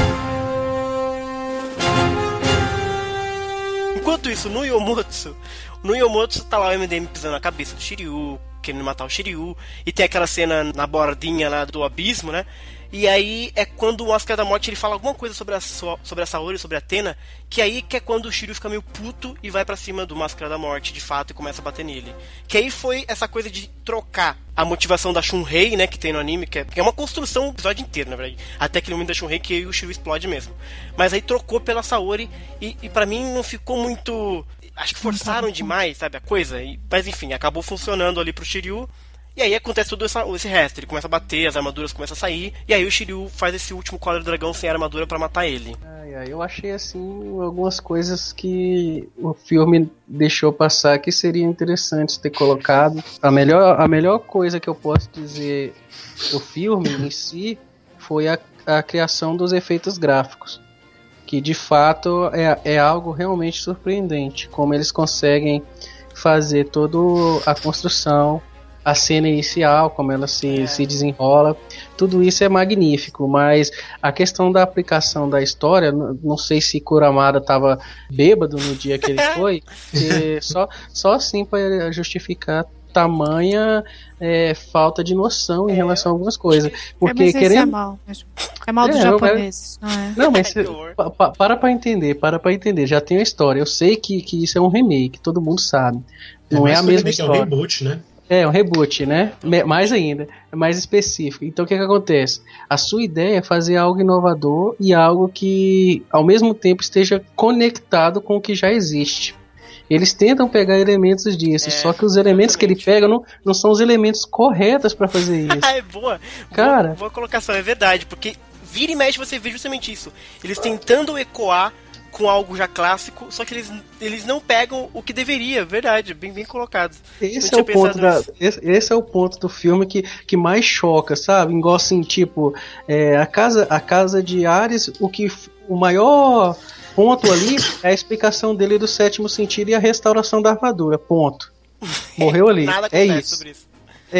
Enquanto isso, no Yomotsu tá lá o MDM pisando na cabeça do Shiryu, querendo matar o Shiryu, e tem aquela cena na bordinha lá do abismo, né? E aí é quando o Máscara da Morte ele fala alguma coisa sobre a Saori, sobre a Athena, que aí que é quando o Shiryu fica meio puto e vai pra cima do Máscara da Morte, de fato, e começa a bater nele. Que aí foi essa coisa de trocar a motivação da Shunrei, né, que tem no anime, que é uma construção do episódio inteiro, na verdade. Até aquele momento da Shunrei que o Shiryu explode mesmo. Mas aí trocou pela Saori e pra mim não ficou muito... Acho que forçaram demais, sabe, a coisa. Mas enfim, acabou funcionando ali pro Shiryu. E aí acontece todo esse resto, ele começa a bater, as armaduras começam a sair, e aí o Shiryu faz esse último Cólera do Dragão sem armadura pra matar ele. Eu achei assim algumas coisas que o filme deixou passar que seria interessante ter colocado. A melhor coisa que eu posso dizer do filme em si foi a criação dos efeitos gráficos, que de fato é algo realmente surpreendente, como eles conseguem fazer toda a construção, a cena inicial, como ela se desenrola, tudo isso é magnífico, mas a questão da aplicação da história, não sei se Kuramada estava bêbado no dia que ele foi, só assim para justificar tamanha falta de noção em relação a algumas coisas. Porque mas querendo... é mal mesmo. É mal dos japoneses, não é? Não, mas para entender, já tem a história. Eu sei que isso é um remake, todo mundo sabe. Não é a mesma história. É um reboot, né? É um reboot, né? Mais ainda, é mais específico. Então o que acontece? A sua ideia é fazer algo inovador e algo que ao mesmo tempo esteja conectado com o que já existe. Eles tentam pegar elementos disso, só que os elementos que ele pega não são os elementos corretos para fazer isso. É boa. Cara, boa colocação, é verdade, porque vira e mexe você vê justamente isso. Eles tentando ecoar com algo já clássico, só que eles não pegam o que deveria, verdade, bem colocado. Esse é o ponto do filme que mais choca, sabe? Igual assim, tipo, a casa de Ares, o maior ponto ali é a explicação dele do sétimo sentido e a restauração da armadura, ponto. Morreu ali. Nada é acontece isso. Sobre isso.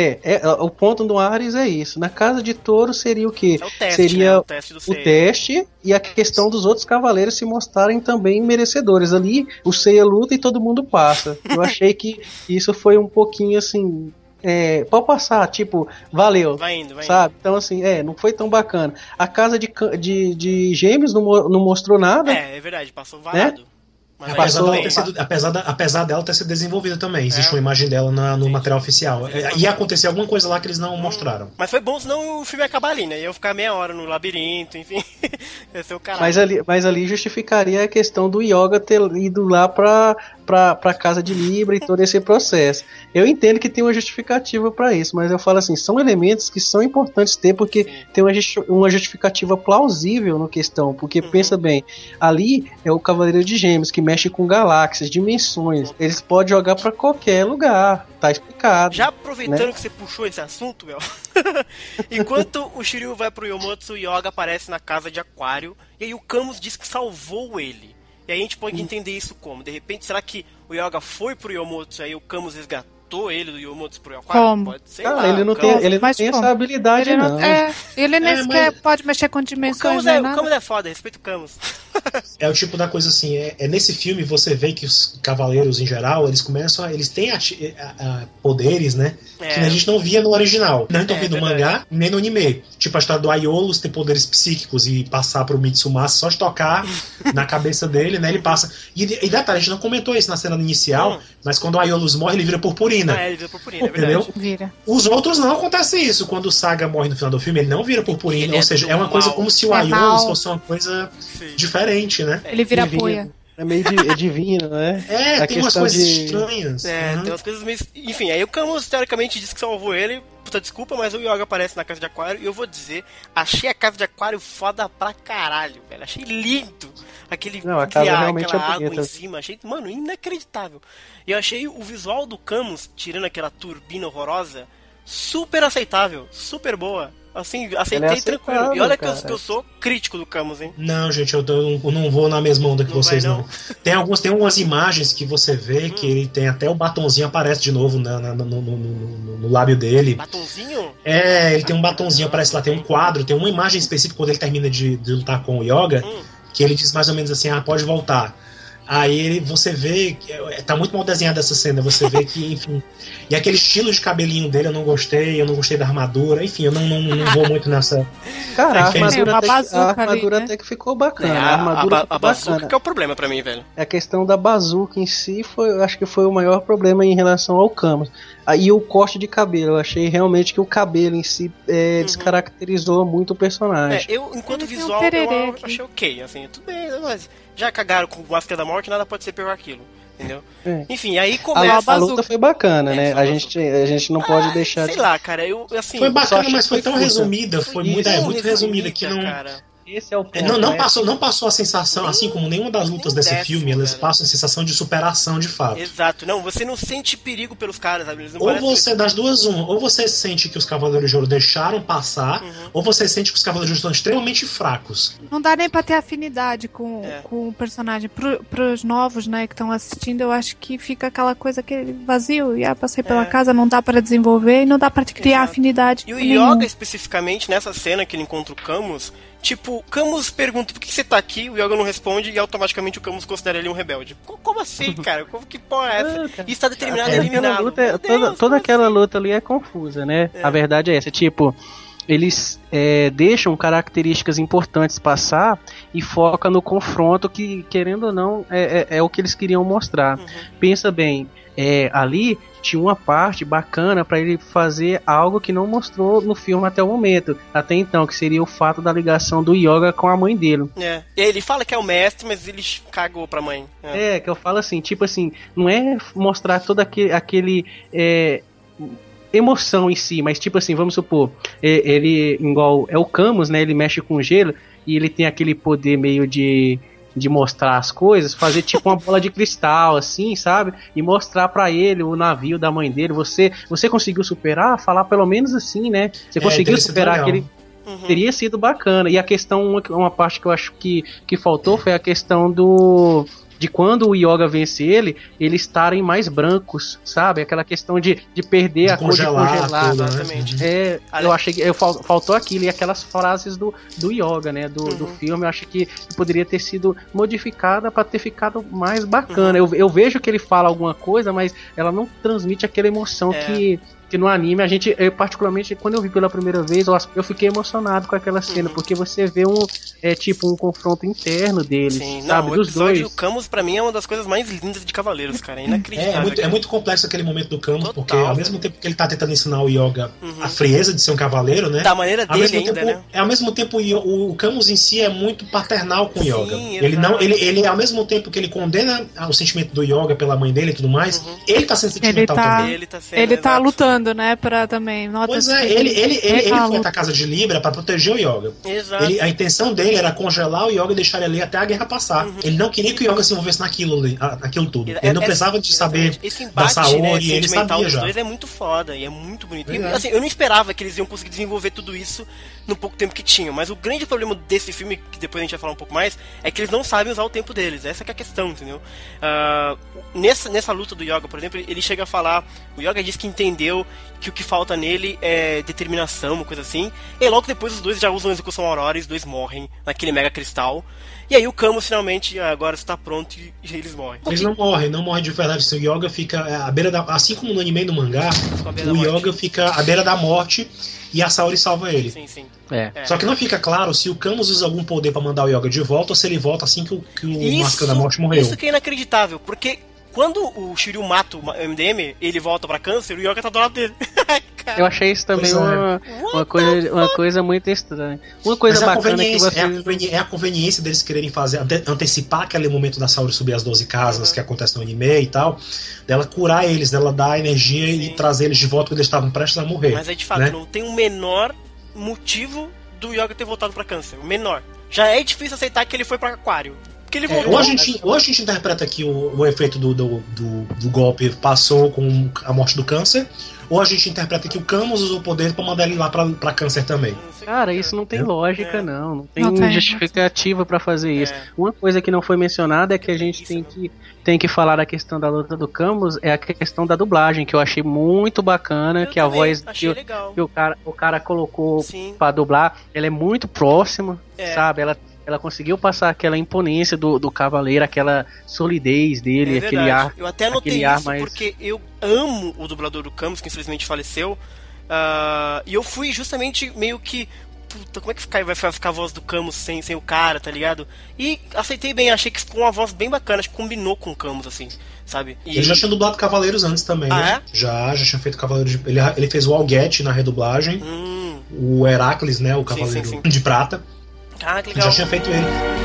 O ponto do Ares é isso. Na casa de Touro seria o quê? É o teste, seria né? O teste do Seiya. O teste e a questão dos outros cavaleiros se mostrarem também merecedores. Ali o Seiya luta e todo mundo passa. Eu achei que isso foi um pouquinho assim... pode passar, tipo, valeu. Vai indo. Sabe? Então assim, não foi tão bacana. A casa de Gêmeos não mostrou nada. É verdade, passou varado. Mas apesar dela ter sido desenvolvida também, existe uma imagem dela no material oficial. Ia acontecer alguma coisa lá que eles não mostraram. Mas foi bom, senão o filme ia acabar ali, né? Ia ficar meia hora no labirinto, enfim. Ia ser o caralho. Mas ali justificaria a questão do Yoga ter ido lá pra casa de Libra e todo esse processo. Eu entendo que tem uma justificativa pra isso, mas eu falo assim, são elementos que são importantes ter, porque tem uma justificativa plausível na questão, porque pensa bem, ali é o Cavaleiro de Gêmeos, que mexe com galáxias, dimensões, eles podem jogar pra qualquer lugar, tá explicado. Já aproveitando, né, que você puxou esse assunto, Mel, enquanto o Shiryu vai pro Yomotsu, o Yoga aparece na casa de Aquário, e aí o Camus diz que salvou ele. E aí a gente pode entender isso como? De repente, será que o Yoga foi pro Yomotsu e aí o Camus resgatou ele do Yomotsu pro Aquário? Como? Pode ser. Ele não tem essa habilidade, ele não. Ele nem sequer pode mexer com dimensões. O Camus é foda, respeita o Camus. É o tipo da coisa assim, nesse filme você vê que os cavaleiros em geral, eles têm poderes, né? Que a gente não via no original. Não vi no mangá, nem no anime. Tipo a história do Aiolos ter poderes psíquicos e passar pro Mitsumasa, só de tocar na cabeça dele, né? Ele passa. E detalhe, a gente não comentou isso na cena inicial, mas quando o Aiolos morre, ele vira purpurina. Ele vira purpurina, é verdade. Vira. Os outros não acontece isso. Quando o Saga morre no final do filme, ele não vira purpurina. Ou seja, é uma coisa como se o Aiolos fosse uma coisa diferente, né? Ele vira poia. É meio divino, né? Tem umas coisas estranhas. Tem umas coisas meio... Enfim, aí o Camus, teoricamente, disse que salvou ele. Puta desculpa, mas o Yoga aparece na Casa de Aquário. E eu vou dizer, achei a Casa de Aquário foda pra caralho, velho. Achei lindo. Aquela água em cima. Achei, mano, inacreditável. E eu achei o visual do Camus, tirando aquela turbina horrorosa, super aceitável, super boa. Assim, aceitei tranquilo. E olha que eu sou crítico do Camus, hein? Não, gente, eu não vou na mesma onda que vocês, não. Tem algumas imagens que você vê que ele tem até o batonzinho aparece de novo no lábio dele. Batonzinho? Ele tem um batonzinho, aparece lá, tem um quadro, tem uma imagem específica quando ele termina de lutar com o Yoga, que ele diz mais ou menos assim, pode voltar. Aí você vê que tá muito mal desenhada essa cena, você vê que, enfim. E aquele estilo de cabelinho dele eu não gostei da armadura, enfim, eu não vou muito nessa. Cara, a armadura até que ficou bacana. A bazuca que é o problema pra mim, velho. A questão da bazuca em si eu acho que foi o maior problema em relação ao Camus. E o corte de cabelo, eu achei realmente que o cabelo em si descaracterizou muito o personagem. Enquanto visual, eu achei ok, assim, tudo bem, mas já cagaram com o Máscara da Morte, nada pode ser pior que aquilo, entendeu? Enfim, aí começa... A luta foi bacana, né? A gente não pode deixar... Sei lá, cara, assim... Foi bacana, mas foi tão resumida, foi muito resumida que não... Cara. Esse é o ponto, não passou a sensação, assim como nenhuma das lutas desse filme, elas passam a sensação de superação de fato. Exato, você não sente perigo pelos caras, sabe? Eles não das duas, ou você sente que os Cavaleiros de Ouro deixaram passar, ou você sente que os Cavaleiros de Ouro estão extremamente fracos. Não dá nem pra ter afinidade com o personagem. Pros novos, né, que estão assistindo, eu acho que fica aquela coisa que vazio, passei pela casa, não dá pra desenvolver e não dá pra criar afinidade. E o Yoga, especificamente, nessa cena que ele encontra o Camus, tipo, Camus pergunta por que você tá aqui, o Yoga não responde e automaticamente o Camus considera ele um rebelde. Como assim, cara? Que porra é essa? E está determinado a eliminá-lo. Toda aquela luta ali é confusa, né? A verdade é essa, tipo, eles deixam características importantes passar e foca no confronto que, querendo ou não, é o que eles queriam mostrar. Pensa bem, ali tinha uma parte bacana para ele fazer algo que não mostrou no filme até o momento, até então, que seria o fato da ligação do Yoga com a mãe dele. Ele fala que é o mestre, mas ele cagou pra mãe. Que eu falo assim, tipo assim, não é mostrar todo aquele emoção em si, mas tipo assim, vamos supor, ele, igual é o Camus, né, ele mexe com gelo e ele tem aquele poder meio de mostrar as coisas, fazer tipo uma bola de cristal, assim, sabe? E mostrar pra ele o navio da mãe dele. Você conseguiu superar? Falar pelo menos assim, né? Você conseguiu superar aquele... Teria sido bacana. E a questão, uma parte que eu acho que faltou foi a questão de quando o Yoga vence eles estarem mais brancos, sabe? Aquela questão de perder a cor de congelar. Exatamente. Eu achei que faltou aquilo, e aquelas frases do Yoga, né? Do filme, eu acho que poderia ter sido modificada para ter ficado mais bacana. Eu vejo que ele fala alguma coisa, mas ela não transmite aquela emoção que no anime eu particularmente, quando eu vi pela primeira vez, eu fiquei emocionado com aquela cena, porque você vê um confronto interno deles, sabe, dos dois. O Camus pra mim é uma das coisas mais lindas de Cavaleiros, cara, é inacreditável. É muito complexo aquele momento do Camus, porque ao mesmo tempo que ele tá tentando ensinar o Yoga a frieza de ser um cavaleiro, né? Da maneira dele ainda, né? Ao mesmo tempo o Camus em si é muito paternal com o Yoga. Ele ao mesmo tempo que ele condena o sentimento do Yoga pela mãe dele e tudo mais, ele tá sendo sentimental também. Ele tá lutando, né, pra também... Pois ele foi pra casa de Libra pra proteger o Yoga. Exato. A intenção dele era congelar o Yoga e deixar ele ali até a guerra passar. Ele não queria que o Yoga se envolvesse naquilo tudo. Ele não precisava de saber da Saori, né, ele sabia dos já. Dois é muito foda e é muito bonito. E, assim, eu não esperava que eles iam conseguir desenvolver tudo isso no pouco tempo que tinham, mas o grande problema desse filme, que depois a gente vai falar um pouco mais, é que eles não sabem usar o tempo deles. Essa que é a questão, entendeu? Nessa luta do Yoga, por exemplo, ele chega a falar, o Yoga diz que entendeu que o que falta nele é determinação, uma coisa assim, e logo depois os dois já usam a execução aurora e os dois morrem naquele mega cristal. E aí o Camus finalmente agora está pronto e eles morrem. Eles não morrem de verdade. O Yoga fica à beira da... Assim como no anime e no mangá, o Yoga fica à beira da morte e a Saori salva ele. Sim. Só que não fica claro se o Camus usa algum poder pra mandar o Yoga de volta ou se ele volta assim que o Máscara da Morte morreu. Isso que é inacreditável, porque quando o Shiryu mata o MDM, ele volta pra Câncer, o Yoga tá do lado dele. Eu achei isso também uma coisa muito estranha. Uma coisa bacana que você... É a conveniência deles quererem fazer, antecipar aquele momento da Saori subir as 12 casas que acontece no anime e tal, dela curar eles, dela dar energia e trazer eles de volta quando eles estavam prestes a morrer. Mas aí, de fato, não tem o menor motivo do Yoga ter voltado pra Câncer. O menor. Já é difícil aceitar que ele foi pra Aquário. Porque ele voltou. Ou a gente interpreta que o efeito do golpe passou com a morte do Câncer, ou a gente interpreta que o Camus usou o poder pra mandar ele lá pra Câncer também. Cara, isso não tem lógica, não. Não tem justificativa pra fazer isso. Uma coisa que não foi mencionada é que a gente tem que falar da questão da luta do Camus, é a questão da dublagem, que eu achei muito bacana, que a voz que o cara colocou pra dublar, ela é muito próxima, sabe? Ela conseguiu passar aquela imponência do cavaleiro, aquela solidez dele, aquele ar. Eu até anotei isso porque eu amo o dublador do Camus, que infelizmente faleceu. E eu fui justamente meio que... Puta, como é que vai ficar a voz do Camus sem o cara, tá ligado? E aceitei bem, achei que ficou uma voz bem bacana, acho que combinou com o Camus, assim, sabe? Ele já tinha dublado Cavaleiros antes também, né? Já tinha feito Cavaleiros de... Ele fez o Alguete na redublagem, o Heracles, né? O Cavaleiro de Prata. Ah, que legal. Já tinha feito ele.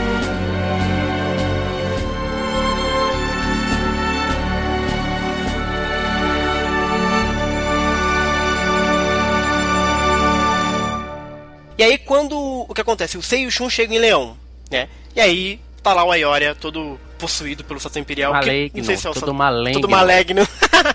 E aí o que acontece? O Sei e o Shun chegam em Leão, né? E aí tá lá o Aioria todo possuído pelo Sato Imperial. Maligno, todo maligno. Todo maligno.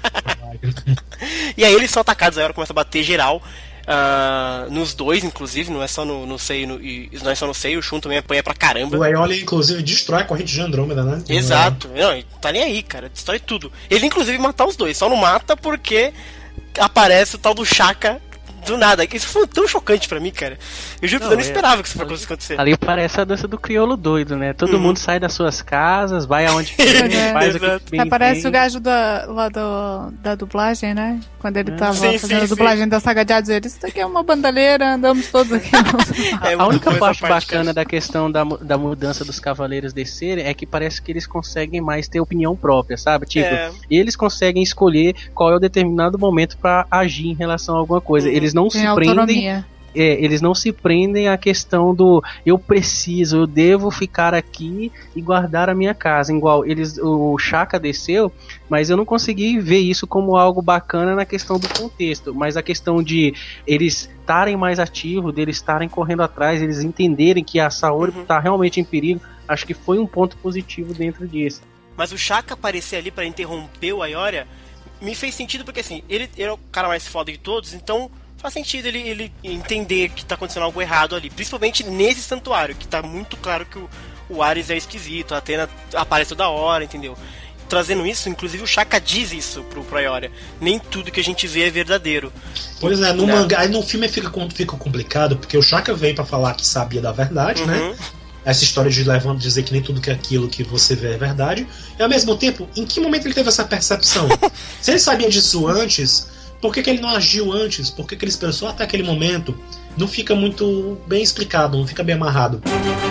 E aí eles são atacados, a Aioria começa a bater geral. Nos dois, inclusive, não é só no Sei não é só no Sei, o Shun também apanha pra caramba. O Aioria, inclusive, destrói a corrente de Andrômeda, né? Exato, não, tá nem aí, cara, destrói tudo. Ele, inclusive, mata os dois, só não mata porque aparece o tal do Shaka do nada. Isso foi tão chocante pra mim, cara. Eu juro que eu não esperava que isso fosse acontecer. Ali parece a dança do crioulo doido, né? Todo mundo sai das suas casas, vai aonde quer, faz o que bem parece o gajo lá da dublagem, né? Quando ele tava fazendo a dublagem da Saga de Hades, ele disse, isso aqui é uma bandalheira, andamos todos aqui. A única parte bacana da questão da mudança dos cavaleiros descerem é que parece que eles conseguem mais ter opinião própria, sabe? Tipo, eles conseguem escolher qual é o determinado momento pra agir em relação a alguma coisa. Eles não se prendem. Eles não se prendem à questão do eu devo ficar aqui e guardar a minha casa. Igual o Shaka desceu, mas eu não consegui ver isso como algo bacana na questão do contexto. Mas a questão de eles estarem mais ativos, deles estarem correndo atrás, eles entenderem que a Saori está realmente em perigo, acho que foi um ponto positivo dentro disso. Mas o Shaka aparecer ali para interromper o Aioria me fez sentido porque assim, ele é o cara mais foda de todos, então faz sentido ele entender que tá acontecendo algo errado ali, principalmente nesse santuário, que tá muito claro que o Ares é esquisito, a Athena aparece toda hora, entendeu? Trazendo isso, inclusive o Shaka diz isso pro Aioria. Nem tudo que a gente vê é verdadeiro. Pois é, no mangá, aí no filme fica complicado, porque o Shaka veio pra falar que sabia da verdade, né? Essa história de dizer que nem tudo que é aquilo que você vê é verdade. E ao mesmo tempo, em que momento ele teve essa percepção? Se ele sabia disso antes, por que ele não agiu antes? Por que ele esperou só até aquele momento? Não fica muito bem explicado, não fica bem amarrado.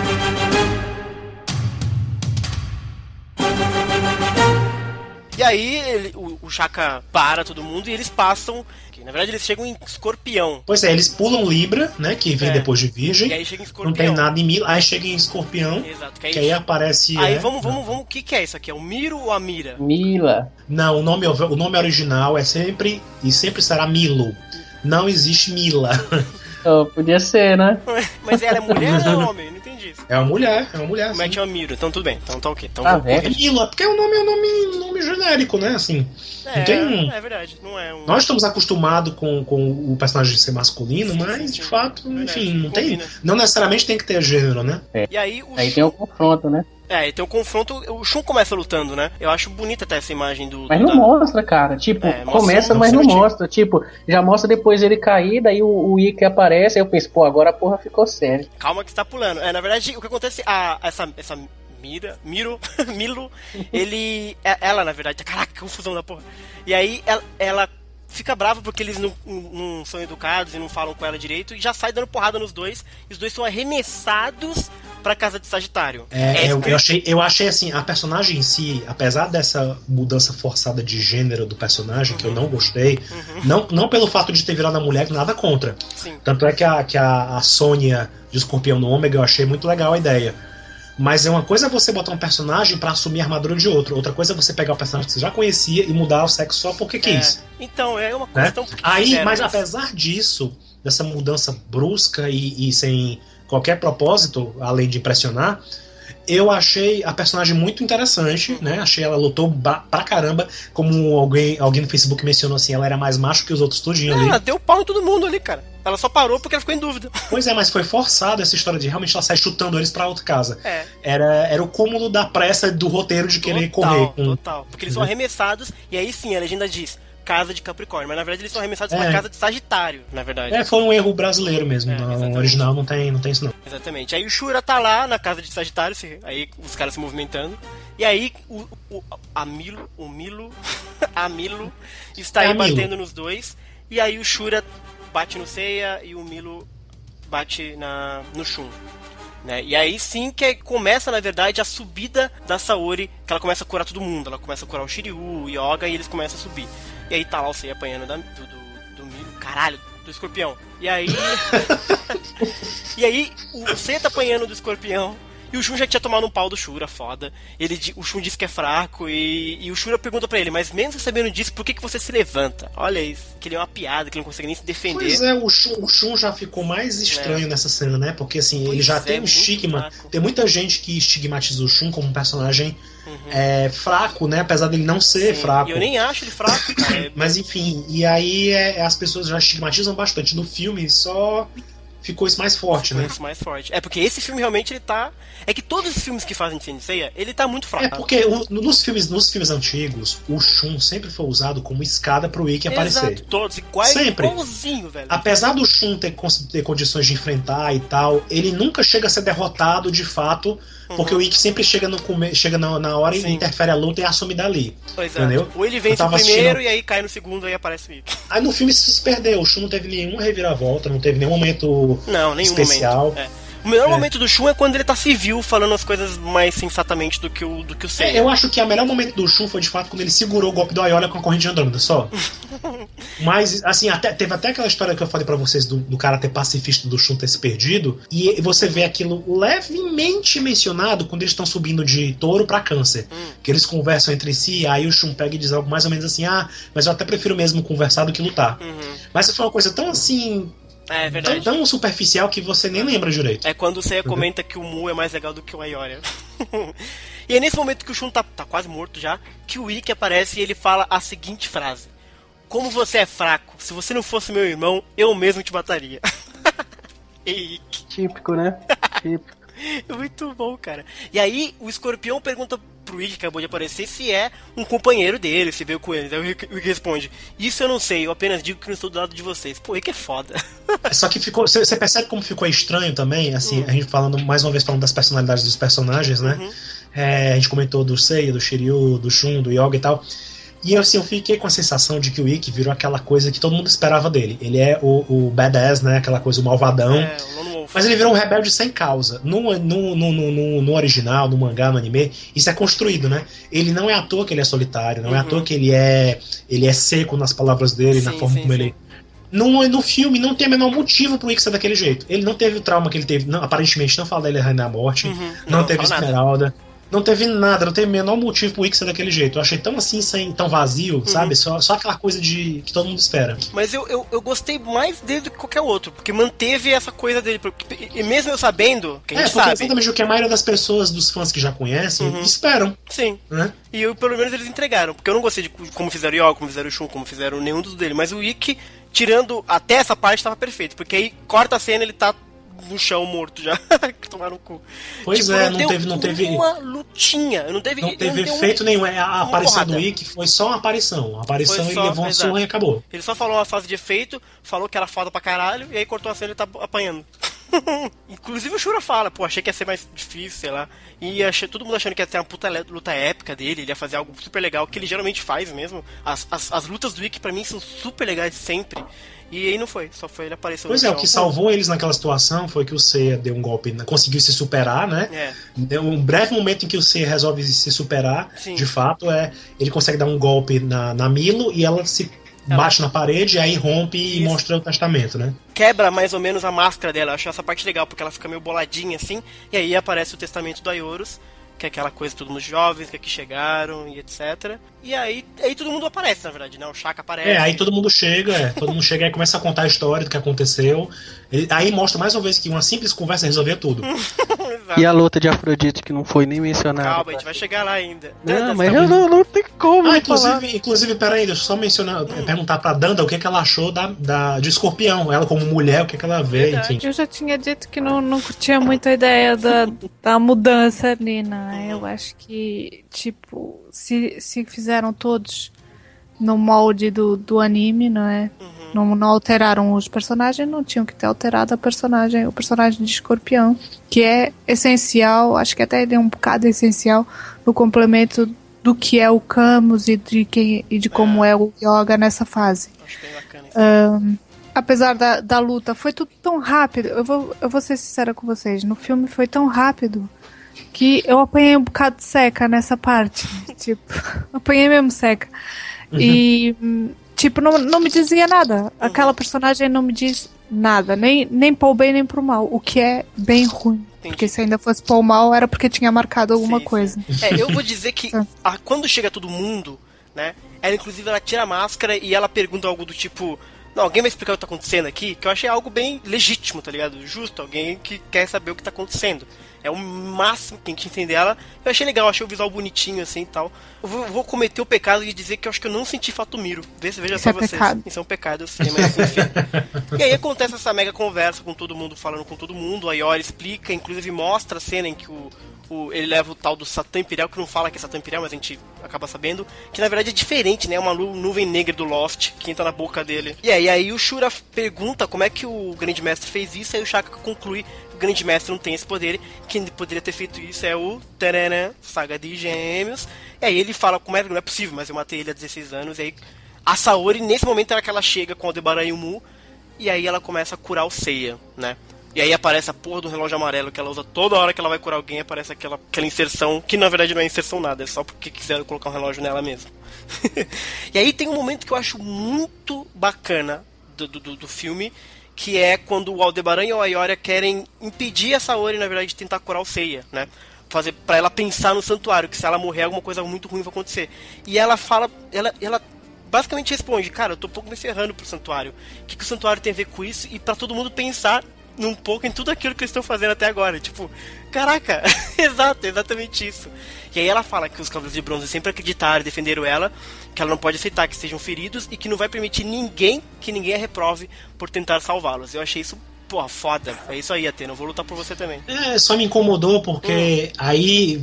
E aí o Shaka para todo mundo e eles passam. Na verdade eles chegam em Escorpião. Pois é, eles pulam Libra, né? Que vem depois de Virgem. E aí chega em Escorpião. Não tem nada em Mila. Aí chega em Escorpião. Exato. Que aí aparece. Aí vamos. O que é isso aqui? É o Miro ou a Mira? Mila. Não, o nome original é sempre e sempre será Milo. Não existe Mila. Podia ser, né? Mas ela é mulher ou é homem? Não entendi isso. É uma mulher. Como é que é o Miro? Então tudo bem. Então tá ok. Então, é Milo, porque o nome é um nome genérico, né? Assim. É verdade. Não é Nós estamos acostumados com o personagem ser masculino, mas de fato, enfim, não tem. Não necessariamente tem que ter gênero, né? E aí tem o confronto, né? Aí tem o confronto, o Shun começa lutando, né? Eu acho bonita até essa imagem do... Mas não mostra, cara. Tipo, começa, mas não mostra. Tipo, já mostra depois ele cair, daí o Ikki aparece, aí eu penso, agora a porra ficou séria. Calma que você tá pulando. Na verdade, o que acontece, essa Milo, ela, na verdade, caraca, que confusão da porra. E aí, ela fica brava porque eles não são educados e não falam com ela direito, e já sai dando porrada nos dois, e os dois são arremessados pra casa de Sagitário. Eu achei assim, a personagem em si, apesar dessa mudança forçada de gênero do personagem, que eu não gostei, não pelo fato de ter virado a mulher, nada contra. Sim. Tanto é que a Sônia de Escorpião no Ômega, eu achei muito legal a ideia. Mas é uma coisa você botar um personagem pra assumir a armadura de outro. Outra coisa é você pegar o personagem que você já conhecia e mudar o sexo só porque quis. Então, é uma coisa tão mas apesar disso, dessa mudança brusca e sem qualquer propósito, além de impressionar, eu achei a personagem muito interessante, né? Achei ela lutou pra caramba, como alguém no Facebook mencionou assim, ela era mais macho que os outros tudinho ali. Ela deu pau em todo mundo ali, cara. Ela só parou porque ela ficou em dúvida. Pois é, mas foi forçado essa história de realmente ela sair chutando eles pra outra casa. Era o cúmulo da pressa do roteiro de querer correr. Total. Porque eles são arremessados, e aí sim, a legenda diz casa de Capricórnio, mas na verdade eles são arremessados pra casa de Sagitário, na verdade. Foi um erro brasileiro mesmo. No original não tem isso não. Exatamente. Aí o Shura tá lá na casa de Sagitário, aí os caras se movimentando. E aí a Milo está aí batendo nos dois. E aí o Shura bate no Seiya e o Milo bate no Shun. Né? E aí sim que começa, na verdade, a subida da Saori, que ela começa a curar todo mundo. Ela começa a curar o Shiryu, o Yoga, e eles começam a subir. E aí tá lá o Seiya apanhando do Milo, caralho, do Escorpião. E aí... e aí o Seiya tá apanhando do Escorpião. E o Shun já tinha tomado um pau do Shura, foda. O Shun disse que é fraco e o Shura pergunta pra ele, mas mesmo você sabendo disso, por que você se levanta? Olha isso, que ele é uma piada, que ele não consegue nem se defender. Pois é, o Shun já ficou mais estranho nessa cena, né? Porque assim, ele já tem um estigma. Fraco. Tem muita gente que estigmatiza o Shun como um personagem fraco, né? Apesar dele não ser fraco. E eu nem acho ele fraco, cara. Mas enfim, e aí as pessoas já estigmatizam bastante. No filme só... ficou isso mais forte, né? Isso mais forte. É porque esse filme realmente ele tá... É que todos os filmes que fazem Senseiya, ele tá muito fraco. É porque nos filmes antigos, o Shun sempre foi usado como escada pro Ikki aparecer. Exato, todos igualzinho, velho. Apesar do Shun ter condições de enfrentar e tal, ele nunca chega a ser derrotado de fato, porque o Ikki sempre chega na hora e interfere a luta e assume dali. Entendeu? Ou ele vence o primeiro e aí cai no segundo e aparece o Ikki. Aí no filme se perdeu, o Shun não teve nenhuma reviravolta, não teve nenhum momento especial. O melhor momento do Shun é quando ele tá civil, falando as coisas mais sensatamente do que o Seiya. Eu acho que o melhor momento do Shun foi de fato quando ele segurou o golpe do Aiolia com a corrente de Andrômeda, só. Mas, assim, teve até aquela história que eu falei pra vocês do caráter pacifista do Shun ter se perdido, e você vê aquilo levemente mencionado quando eles estão subindo de touro pra câncer. Que eles conversam entre si, aí o Shun pega e diz algo mais ou menos assim, mas eu até prefiro mesmo conversar do que lutar. Mas foi uma coisa tão assim... É verdade. Tão superficial que você nem lembra direito. É quando o Seiya comenta que o Mu é mais legal do que o Aiolia. E é nesse momento que o Shun tá quase morto já, que o Ikki aparece e ele fala a seguinte frase: como você é fraco, se você não fosse meu irmão, eu mesmo te mataria. Ikki. Típico, né? Típico. Muito bom, cara. E aí o Escorpião pergunta pro Ikki, que acabou de aparecer, se é um companheiro dele, se veio com ele. Daí o Ikki responde: isso eu não sei, eu apenas digo que não estou do lado de vocês. Pô, o Ikki é foda. Só que ficou. Você percebe como ficou estranho também, assim, a gente mais uma vez falando das personalidades dos personagens, né? A gente comentou do Seiya, do Shiryu, do Shun, do Yoga e tal. E assim, eu fiquei com a sensação de que o Ikki virou aquela coisa que todo mundo esperava dele. Ele é o badass, né? Aquela coisa, o malvadão. O Lone Wolf. Mas ele virou um rebelde sem causa. No original, no mangá, no anime, isso é construído, né? Ele não é à toa que ele é solitário, não é à toa que ele é seco nas palavras dele, na forma como ele... No filme não tem o menor motivo pro Ikki ser daquele jeito. Ele não teve o trauma que ele teve, aparentemente não fala da Rainha da Morte, não teve Esmeralda. Nada. Não teve nada, não teve o menor motivo pro Ikki ser daquele jeito. Eu achei tão assim, tão vazio, sabe? Só aquela coisa que todo mundo espera. Mas eu gostei mais dele do que qualquer outro, porque manteve essa coisa dele. E mesmo eu sabendo, que a gente sabe... exatamente o que a maioria das pessoas, dos fãs que já conhecem, esperam. Sim. Né? E pelo menos eles entregaram, porque eu não gostei de como fizeram o Yoga, como fizeram o Shun, como fizeram nenhum dos dele. Mas o Ikki, tirando até essa parte, tava perfeito, porque aí corta a cena, ele tá no chão morto já. Que tomaram o cu. Pois tipo, não teve uma lutinha. Não teve efeito nenhum. A aparição do Ikki foi só uma aparição. A aparição ele levou uma surra e acabou. Ele só falou uma fase de efeito, falou que era foda pra caralho, e aí cortou a cena e ele tá apanhando. Inclusive o Shura fala, pô, achei que ia ser mais difícil, sei lá. E achei todo mundo achando que ia ter uma puta luta épica dele, ele ia fazer algo super legal, que ele geralmente faz mesmo. As lutas do Ikki pra mim são super legais sempre. E aí não foi, só foi ele apareceu. Pois é, o que salvou eles naquela situação foi que o Seiya deu um golpe, conseguiu se superar, né? Deu um breve momento em que o Seiya resolve se superar, de fato, ele consegue dar um golpe na Milo e ela se bate na parede, aí rompe e mostra o testamento, né? Quebra mais ou menos a máscara dela, eu acho essa parte legal, porque ela fica meio boladinha assim, e aí aparece o testamento do Aioros, que é aquela coisa, todo mundo jovens, que aqui chegaram e etc. E aí todo mundo aparece, na verdade, né? O Shaka aparece. Aí todo mundo chega e começa a contar a história do que aconteceu. Aí mostra mais uma vez que uma simples conversa resolvia tudo. E a luta de Afrodite, que não foi nem mencionada. Calma, a gente vai chegar lá ainda. Não, mas não tem como. Inclusive, peraí, deixa eu só perguntar pra Danda o que ela achou de Escorpião. Ela como mulher, o que ela vê, enfim. Eu já tinha dito que não curtia muito a ideia da mudança ali, né? Eu acho que, tipo, se fizeram todos no molde do anime, não é? Não alteraram os personagens, não tinham que ter alterado o personagem de Escorpião, que é essencial, acho que até ele é um bocado essencial no complemento do que é o Camus e de como é o Yoga nessa fase. Acho bem bacana isso. Apesar da luta, foi tudo tão rápido. Eu vou ser sincera com vocês, no filme foi tão rápido que eu apanhei um bocado de seca nessa parte. Tipo, apanhei mesmo seca. E, tipo, não me dizia nada. Aquela personagem não me diz nada, nem pro bem nem pro mal, o que é bem ruim. Entendi. Porque se ainda fosse pro mal, era porque tinha marcado alguma coisa. Eu vou dizer que quando chega todo mundo, né, ela tira a máscara e ela pergunta algo do tipo... Não, alguém vai explicar o que tá acontecendo aqui? Que eu achei algo bem legítimo, tá ligado? Justo, alguém que quer saber o que tá acontecendo. É o máximo que a gente entender ela. Eu achei legal, achei o visual bonitinho assim e tal. Eu vou cometer o pecado de dizer que eu acho que eu não senti Fatomiro. Veja só vocês. Pecado. Isso é um pecado, eu sei, mas enfim. E aí acontece essa mega conversa com todo mundo, falando com todo mundo. A Iori explica, inclusive mostra a cena em que ele leva o tal do Satã Imperial, que não fala que é Satã Imperial, mas a gente acaba sabendo, que na verdade é diferente, né? É uma nuvem negra do Lost que entra na boca dele. E aí o Shura pergunta como é que o Grande Mestre fez isso, aí o Shaka conclui que o Grande Mestre não tem esse poder, quem poderia ter feito isso é o Tarana, Saga de Gêmeos. E aí ele fala, como não é possível, mas eu matei ele há 16 anos, e aí a Saori, nesse momento, era que ela chega com o Aldebaran e o Mu, e aí ela começa a curar o Seiya, né? E aí aparece a porra do relógio amarelo que ela usa toda hora que ela vai curar alguém, aparece aquela inserção, que na verdade não é inserção nada, é só porque quiseram colocar um relógio nela mesmo. E aí tem um momento que eu acho muito bacana do filme, que é quando o Aldebaran e o Aioria querem impedir a Saori, na verdade, de tentar curar o Seiya, né? Fazer pra ela pensar no santuário, que se ela morrer alguma coisa muito ruim vai acontecer. E ela fala, ela basicamente responde, cara, eu tô um pouco me ferrando pro santuário. O que o santuário tem a ver com isso? E pra todo mundo pensar um pouco em tudo aquilo que eles estão fazendo até agora. Tipo, caraca, exatamente isso. E aí ela fala que os Cavaleiros de Bronze sempre acreditaram e defenderam ela, que ela não pode aceitar que estejam feridos e que não vai permitir que ninguém a reprove por tentar salvá-los. Eu achei isso, porra, foda. É isso aí, Atena, eu vou lutar por você também. Só me incomodou porque aí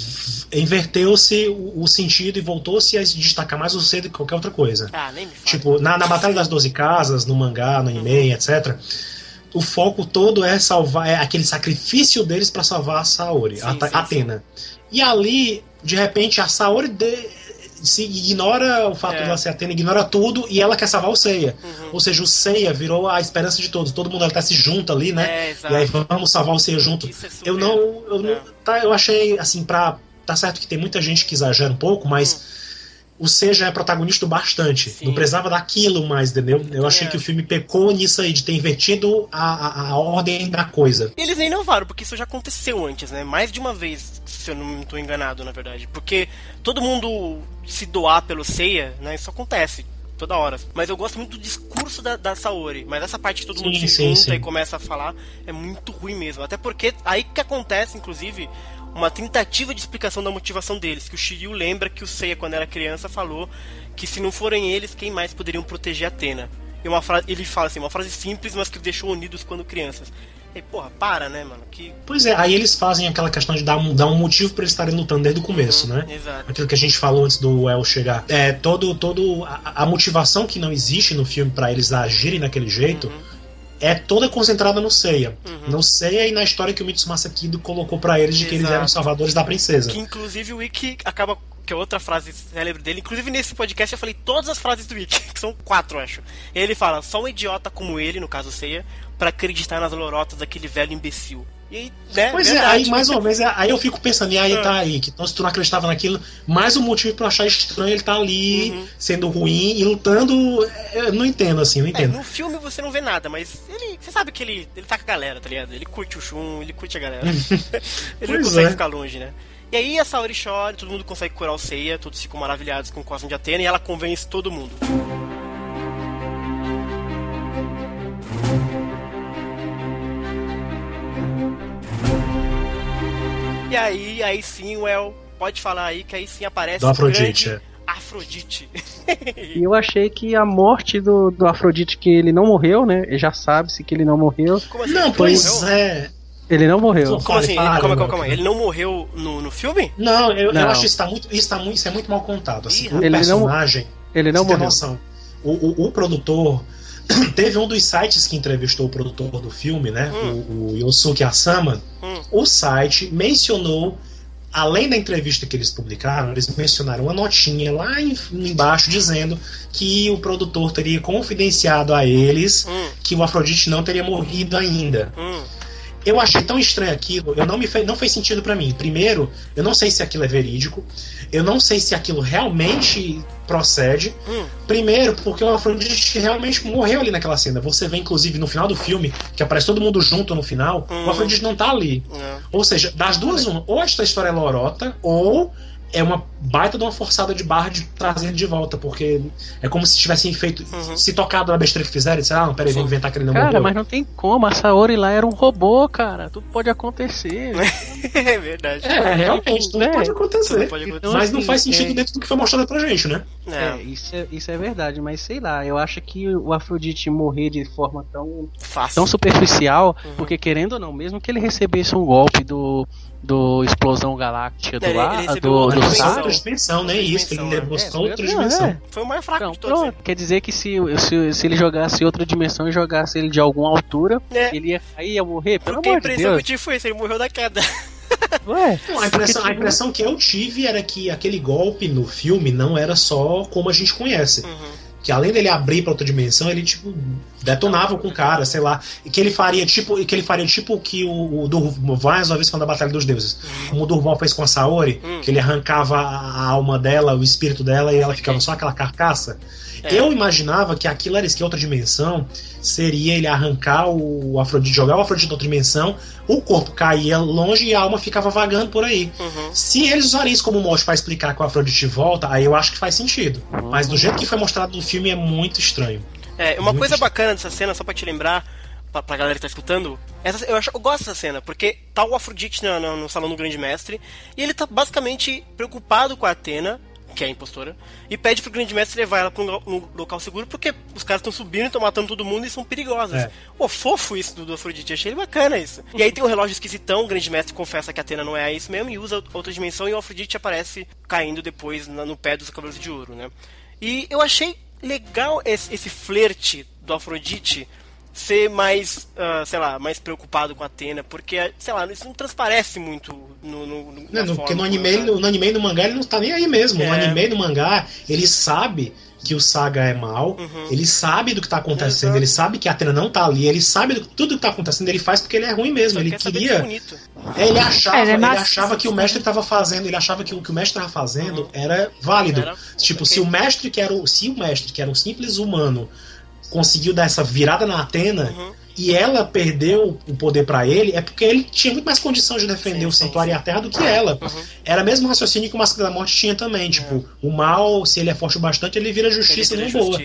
inverteu-se o sentido e voltou-se a se destacar mais o C do que qualquer outra coisa. Nem me fala. Tipo, na Batalha das 12 Casas, no mangá, no anime, etc., o foco todo é salvar, é aquele sacrifício deles pra salvar a Saori, Atena. E ali, de repente, a Saori se ignora o fato de ela ser Atena, ignora tudo e ela quer salvar o Seiya. Ou seja, o Seiya virou a esperança de todos. Todo mundo até se junta ali, né? E aí vamos salvar o Seiya junto. Eu achei, assim, tá certo que tem muita gente que exagera um pouco, mas o Seiya já é protagonista bastante. Sim. Não precisava daquilo mais, entendeu? Eu achei que o filme pecou nisso aí, de ter invertido a ordem da coisa. Eles nem inovaram, porque isso já aconteceu antes, né? Mais de uma vez, se eu não estou enganado, na verdade. Porque todo mundo se doar pelo Seiya, né? Isso acontece toda hora. Mas eu gosto muito do discurso da Saori. Mas essa parte que todo mundo se junta e começa a falar é muito ruim mesmo. Até porque aí que acontece, inclusive, uma tentativa de explicação da motivação deles, que o Shiryu lembra que o Seiya, quando era criança, falou que se não forem eles, quem mais poderiam proteger Atena? E ele fala assim, uma frase simples, mas que deixou unidos quando crianças. E porra, para, né, mano? Pois é, aí eles fazem aquela questão de dar um motivo pra eles estarem lutando desde o começo, né? Exato. Aquilo que a gente falou antes do El chegar. A motivação que não existe no filme pra eles agirem daquele jeito, é toda concentrada no Seiya. No Seiya e na história que o Mitsumasa Kido colocou pra eles de que eles eram salvadores da princesa. Que inclusive o Ikki acaba, que é outra frase célebre dele, inclusive nesse podcast eu falei todas as frases do Ikki, que são 4, eu acho. E ele fala, só um idiota como ele, no caso o Seiya, pra acreditar nas lorotas daquele velho imbecil. E aí, né, pois verdade. Aí mais uma vez, aí eu fico pensando, e aí tá aí, que então se tu não acreditava naquilo, mais um motivo pra eu achar estranho ele tá ali, sendo ruim e lutando, eu não entendo assim, não entendo. No filme você não vê nada, mas você sabe que ele tá com a galera, tá ligado? Ele curte o Shun, ele curte a galera. Ele não consegue ficar longe, né? E aí a Saori chora, todo mundo consegue curar o Seiya, todos ficam maravilhados com o cosmo de Atena e ela convence todo mundo. E aí sim, Well, pode falar aí que aí sim aparece do Afrodite. Afrodite. E eu achei que a morte do Afrodite, que ele não morreu, né? Já sabe-se que ele não morreu. Como assim? Não, pois é. Ele não morreu. Como assim? Calma. Ele não morreu no filme? Não, eu acho que isso é muito mal contado. Assim, o personagem. Ele não morreu. Noção, o produtor. Teve um dos sites que entrevistou o produtor do filme, né? O Yosuke Asama. O site mencionou, além da entrevista que eles publicaram, eles mencionaram uma notinha lá embaixo dizendo que o produtor teria confidenciado a eles que o Afrodite não teria morrido ainda. Eu achei tão estranho aquilo, não fez sentido pra mim. Primeiro, eu não sei se aquilo é verídico, eu não sei se aquilo realmente procede. Primeiro, porque o Afrodite realmente morreu ali naquela cena. Você vê, inclusive, no final do filme, que aparece todo mundo junto no final, o Afrodite não tá ali. Ou seja, das duas, uma, ou esta história é lorota, ou é uma baita de uma forçada de barra de trazer ele de volta, porque é como se tivessem feito, se tocado na besteira que fizeram, e disseram, não, peraí, vamos inventar que ele não morreu. Cara, mas não tem como, a Saori lá era um robô, cara, tudo pode acontecer. É verdade. Realmente, tudo pode acontecer. Então, mas não faz sentido dentro do que foi mostrado pra gente, né? Isso é verdade, mas sei lá, eu acho que o Afrodite morrer de forma fácil, tão superficial, porque querendo ou não, mesmo que ele recebesse um golpe do Explosão Galáctica do outra dimensão, né? Isso, ele buscou outra dimensão. Foi o mais fraco de todos. Quer dizer que se ele jogasse outra dimensão e jogasse ele de alguma altura, ele ia morrer? Pelo amor de Deus. A impressão que eu tive foi isso, ele morreu da queda. Não, a impressão que eu tive era que aquele golpe no filme não era só como a gente conhece. Que além dele abrir pra outra dimensão, ele tipo detonava com o cara, sei lá, e que ele faria tipo o que o Durval várias vezes quando a Batalha dos Deuses, como o Durval fez com a Saori, que ele arrancava a alma dela, o espírito dela, e ela ficava só aquela carcaça. Eu imaginava que aquilo era isso, que outra dimensão seria ele arrancar o Afrodite, jogar o Afrodite da outra dimensão, o corpo caía longe e a alma ficava vagando por aí. Se eles usarem isso como mote pra explicar que o Afrodite volta, aí eu acho que faz sentido. Mas do jeito que foi mostrado no filme é muito estranho. Uma coisa bacana dessa cena, só pra te lembrar, pra galera que tá escutando, eu gosto dessa cena, porque tá o Afrodite no salão do Grande Mestre, e ele tá basicamente preocupado com a Athena, que é a impostora, e pede pro Grande Mestre levar ela pra um local seguro, porque os caras estão subindo e estão matando todo mundo e são perigosas. Pô, fofo isso do Afrodite, achei bacana isso. E aí tem um relógio esquisitão, o Grande Mestre confessa que a Athena não é isso mesmo, e usa outra dimensão, e o Afrodite aparece caindo depois no pé dos Cavaleiros de Ouro, né? E eu achei legal esse flerte do Afrodite ser mais, sei lá, mais preocupado com a Athena, porque, sei lá, isso não transparece muito porque no anime e no mangá ele não tá nem aí mesmo. No anime e no mangá, ele sabe que o Saga é mal, ele sabe do que tá acontecendo, ele sabe que a Athena não tá ali, ele sabe tudo que tá acontecendo, ele faz porque ele é ruim mesmo, ele queria... Ele achava que o mestre tava fazendo, ele achava que o que o mestre tava fazendo era válido. Se o mestre que era um simples humano conseguiu dar essa virada na Athena e ela perdeu o poder pra ele, é porque ele tinha muito mais condição de defender o Santuário e a Terra do que ela. Era o mesmo raciocínio que o Máscara da Morte tinha também. Tipo, o mal, se ele é forte o bastante, ele vira justiça e boa.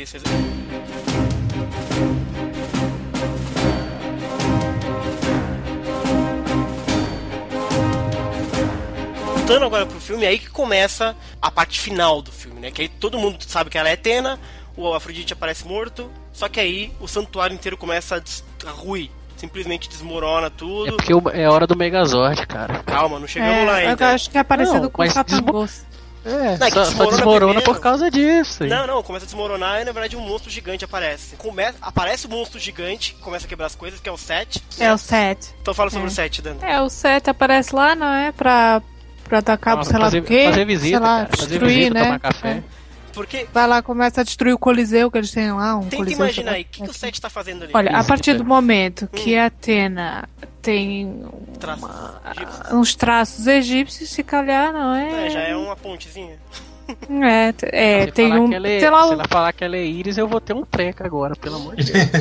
Voltando agora pro filme, é aí que começa a parte final do filme, né? Que aí todo mundo sabe que ela é Athena, o Afrodite aparece morto, só que aí o santuário inteiro começa a ruir. Simplesmente desmorona tudo. É porque é hora do Megazord, cara. Calma, não chegamos lá ainda. Eu acho que é parecido com o Sapangos. Só desmorona por causa disso. Hein? Não, começa a desmoronar e na verdade um monstro gigante aparece. Aparece o monstro gigante, começa a quebrar as coisas, que é o Set. É o Set. Então fala sobre o Set, Dana. O Set aparece lá, não é? Pra atacar, sei lá o quê. Fazer visita, sei lá, destruir, né? Tomar café. Porque vai lá, começa a destruir o Coliseu que eles têm lá. Tenta imaginar aí, o que o Set tá fazendo ali? Olha, a partir do momento que a Athena tem uns traços egípcios, se calhar, não é? Já é uma pontezinha. Tem um. Se ela falar que ela é Íris, eu vou ter um treco agora, pelo amor de Deus.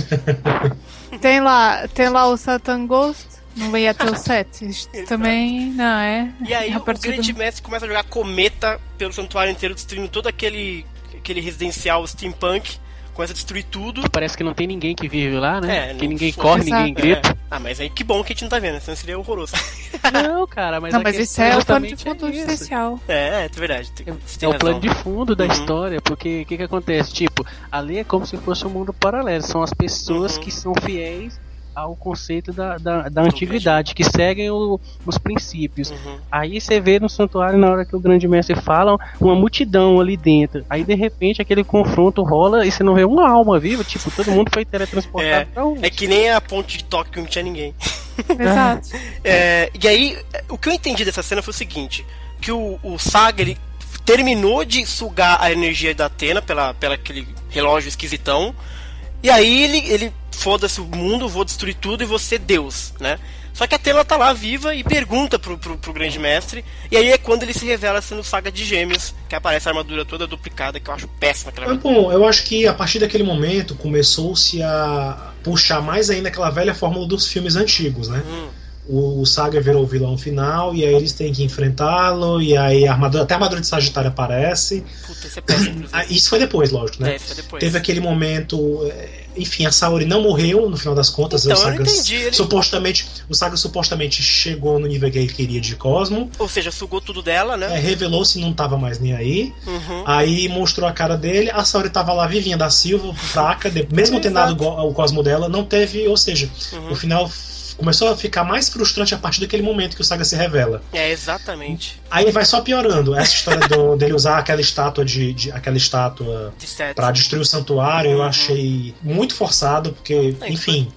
tem lá o Satan Ghost. Não ia ter o Set. Também, não é? E aí o grande mestre começa a jogar cometa pelo santuário inteiro, destruindo todo aquele residencial steampunk. Começa a destruir tudo. Parece que não tem ninguém que vive lá, né? Que ninguém corre, ninguém grita. Mas aí que bom que a gente não tá vendo, senão seria horroroso. Não, cara, mas isso é o plano de fundo essencial. É verdade. É o plano de fundo da história, porque o que acontece? Tipo, ali é como se fosse um mundo paralelo. São as pessoas que são fiéis ao conceito da antiguidade, que seguem os princípios. Aí você vê no santuário, na hora que o grande mestre fala, uma multidão ali dentro. Aí de repente aquele confronto rola e você não vê uma alma viva, tipo, todo mundo foi teletransportado pra onde? É que nem a ponte de Tóquio que não tinha ninguém. Exato. E aí, o que eu entendi dessa cena foi o seguinte, que o Saga, ele terminou de sugar a energia da Athena pela aquele relógio esquisitão. E aí ele foda-se o mundo, vou destruir tudo e vou ser Deus, né? Só que a Athena tá lá viva e pergunta pro grande mestre. E aí é quando ele se revela sendo Saga de Gêmeos, que aparece a armadura toda duplicada, que eu acho péssima aquela armadura. Bom, eu acho que a partir daquele momento começou-se a puxar mais ainda aquela velha fórmula dos filmes antigos, né? O Saga virou o vilão final e aí eles têm que enfrentá-lo e aí até a armadura de Sagitário aparece. Puta, isso é péssimo. Isso foi depois, lógico, né? Isso foi depois. Teve aquele momento, enfim, a Saori não morreu no final das contas. Então, o Saga eu não entendi. o Saga supostamente chegou no nível que ele queria de Cosmo. Ou seja, sugou tudo dela, né? Revelou-se não tava mais nem aí. Aí mostrou a cara dele, a Saori tava lá vivinha da Silva, fraca, mesmo tendo dado o Cosmo dela, não teve, ou seja, no final começou a ficar mais frustrante a partir daquele momento que o Saga se revela. Exatamente. Aí vai só piorando. Essa história dele usar aquela estátua pra destruir o santuário, eu achei muito forçado, porque, enfim,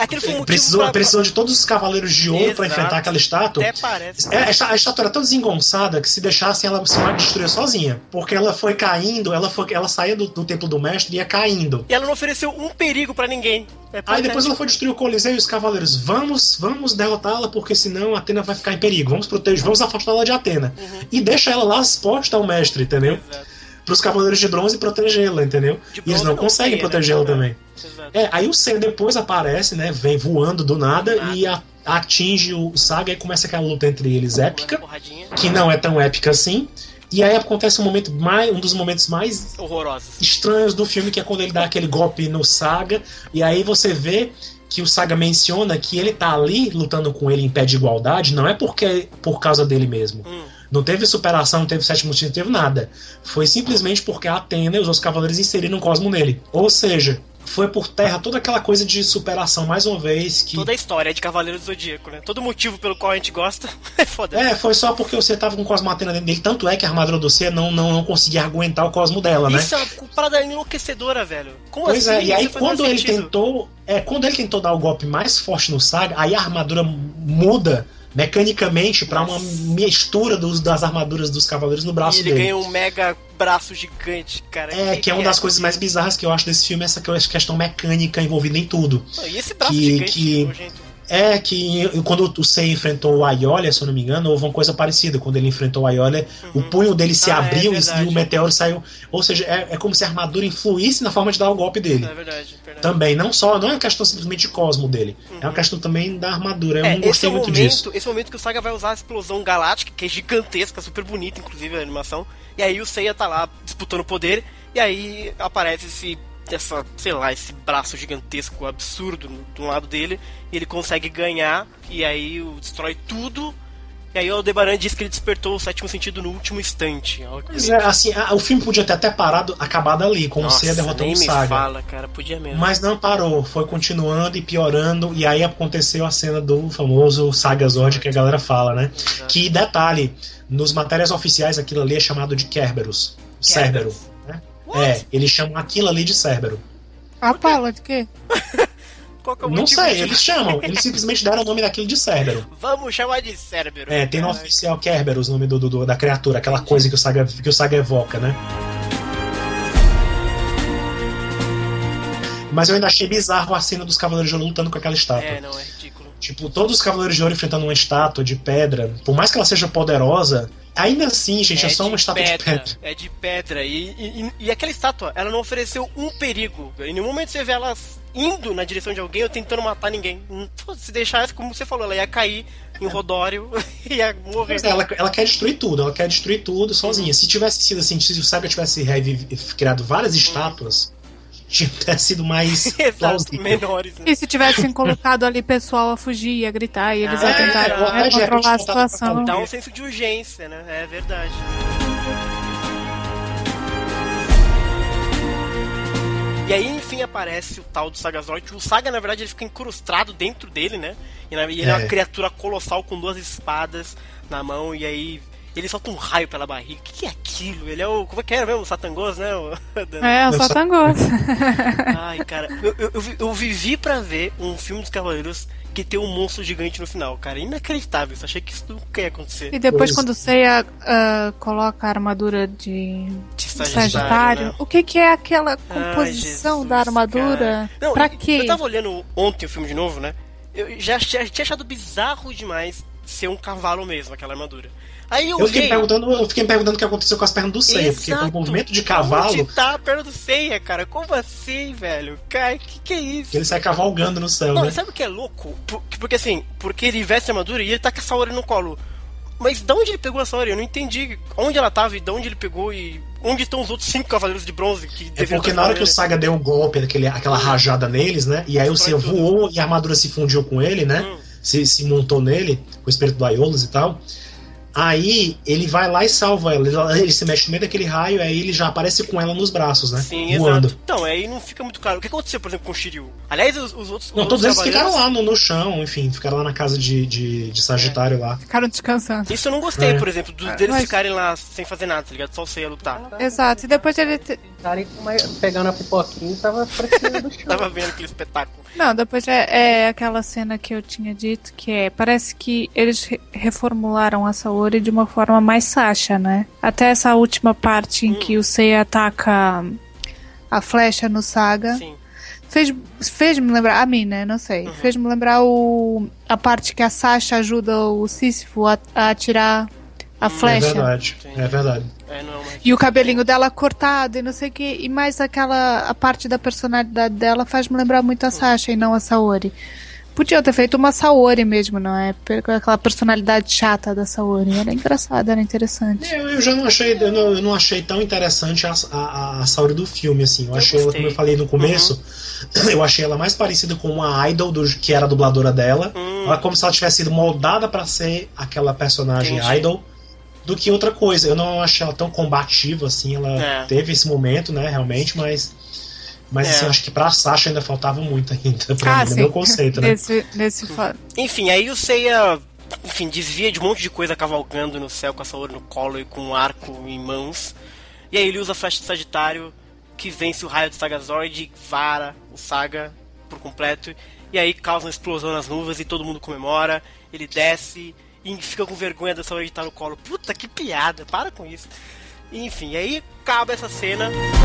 precisou de todos os cavaleiros de ouro pra enfrentar aquela estátua. Até parece. A estátua era tão desengonçada que se deixassem ela se destruir sozinha. Porque ela foi caindo, ela saía do templo do mestre e ia caindo. E ela não ofereceu um perigo pra ninguém. Aí depois ela foi destruir o Coliseu e os cavaleiros. Vamos derrotá-la, porque senão a Athena vai ficar em perigo. Vamos afastá-la de Athena. E deixa ela lá exposta ao mestre, entendeu? Para os cavaleiros de bronze protegê-la, entendeu? E eles não conseguem protegê-la também. Aí o Seiya depois aparece, né? Vem voando do nada e atinge o Saga e começa aquela luta entre eles épica, que não é tão épica assim. E aí acontece um dos momentos mais horrorosos, estranhos do filme, que é quando ele dá aquele golpe no Saga, e aí você vê que o Saga menciona que ele tá ali lutando com ele em pé de igualdade, não é por causa dele mesmo. Não teve superação, não teve sétimo sentido, não teve nada. Foi simplesmente porque a Athena e os outros cavaleiros inseriram um Cosmo nele. Ou seja, foi por terra toda aquela coisa de superação, mais uma vez. Toda a história de Cavaleiro do Zodíaco, né? Todo motivo pelo qual a gente gosta é foda. Foi só porque você tava com o Cosmo Athena dentro dele. Tanto é que a armadura do C não conseguia aguentar o Cosmo dela, né? Isso é uma parada enlouquecedora, velho. Como pois assim? E aí quando ele tentou dar o golpe mais forte no Saga, aí a armadura muda mecanicamente pra uma mistura das armaduras dos cavaleiros no braço dele. E ele ganha um mega braço gigante, cara. Que é uma das coisas mais bizarras que eu acho desse filme, essa questão mecânica envolvida em tudo. E esse braço gigante, que quando o Sei enfrentou o Aiolia, se eu não me engano, houve uma coisa parecida. Quando ele enfrentou o Aiolia, o punho dele se abriu e o meteoro saiu. Ou seja, é como se a armadura influísse na forma de dar o golpe dele. É verdade. Também, não é uma questão simplesmente de Cosmo dele. É uma questão também da armadura. Eu não gostei muito disso. Esse momento que o Saga vai usar a explosão galáctica, que é gigantesca, super bonita, inclusive, a animação. E aí o Seiya tá lá disputando poder, e aí aparece esse braço gigantesco, absurdo do lado dele, e ele consegue ganhar, e aí destrói tudo, E aí o Aldebaran diz que ele despertou o sétimo sentido no último instante. Pois é, assim, o filme podia ter até parado, acabado ali, com o Seiya derrotando o Saga. Fala, cara, podia mesmo. Mas não parou, foi continuando e piorando, e aí aconteceu a cena do famoso Saga Zord que a galera fala, né? Exato. Que, detalhe, nos matérias oficiais aquilo ali é chamado de Kerberos. Cérbero, né? Eles chamam aquilo ali de Cérbero. Fala de quê? Não sei, eles chamam. Eles simplesmente deram o nome daquilo de Cérbero. Vamos chamar de Cérbero. Tem no oficial Kerberos o nome da criatura, aquela coisa que o Saga evoca, né? Mas eu ainda achei bizarro a cena dos Cavaleiros de Ouro lutando com aquela estátua. Não, é ridículo. Tipo, todos os Cavaleiros de Ouro enfrentando uma estátua de pedra, por mais que ela seja poderosa, ainda assim, gente, é só uma estátua de pedra. É de pedra. E aquela estátua, ela não ofereceu um perigo. Em nenhum momento você vê ela indo na direção de alguém ou tentando matar ninguém. Se deixasse, como você falou, ela ia cair em Rodório e ia morrer. Ela quer destruir tudo sozinha. Se tivesse sido assim, se o Saga tivesse criado várias estátuas, tinha sido mais plausível. Menores, né? E se tivessem colocado ali pessoal a fugir, a gritar, e eles iam tentar controlar a situação. Dá um senso de urgência, né? É verdade. E aí, enfim, aparece o tal do Saga Zord. O Saga, na verdade, ele fica incrustado dentro dele, né? E ele é uma criatura colossal com 2 espadas na mão. E aí ele solta um raio pela barriga. O que é aquilo? Ele é o... Como é que era mesmo? O Satangos, né? O Satangos. Ai, cara. Eu vivi pra ver um filme dos Cavaleiros que tem um monstro gigante no final, cara. Inacreditável. Eu achei que isso nunca ia acontecer. E depois, quando o Seiya coloca a armadura de Sagitário, né? O que é aquela composição da armadura? Não, pra quê? Eu tava olhando ontem o filme de novo, né? Eu já tinha achado bizarro demais ser um cavalo mesmo, aquela armadura. Aí eu fiquei me perguntando o que aconteceu com as pernas do Seiya, porque com o movimento de cavalo... Onde tá a perna do Seiya, cara? Como assim, velho? Cara, que é isso? Ele sai cavalgando no céu, não, né? Sabe o que é louco? Porque ele veste a armadura e ele tá com a Saori no colo. Mas de onde ele pegou a Saori? Eu não entendi onde ela tava e de onde ele pegou e onde estão os outros 5 Cavaleiros de Bronze que porque na hora que o Saga deu o golpe, aquela rajada neles, né? E aí o Seiya voou e a armadura se fundiu com ele, né? Se montou nele, com o espírito do Aiolos e tal. Aí ele vai lá e salva ela. Ele se mexe no meio daquele raio, aí ele já aparece com ela nos braços, né? Sim, voando. Exato. Então, aí não fica muito claro. O que aconteceu, por exemplo, com o Shiryu? Aliás, os outros. Não, todos eles ficaram lá no chão, enfim, ficaram lá na casa de Sagitário lá. Ficaram descansando. Isso eu não gostei, por exemplo, deles ficarem lá sem fazer nada, tá ligado? Só o Seiya lutar. Exato, e depois ele. Pegando a pipoquinha, tava fresquinho do chão. Tava vendo aquele espetáculo. Não, depois é aquela cena que eu tinha dito, que parece que eles reformularam a Saori de uma forma mais Sasha, né? Até essa última parte em que o Seiya ataca a flecha no Saga. Sim. Fez-me lembrar, a mim, né? Não sei. Fez-me lembrar a parte que a Sasha ajuda o Sísifo a atirar a flecha. É verdade. E o cabelinho dela cortado e não sei o que. E mais a parte da personalidade dela faz-me lembrar muito a Sasha e não a Saori. Podiam ter feito uma Saori mesmo, não é? Aquela personalidade chata da Saori. Era engraçada, era interessante. Eu já não achei, eu não achei tão interessante a Saori do filme, assim. Eu achei ela, como eu falei no começo, eu achei ela mais parecida com uma idol que era a dubladora dela. Ela como se ela tivesse sido moldada pra ser aquela personagem idol do que outra coisa. Eu não achei ela tão combativa, assim. Ela teve esse momento, né, realmente, mas assim, acho que pra Sasha ainda faltava muito ainda, pra mim, no meu conceito, né? Enfim, aí o Seiya, desvia de um monte de coisa cavalgando no céu com a Saori no colo e com um arco em mãos. E aí ele usa a flecha de Sagitário, que vence o raio do Saga Zord e vara o Saga por completo. E aí causa uma explosão nas nuvens e todo mundo comemora. Ele desce e fica com vergonha da Saori estar no colo. Puta, que piada, para com isso. Enfim, aí acaba essa cena.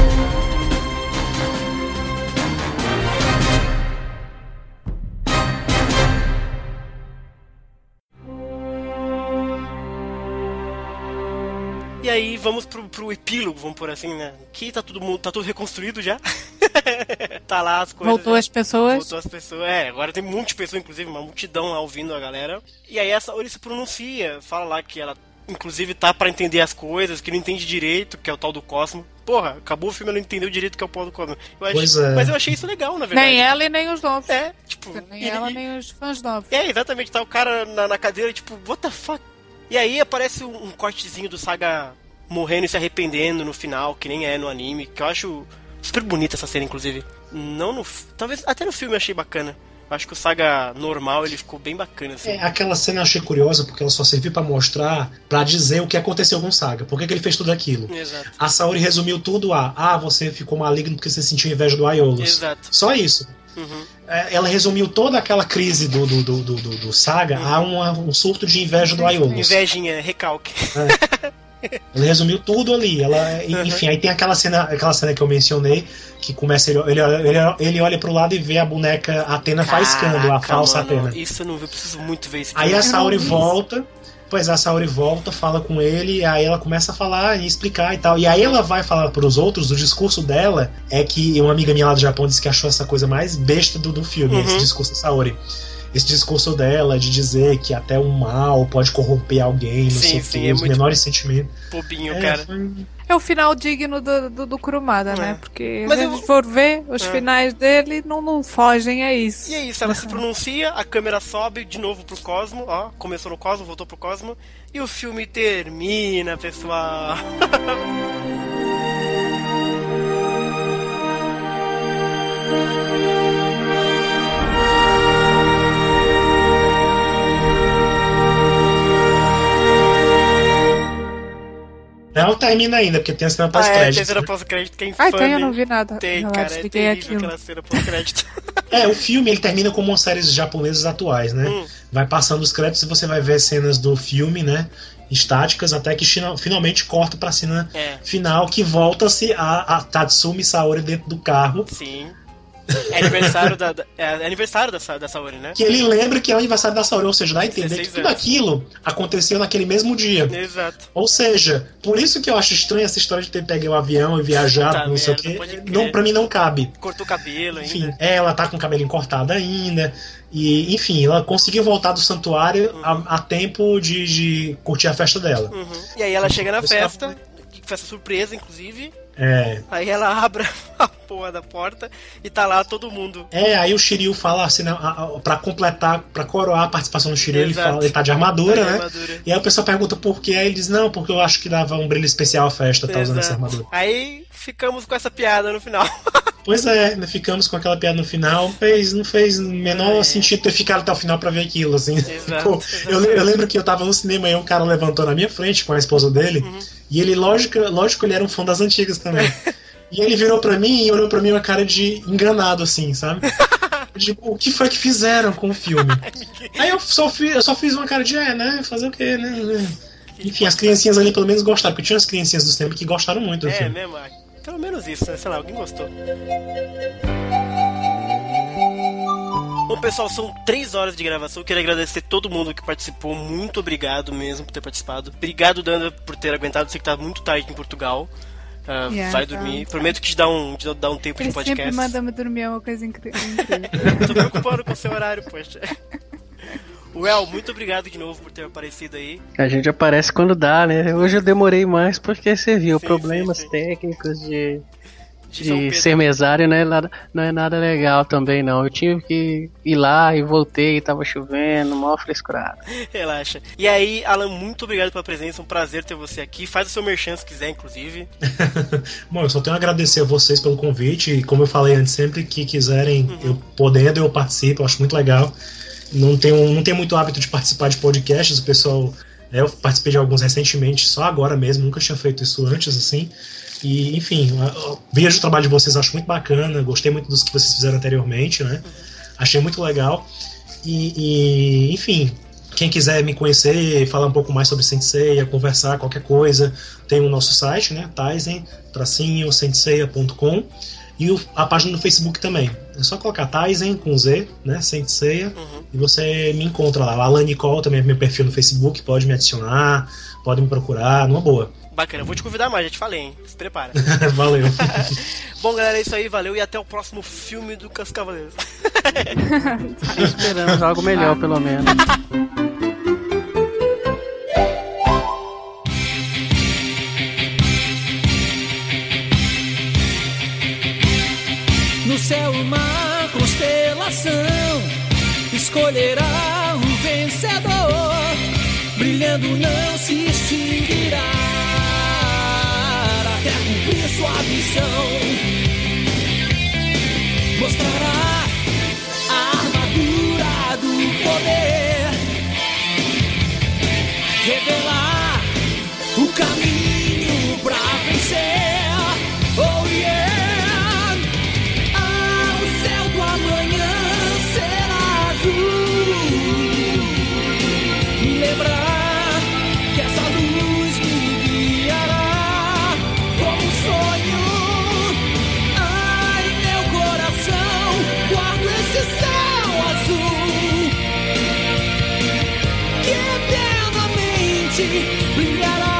E aí vamos pro epílogo, vamos por assim, né? Que tá tudo reconstruído já. Tá lá as coisas. Voltou as pessoas. Agora tem um monte de pessoas, inclusive, uma multidão lá ouvindo a galera. E aí essa Saori se pronuncia, fala lá que ela, inclusive, tá pra entender as coisas, que não entende direito, que é o tal do Cosmo. Porra, acabou o filme, ela não entendeu direito que é o pau do Cosmo. Mas eu achei isso legal, na verdade. Nem ela e nem os novos. Nem ela nem os fãs novos. Exatamente, tá o cara na cadeira, tipo, what the fuck? E aí aparece um cortezinho do Saga morrendo e se arrependendo no final, que nem é no anime, que eu acho super bonita essa cena, inclusive. Talvez até no filme eu achei bacana. Eu acho que o Saga normal, ele ficou bem bacana, assim. Aquela cena eu achei curiosa, porque ela só serviu pra mostrar, pra dizer o que aconteceu com o Saga. Por que ele fez tudo aquilo? Exato. A Saori resumiu tudo você ficou maligno porque você sentiu inveja do Aiolos. Exato. Só isso. Uhum. Ela resumiu toda aquela crise do Saga a um surto de inveja do Aiolos. Invejinha, recalque. Ela resumiu tudo ali. Enfim, aí tem aquela cena que eu mencionei, que começa ele olha pro lado e vê a boneca Athena faiscando, a falsa Athena. Isso eu não vi, eu preciso muito ver isso. Aí a Saori volta. Pois a Saori volta, fala com ele, aí ela começa a falar e explicar e tal. E aí ela vai falar pros outros, o discurso dela é que uma amiga minha lá do Japão disse que achou essa coisa mais besta do filme, esse discurso da Saori. Esse discurso dela de dizer que até o mal pode corromper alguém, não sei o que, os menores sentimentos. Bobinho, cara. É o final digno do Kurumada, né? Porque se a gente for ver, os finais dele não fogem a isso. E é isso, ela se pronuncia, a câmera sobe de novo pro Cosmo, ó, começou no Cosmo, voltou pro Cosmo, e o filme termina, pessoal. Não termina ainda, porque tem a cena pós-crédito. Tem a cena pós-crédito, que é infame. Tem, eu não vi nada. Tem, cara, é terrível aquela cena pós-crédito. O filme ele termina como uma série japonesas atuais, né? Vai passando os créditos e você vai ver cenas do filme, né? Estáticas, até que finalmente corta pra cena final, que volta-se a Tatsumi Saori dentro do carro. Sim. É aniversário da Saori, né? Que ele lembra que é o aniversário da Saori, ou seja, dá a entender que tudo aquilo aconteceu naquele mesmo dia. Exato. Ou seja, por isso que eu acho estranho essa história de ter pego o avião e viajado, não sei o quê. Pra mim não cabe. Cortou o cabelo ainda. Enfim, ela tá com o cabelinho cortado ainda. E, enfim, ela conseguiu voltar do santuário a tempo de curtir a festa dela. E aí ela chega na festa surpresa, inclusive. Aí ela abre a porra da porta e tá lá todo mundo. Aí o Shiryu fala assim, né, pra completar, pra coroar a participação do Shiryu, ele tá de armadura, né? E aí o pessoal pergunta por quê, aí ele diz, não, porque eu acho que dava um brilho especial à festa, tá usando essa armadura. Aí ficamos com essa piada no final. Pois ficamos com aquela piada no final, não fez o menor sentido ter ficado até o final pra ver aquilo, assim. Pô, eu lembro que eu tava no cinema e um cara levantou na minha frente com a esposa dele, e ele, lógico, ele era um fã das antigas também. E ele virou pra mim e olhou pra mim uma cara de enganado, assim, sabe? Tipo, o que foi que fizeram com o filme? Aí eu só fiz uma cara de, né, fazer o quê, né? Enfim, as criancinhas ali pelo menos gostaram, porque tinha as criancinhas do cinema que gostaram muito do filme. Mesmo, pelo menos isso, né? Sei lá, alguém gostou. Bom, pessoal, são 3 horas de gravação. Eu queria agradecer todo mundo que participou. Muito obrigado mesmo por ter participado. Obrigado, Danda, por ter aguentado. Sei que tá muito tarde em Portugal. Vai dormir. Prometo que te dá um tempo de podcast. Sempre manda-me dormir, é uma coisa incrível. Tô preocupado com o seu horário, poxa. Well, muito obrigado de novo por ter aparecido aí. A gente aparece quando dá, né? Hoje eu demorei mais porque você viu problemas técnicos de ser mesário, né? Não é nada legal também, não. Eu tive que ir lá e voltei, tava chovendo, mó frescurado. Relaxa. E aí, Alan, muito obrigado pela presença, um prazer ter você aqui. Faz o seu merchan se quiser, inclusive. Bom, eu só tenho a agradecer a vocês pelo convite e, como eu falei antes, sempre que quiserem, eu participo, eu acho muito legal. Não tenho muito hábito de participar de podcasts, o pessoal... eu participei de alguns recentemente, só agora mesmo, nunca tinha feito isso antes, assim. E, enfim, vejo o trabalho de vocês, acho muito bacana, gostei muito dos que vocês fizeram anteriormente, né? Achei muito legal. E enfim, quem quiser me conhecer, falar um pouco mais sobre Senseiya, conversar, qualquer coisa, tem o nosso site, né? Taizen-senseiya.com. E a página do Facebook também. É só colocar Taizen com Z, né? Senseiya, e você me encontra lá. A Alan Nicole também é meu perfil no Facebook, pode me adicionar, pode me procurar, numa boa. Bacana, eu vou te convidar mais, já te falei, hein? Se prepara. Valeu. Bom, galera, é isso aí, valeu e até o próximo filme do Cas Cavaleiros. Esperamos algo melhor, pelo menos. No céu uma constelação escolherá um vencedor. brilhando não se extinguirá até cumprir sua missão. Mostrará a armadura do poder, revelar o caminho pra vencer. Oh yeah! Ah, o céu do amanhã será azul. Me lembrar que essa luz me guiará como um sonho. Ai, meu coração, guardo esse céu azul que eternamente brilhará.